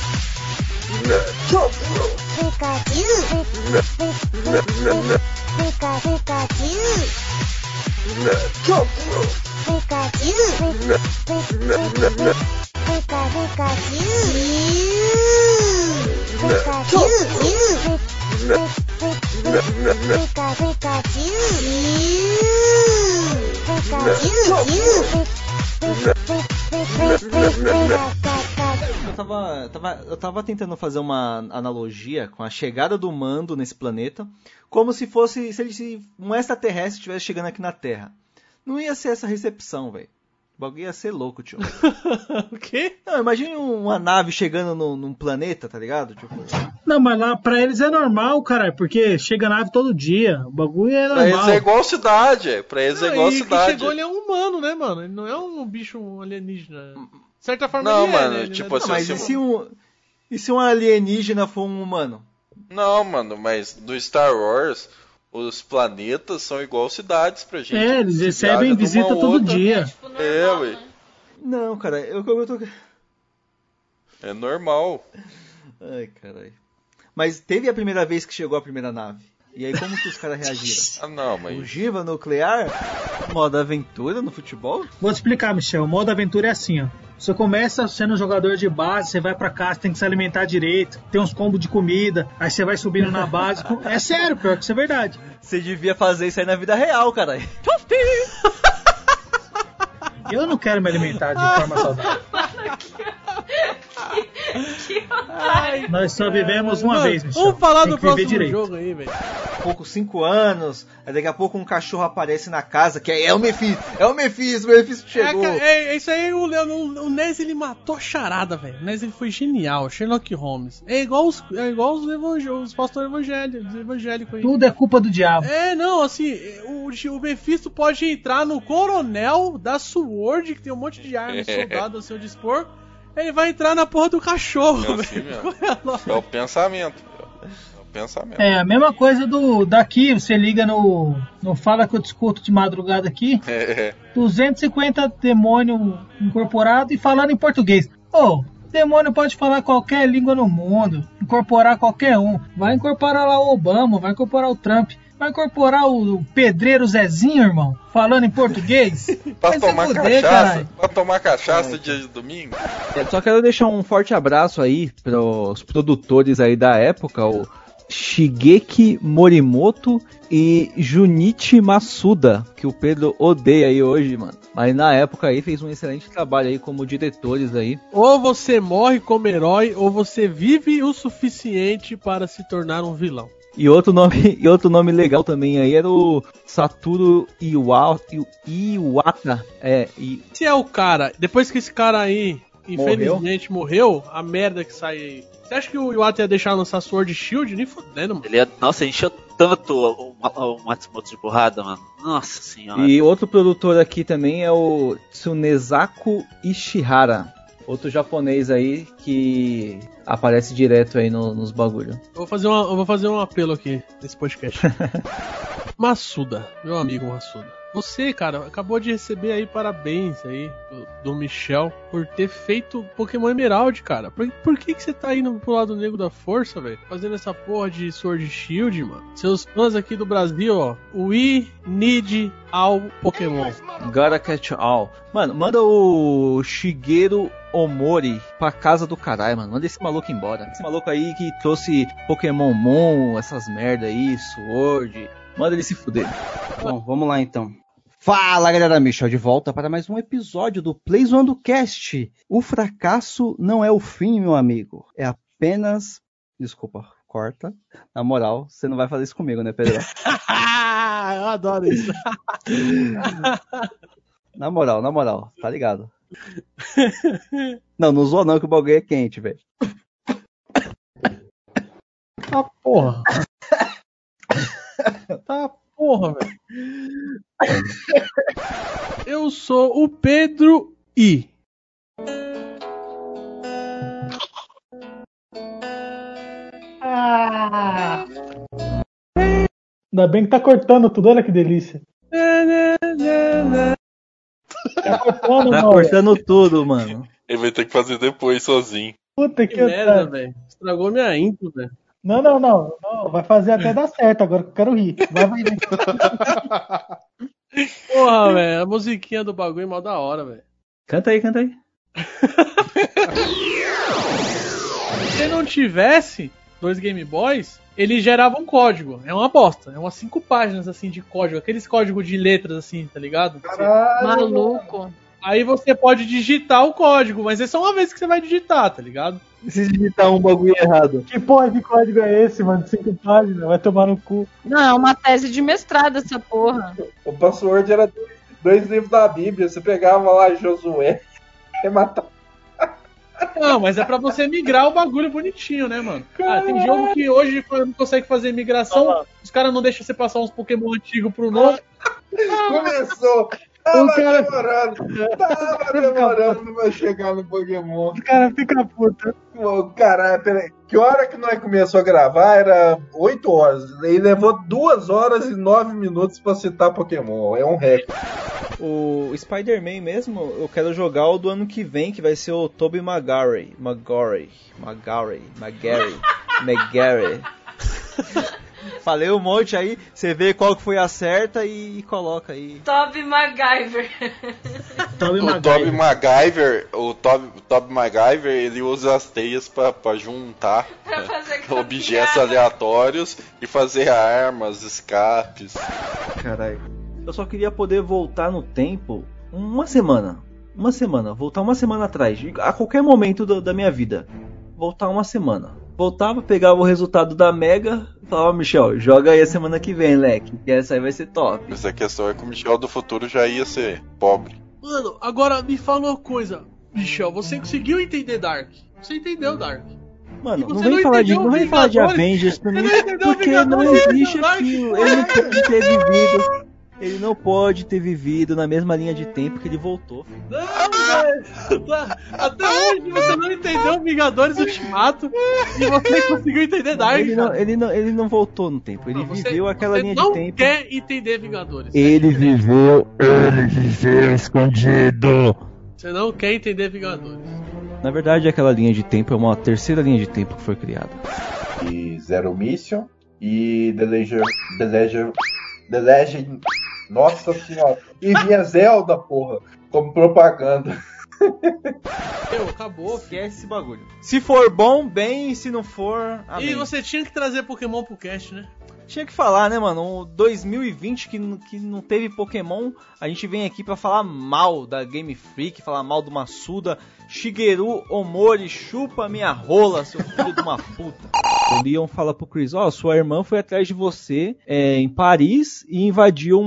Eu tava tentando fazer uma analogia com a chegada do Mando nesse planeta, como se fosse se um extraterrestre estivesse chegando aqui na Terra. Não ia ser essa recepção, velho. O bagulho ia ser louco, tio. O quê? Não, imagine uma nave chegando num planeta, tá ligado? Tipo... Não, mas lá pra eles é normal, cara, porque chega nave todo dia. O bagulho é normal. Pra eles é igual cidade, Pra eles é igual cidade. Quem chegou ele é um humano, né, mano? Ele não é um bicho alienígena. De certa forma não, ele mano, é, né? tipo assim... Mas e se um alienígena for um humano? Não, mano, mas do Star Wars... Os planetas são igual cidades pra gente. É, eles recebem visita todo dia. Ué. Não, cara, eu tô... É normal. Ai, caralho. Mas teve a primeira vez que chegou a primeira nave. E aí como que os caras reagiram? Não, mas... Ogiva nuclear? Modo aventura no futebol? Vou te explicar, Michel. O modo aventura é assim, ó. Você começa sendo um jogador de base, você vai pra casa, tem que se alimentar direito, tem uns combos de comida, aí você vai subindo na base. É sério, pior que isso é verdade. Você devia fazer isso aí na vida real, caralho. Eu não quero me alimentar de forma saudável. Nós só vivemos uma vez, Michel. Vamos falar tem do próximo jogo aí, velho. a pouco 5 anos, aí daqui a pouco um cachorro aparece na casa, que é o Mephisto chegou. Isso aí, o Ness, ele matou a charada, velho. O Ness, ele foi genial, Sherlock Holmes. É igual os pastores evangélicos aí. Tudo é culpa do diabo. Não, assim, o Mephisto pode entrar no coronel da SWORD, que tem um monte de armas e soldados ao seu dispor. Ele vai entrar na porra do cachorro, velho. É o pensamento. É a mesma coisa daqui, você liga no Fala que eu discuto de madrugada aqui, 250 demônio incorporado e falando em português. Demônio pode falar qualquer língua no mundo, incorporar qualquer um. Vai incorporar lá o Obama, vai incorporar o Trump, vai incorporar o pedreiro Zezinho, irmão, falando em português. Pra tomar cachaça no dia de domingo. Só quero deixar um forte abraço aí pros produtores aí da época, o Shigeki Morimoto e Junichi Masuda, que o Pedro odeia aí hoje, mano. Mas na época aí fez um excelente trabalho aí como diretores aí. Ou você morre como herói, ou você vive o suficiente para se tornar um vilão. E outro nome legal também aí era o Satoru Iwata. Se é o cara, depois que esse cara aí infelizmente morreu, a merda que sai aí. Você acha que o Iwata ia deixar lançar Sword Shield? Nem fodendo, mano. Nossa, encheu tanto o Matsumoto de porrada, mano. Nossa senhora. E outro produtor aqui também é o Tsunezaku Ishihara. Outro japonês aí que aparece direto aí nos bagulho. Eu vou fazer um apelo aqui nesse podcast. Masuda, meu amigo Masuda. Você, cara, acabou de receber aí parabéns aí do Michel por ter feito Pokémon Emerald, cara. Por que você tá indo pro lado negro da força, velho? Fazendo essa porra de Sword Shield, mano. Seus fãs aqui do Brasil, ó. We need all Pokémon. Gotta catch all. Mano, manda o Shigeru Omori pra casa do caralho, mano. Manda esse maluco embora. Esse maluco aí que trouxe Pokémon Moon, essas merda aí, Sword. Manda ele se fuder. Bom, vamos lá então. Fala, galera, Michel de volta para mais um episódio do Play Zoando Cast. O fracasso não é o fim, meu amigo. É apenas... Desculpa, corta. Na moral, você não vai fazer isso comigo, né, Pedro? Eu adoro isso. Na moral, tá ligado? Não zoa não que o bagulho é quente, velho. Porra. Tá porra, velho. Eu sou o Pedro I. Ainda bem que tá cortando tudo, olha que delícia. Tá cortando tudo, mano. Ele vai ter que fazer depois sozinho. Puta que merda, velho. Estragou minha intro, velho. Não. Vai fazer até dar certo agora que eu quero rir. Vai. Porra, velho. A musiquinha do bagulho é mó da hora, velho. Canta aí. Se não tivesse 2 Game Boys, ele gerava um código. É uma bosta. É umas 5 páginas assim de código. Aqueles códigos de letras assim, tá ligado? Caralho, maluco. Aí você pode digitar o código, mas é só uma vez que você vai digitar, tá ligado? Se digitar um bagulho errado. Que porra de código é esse, mano? 5 páginas, vai tomar no cu. Não, é uma tese de mestrado essa porra. O password era 2 livros da Bíblia. Você pegava lá Josué e matava. Não, mas é pra você migrar o bagulho bonitinho, né, mano? Tem jogo que hoje não consegue fazer migração, os caras não deixam você passar uns Pokémon antigos pro novo. Começou! Tava demorando pra chegar no Pokémon. O cara fica puta. Caralho, peraí. Que hora que nós começou a gravar? Era 8 horas. E levou 2 horas e 9 minutos pra citar Pokémon. É um recorde. O Spider-Man mesmo, eu quero jogar o do ano que vem, que vai ser o Tobey Maguire. Falei um monte aí, você vê qual que foi a certa e coloca aí. Tobey Maguire. O Tobey Maguire, ele usa as teias pra juntar objetos aleatórios e fazer armas, escapes. Caralho. Eu só queria poder voltar no tempo uma semana, voltar uma semana atrás, a qualquer momento da minha vida. Voltar uma semana. Voltava, pegava o resultado da Mega, falava, Michel, joga aí a semana que vem, leque, que essa aí vai ser top. Mas a questão é que o Michel do futuro já ia ser pobre. Mano, agora me fala uma coisa, Michel, você conseguiu entender Dark? Você entendeu Dark? Mano, não vem falar de Avengers pra mim, porque não existe aquilo. Ele não pode ter vivido na mesma linha de tempo que ele voltou. Não, velho. Até hoje você não entendeu Vingadores Ultimato e você conseguiu entender Dark. Ele não voltou no tempo, ele viveu aquela linha de tempo. Você não quer entender Vingadores. Ele viveu escondido. Você não quer entender Vingadores. Na verdade, aquela linha de tempo é uma terceira linha de tempo que foi criada. E Zero Mission e The Legend. Nossa senhora. E vinha Zelda, porra, como propaganda. Acabou. Esquece esse bagulho. Se for bom, bem. Se não for, amém. E você tinha que trazer Pokémon pro cast, né? Tinha que falar, né, mano? 2020 que não teve Pokémon, a gente vem aqui pra falar mal da Game Freak, falar mal do Massuda. Shigeru Omori, chupa minha rola, seu filho de uma puta. O Leon fala pro Chris, sua irmã foi atrás de você em Paris e invadiu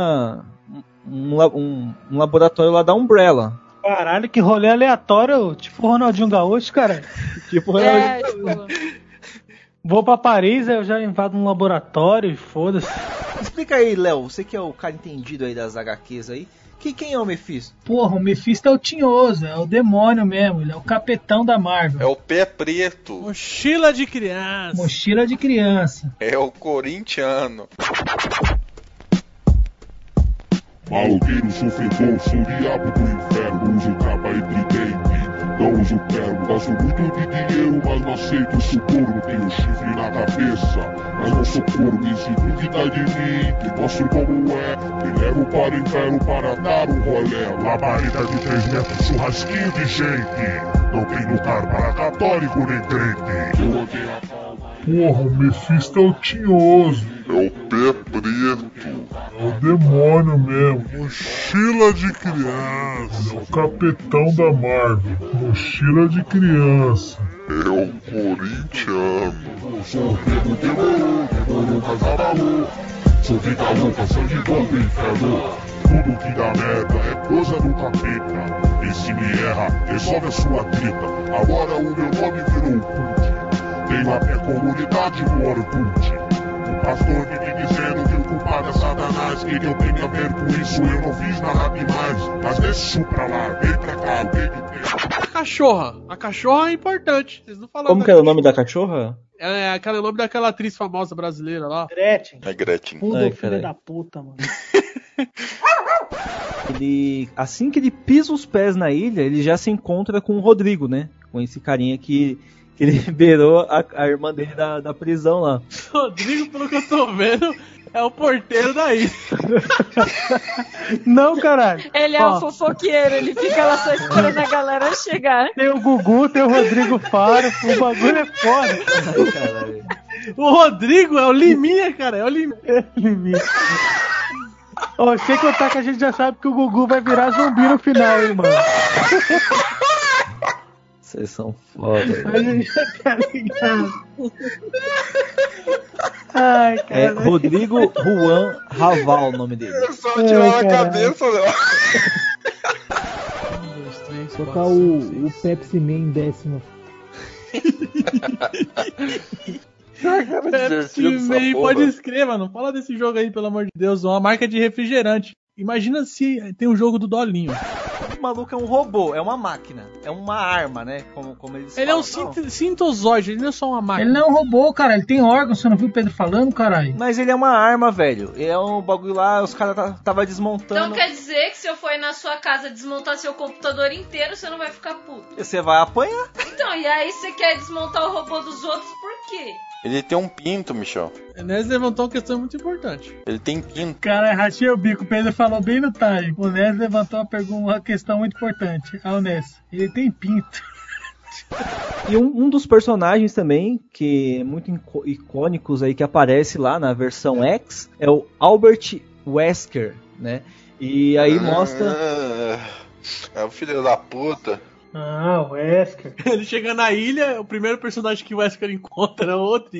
um laboratório lá da Umbrella. Caralho, que rolê aleatório, tipo o Ronaldinho Gaúcho, cara. Tipo o Ronaldinho Gaúcho. Vou pra Paris, aí eu já invado um laboratório e foda-se. Explica aí, Léo, você que é o cara entendido aí das HQs aí. Quem é o Mephisto? Porra, o Mephisto é o tinhoso, é o demônio mesmo, ele é o capetão da Marvel. É o pé preto. Mochila de criança. Mochila de criança. É o corintiano. Maloqueiro, sofredor, sou o diabo do inferno. Uso capa e tridente, não uso terno. Gosto muito de dinheiro, mas não aceito suborno. Tenho chifre na cabeça, mas não sou corno. E se duvida de mim, te mostro como é. Te levo para o inferno para dar um rolé. Labareda de 3 metros, churrasquinho de gente. Não tem lugar para católico nem crente. Eu odeio a palma. Porra, o Mephisto é o tinhoso. É o pé preto. É o demônio mesmo. Mochila de criança. É o capetão da Marvel. Mochila de criança. É o corintiano. Eu sou o rei do demônio casabalô. Sou vida louca, sangue bom do inferno. Tudo que dá merda é coisa do capeta. E se me erra, resolve a sua treta. Agora o meu nome virou cult. Tenho a minha comunidade no Orkut. O pastor vive dizendo que o culpado é Satanás. Que eu tenho a ver com isso? Eu não fiz nada demais. Mas deixa isso pra lá, vem pra cá, o que tem? A cachorra é importante. Vocês não falaram. Como que é o nome da cachorra? É aquele nome daquela atriz famosa brasileira lá. Gretchen. É Gretchen. Puta filho da puta, mano. Assim que ele pisa os pés na ilha, ele já se encontra com o Rodrigo, né? Com esse carinha que ele liberou a irmã dele da prisão lá. Rodrigo, pelo que eu tô vendo, é o porteiro da ilha. Não, caralho. Ele é o fofoqueiro, ele fica lá só esperando a galera chegar. Tem o Gugu, tem o Rodrigo Faro, o bagulho é foda. Ai, caralho. O Rodrigo é o Liminha, cara, é o Liminha. Sem contar que a gente já sabe que o Gugu vai virar zumbi no final, hein, mano. Vocês são foda. A gente já tá ligado. Ai, cara. É Rodrigo Juan Raval o nome dele. É só tirar a cabeça, Léo. Tocar o Pepsi Man em 10º. Pepsi Man, pode escrever, mano. Fala desse jogo aí, pelo amor de Deus. Uma marca de refrigerante. Imagina se tem um jogo do Dolinho. O maluco é um robô, é uma máquina, é uma arma, né? Como eles ele falam. É um sintozoide, ele não é só uma máquina. Ele não é um robô, cara, ele tem órgãos, você não viu o Pedro falando, caralho? Mas ele é uma arma, velho. É um bagulho lá, os caras tava desmontando. Então quer dizer que se eu for ir na sua casa desmontar seu computador inteiro, você não vai ficar puto? Você vai apanhar. Então, e aí você quer desmontar o robô dos outros por quê? Ele tem um pinto, Michel. Enes levantou uma questão muito importante. Ele tem pinto. Cara, rachei o bico, o Pedro falou bem no time. O Nes levantou uma questão muito importante. O Nes, ele tem pinto. E um dos personagens também, que é muito icônicos aí, que aparece lá na versão X, é o Albert Wesker, né? E aí mostra... É o filho da puta. Ah, o Wesker. Ele chega na ilha, o primeiro personagem que o Wesker encontra é outro.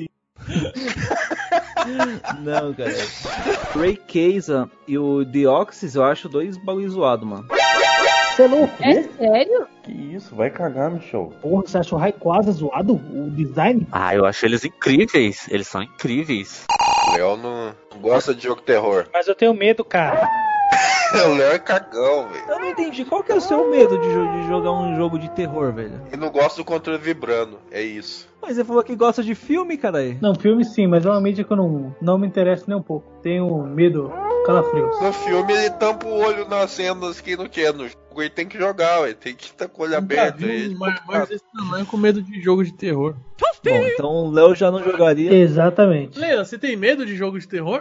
Não, cara. Rayquaza e o Deoxys eu acho dois bagulho zoado, mano. Você é louco? É sério? Que isso, vai cagar, Michel. Porra, você acha o Rayquaza zoado? O design? Ah, eu acho eles incríveis. Eles são incríveis. O Léo não gosta de jogo de terror. Mas eu tenho medo, cara. O Léo é cagão, velho. Eu não entendi. Qual que é o seu medo de jogar um jogo de terror, velho? E não gosta do controle vibrando, é isso. Mas você falou que gosta de filme, caralho. Não, filme sim, mas é uma mídia que eu não me interessa nem um pouco. Tenho medo, calafrios. No filme ele tampa o olho nas cenas que não quer no jogo. Ele tem que jogar, ele tem que estar com o olho aberto. Mas esse tamanho com medo de jogo de terror. Bom, então o Léo já não jogaria. Exatamente. Leila, você tem medo de jogo de terror?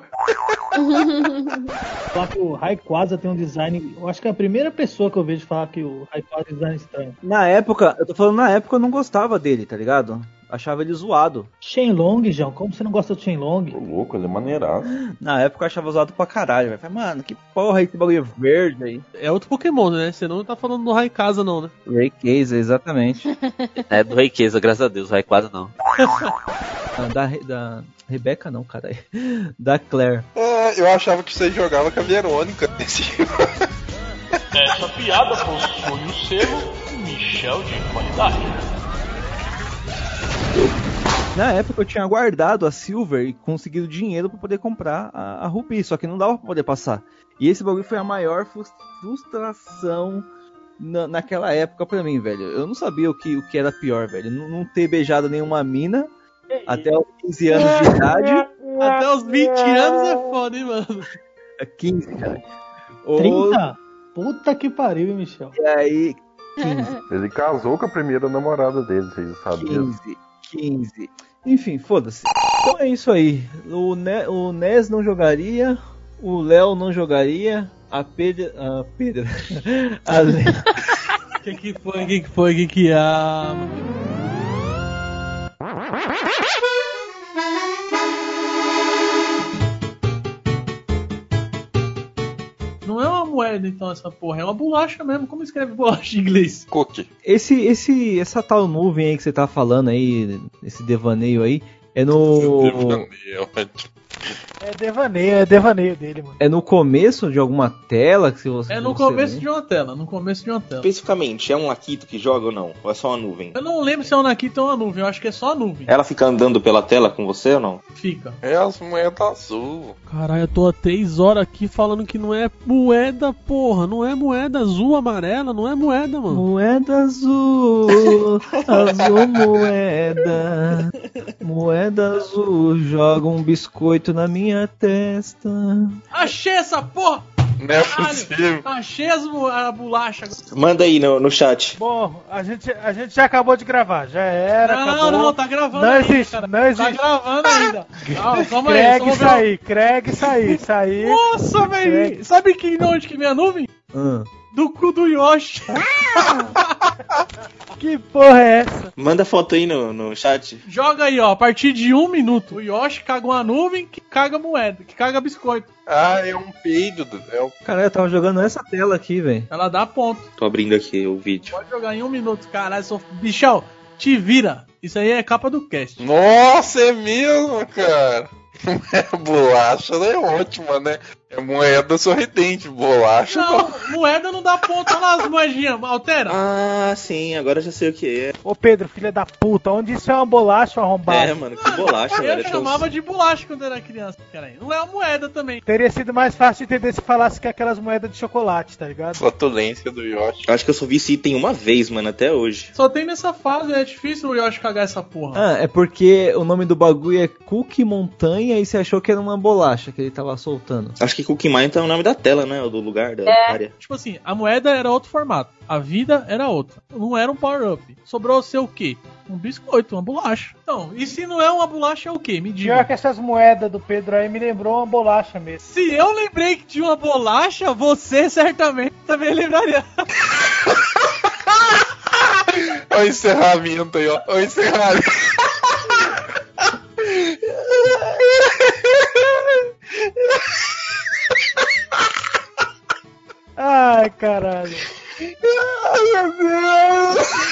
Falar que o Rayquaza tem um design... Eu acho que é a primeira pessoa que eu vejo falar que o Rayquaza tem um design estranho. Na época, eu tô falando na época eu não gostava dele, tá ligado? Achava ele zoado. Shenlong, João, como você não gosta do Shenlong? Tô louco, ele é maneiraço. Na época eu achava zoado pra caralho, velho. Falei, mano, que porra esse bagulho verde aí. É outro Pokémon, né? Você não tá falando do Rayquaza, não, né? Rayquaza, exatamente. É do Rayquaza, graças a Deus. Rayquaza não. Da Rebeca não, caralho. Da Claire. É, eu achava que você jogava com a Verônica nesse jogo. Essa piada possui o selo Michel de qualidade. Na época eu tinha guardado a Silver e conseguido dinheiro pra poder comprar a Ruby, só que não dava pra poder passar. E esse bagulho foi a maior frustração naquela época pra mim, velho. Eu não sabia o que era pior, velho. Não ter beijado nenhuma mina até os 15 anos de idade. Até os 20 anos é foda, hein, mano? 15, cara. 30? Puta que pariu, hein, Michel? E aí, 15. Ele casou com a primeira namorada dele, vocês sabiam? 15. Enfim, foda-se. Então é isso aí. O Nes não jogaria, o Léo não jogaria, a Pedra. A Leila. Que foi? Que Não é uma moeda, então, essa porra. É uma bolacha mesmo. Como escreve bolacha em inglês? Cookie. Essa tal nuvem aí que você tá falando aí, esse devaneio aí, é no... É devaneio dele, mano. É no começo de alguma tela que você... É no começo de uma tela, Especificamente, é um Akito que joga ou não? Ou é só uma nuvem? Eu não lembro se é um Nakito ou uma nuvem, eu acho que é só a nuvem. Ela fica andando pela tela com você ou não? Fica. É as moedas azul. Caralho, eu tô há 3 horas aqui falando que não é moeda, porra. Não é moeda azul, amarela, não é moeda, mano. Moeda azul, azul moeda. Moeda azul, joga um biscoito na minha testa. Achei essa porra! Não é possível. Achei a bolacha. Manda aí no chat. Bom, a gente já acabou de gravar. Já era, acabou. Não, tá gravando não ainda, existe, cara. não existe. Tá gravando ainda. Não, calma aí. Craig sair. Nossa, velho. Sabe onde que vem a nuvem? Do cu do Yoshi. Que porra é essa? Manda foto aí no chat. Joga aí, ó. A partir de 1 minuto. O Yoshi caga uma nuvem que caga moeda, que caga biscoito. Ah, é um peido. Caralho, eu tava jogando essa tela aqui, velho. Ela dá ponto. Tô abrindo aqui o vídeo. Pode jogar em 1 minuto, caralho. Bichão, te vira. Isso aí é capa do cast. Nossa, é mesmo, cara. Bolacha é ótima, né? É moeda sorridente, bolacha não. Moeda não dá ponto, olha lá as moedinhas, altera. Ah, sim, agora já sei o que é. Ô Pedro, filha da puta, onde isso é uma bolacha arrombada? É, mano, que bolacha, velho. Eu chamava de bolacha quando era criança, cara. Não é uma moeda também. Teria sido mais fácil de entender se falasse que é aquelas moedas de chocolate, tá ligado? Flatulência do Yoshi. Acho que eu só vi esse item uma vez, mano, até hoje. Só tem nessa fase, é difícil o Yoshi cagar essa porra. Ah, é porque o nome do bagulho é Cookie Montanha e você achou que era uma bolacha que ele tava soltando. Acho que Cookie Mine tá o nome da tela, né? Ou do lugar, da área. Tipo assim, a moeda era outro formato. A vida era outra. Não era um power-up. Sobrou ser o quê? Um biscoito, uma bolacha. Então, e se não é uma bolacha, é o quê? Me diga. Pior que essas moedas do Pedro aí me lembrou uma bolacha mesmo. Se eu lembrei de uma bolacha, você certamente também lembraria. Olha o encerramento aí, ó. Olha o encerramento. Ai, caralho. Ai, meu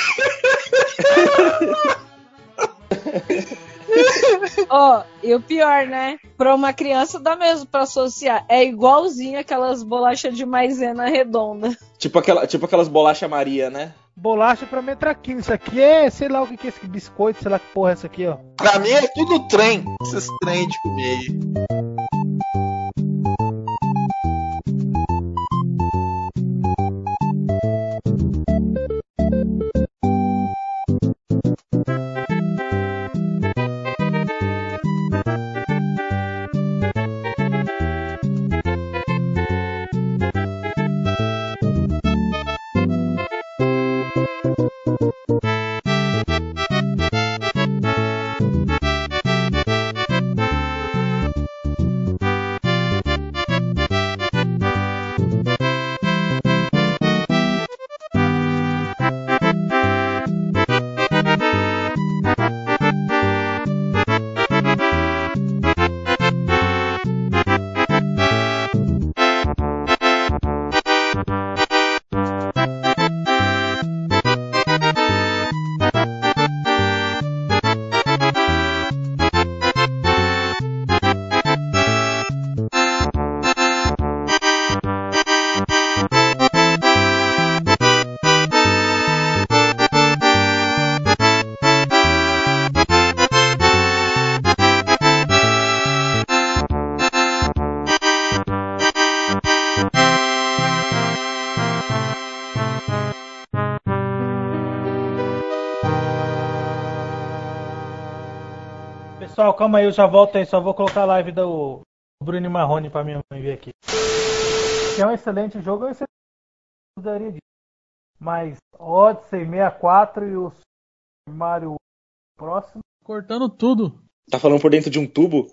Deus! Ó, e o pior, né? Pra uma criança dá mesmo pra associar. É igualzinho aquelas bolachas de maisena redonda. Tipo aquelas bolachas Maria, né? Bolacha pra mim é traquino. Isso aqui é, sei lá o que é esse biscoito, sei lá que porra é essa aqui, ó. Pra mim é tudo trem. Esses trem de comer aí. Pessoal, calma aí, eu já volto aí. Só vou colocar a live do Bruno Marrone pra minha mãe ver aqui. Que é um excelente jogo, eu daria disso. Mas Odyssey 64 e o Super Mario próximo. Cortando tudo. Tá falando por dentro de um tubo?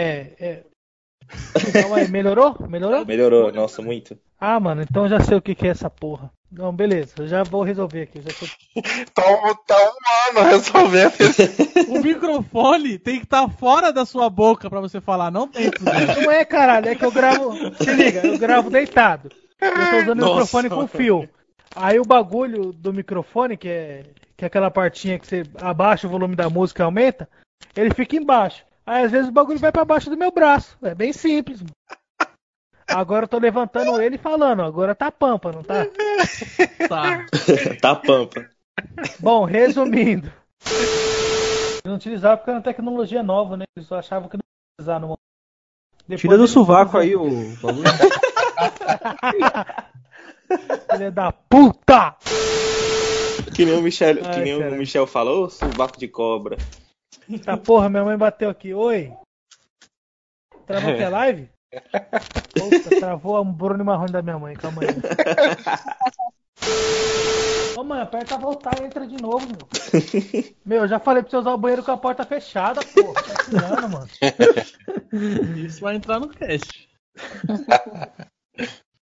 Calma aí, melhorou? Melhorou? Melhorou, nossa, muito. Ah, mano, então eu já sei o que é essa porra. Não, beleza, eu já vou resolver aqui. Já tô... Tá um ano resolvendo isso. O microfone tem que estar fora da sua boca pra você falar, não tem problema. Não é, caralho, é que eu gravo. Se liga, eu gravo deitado. Eu tô usando o microfone com fio. Aí o bagulho do microfone, que é aquela partinha que você abaixa o volume da música e aumenta, ele fica embaixo. Aí às vezes o bagulho vai pra baixo do meu braço. É bem simples, mano. Agora eu tô levantando ele e falando, agora tá pampa, não tá? Tá. Tá pampa. Bom, resumindo. Eu não utilizava porque era uma tecnologia nova, né? Eles só achavam que não ia utilizar no momento. Tira do sovaco aí o bagulho. Filha da puta! Que nem o Michel falou, sovaco de cobra. Tá porra, minha mãe bateu aqui. Oi? Travou aqui a live? Puta, travou o Bruno Marrone da minha mãe, calma aí. Ô mãe, aperta voltar e entra de novo, meu. Meu, eu já falei pra você usar o banheiro com a porta fechada, porra. Tá tirando, mano. Isso vai entrar no cast.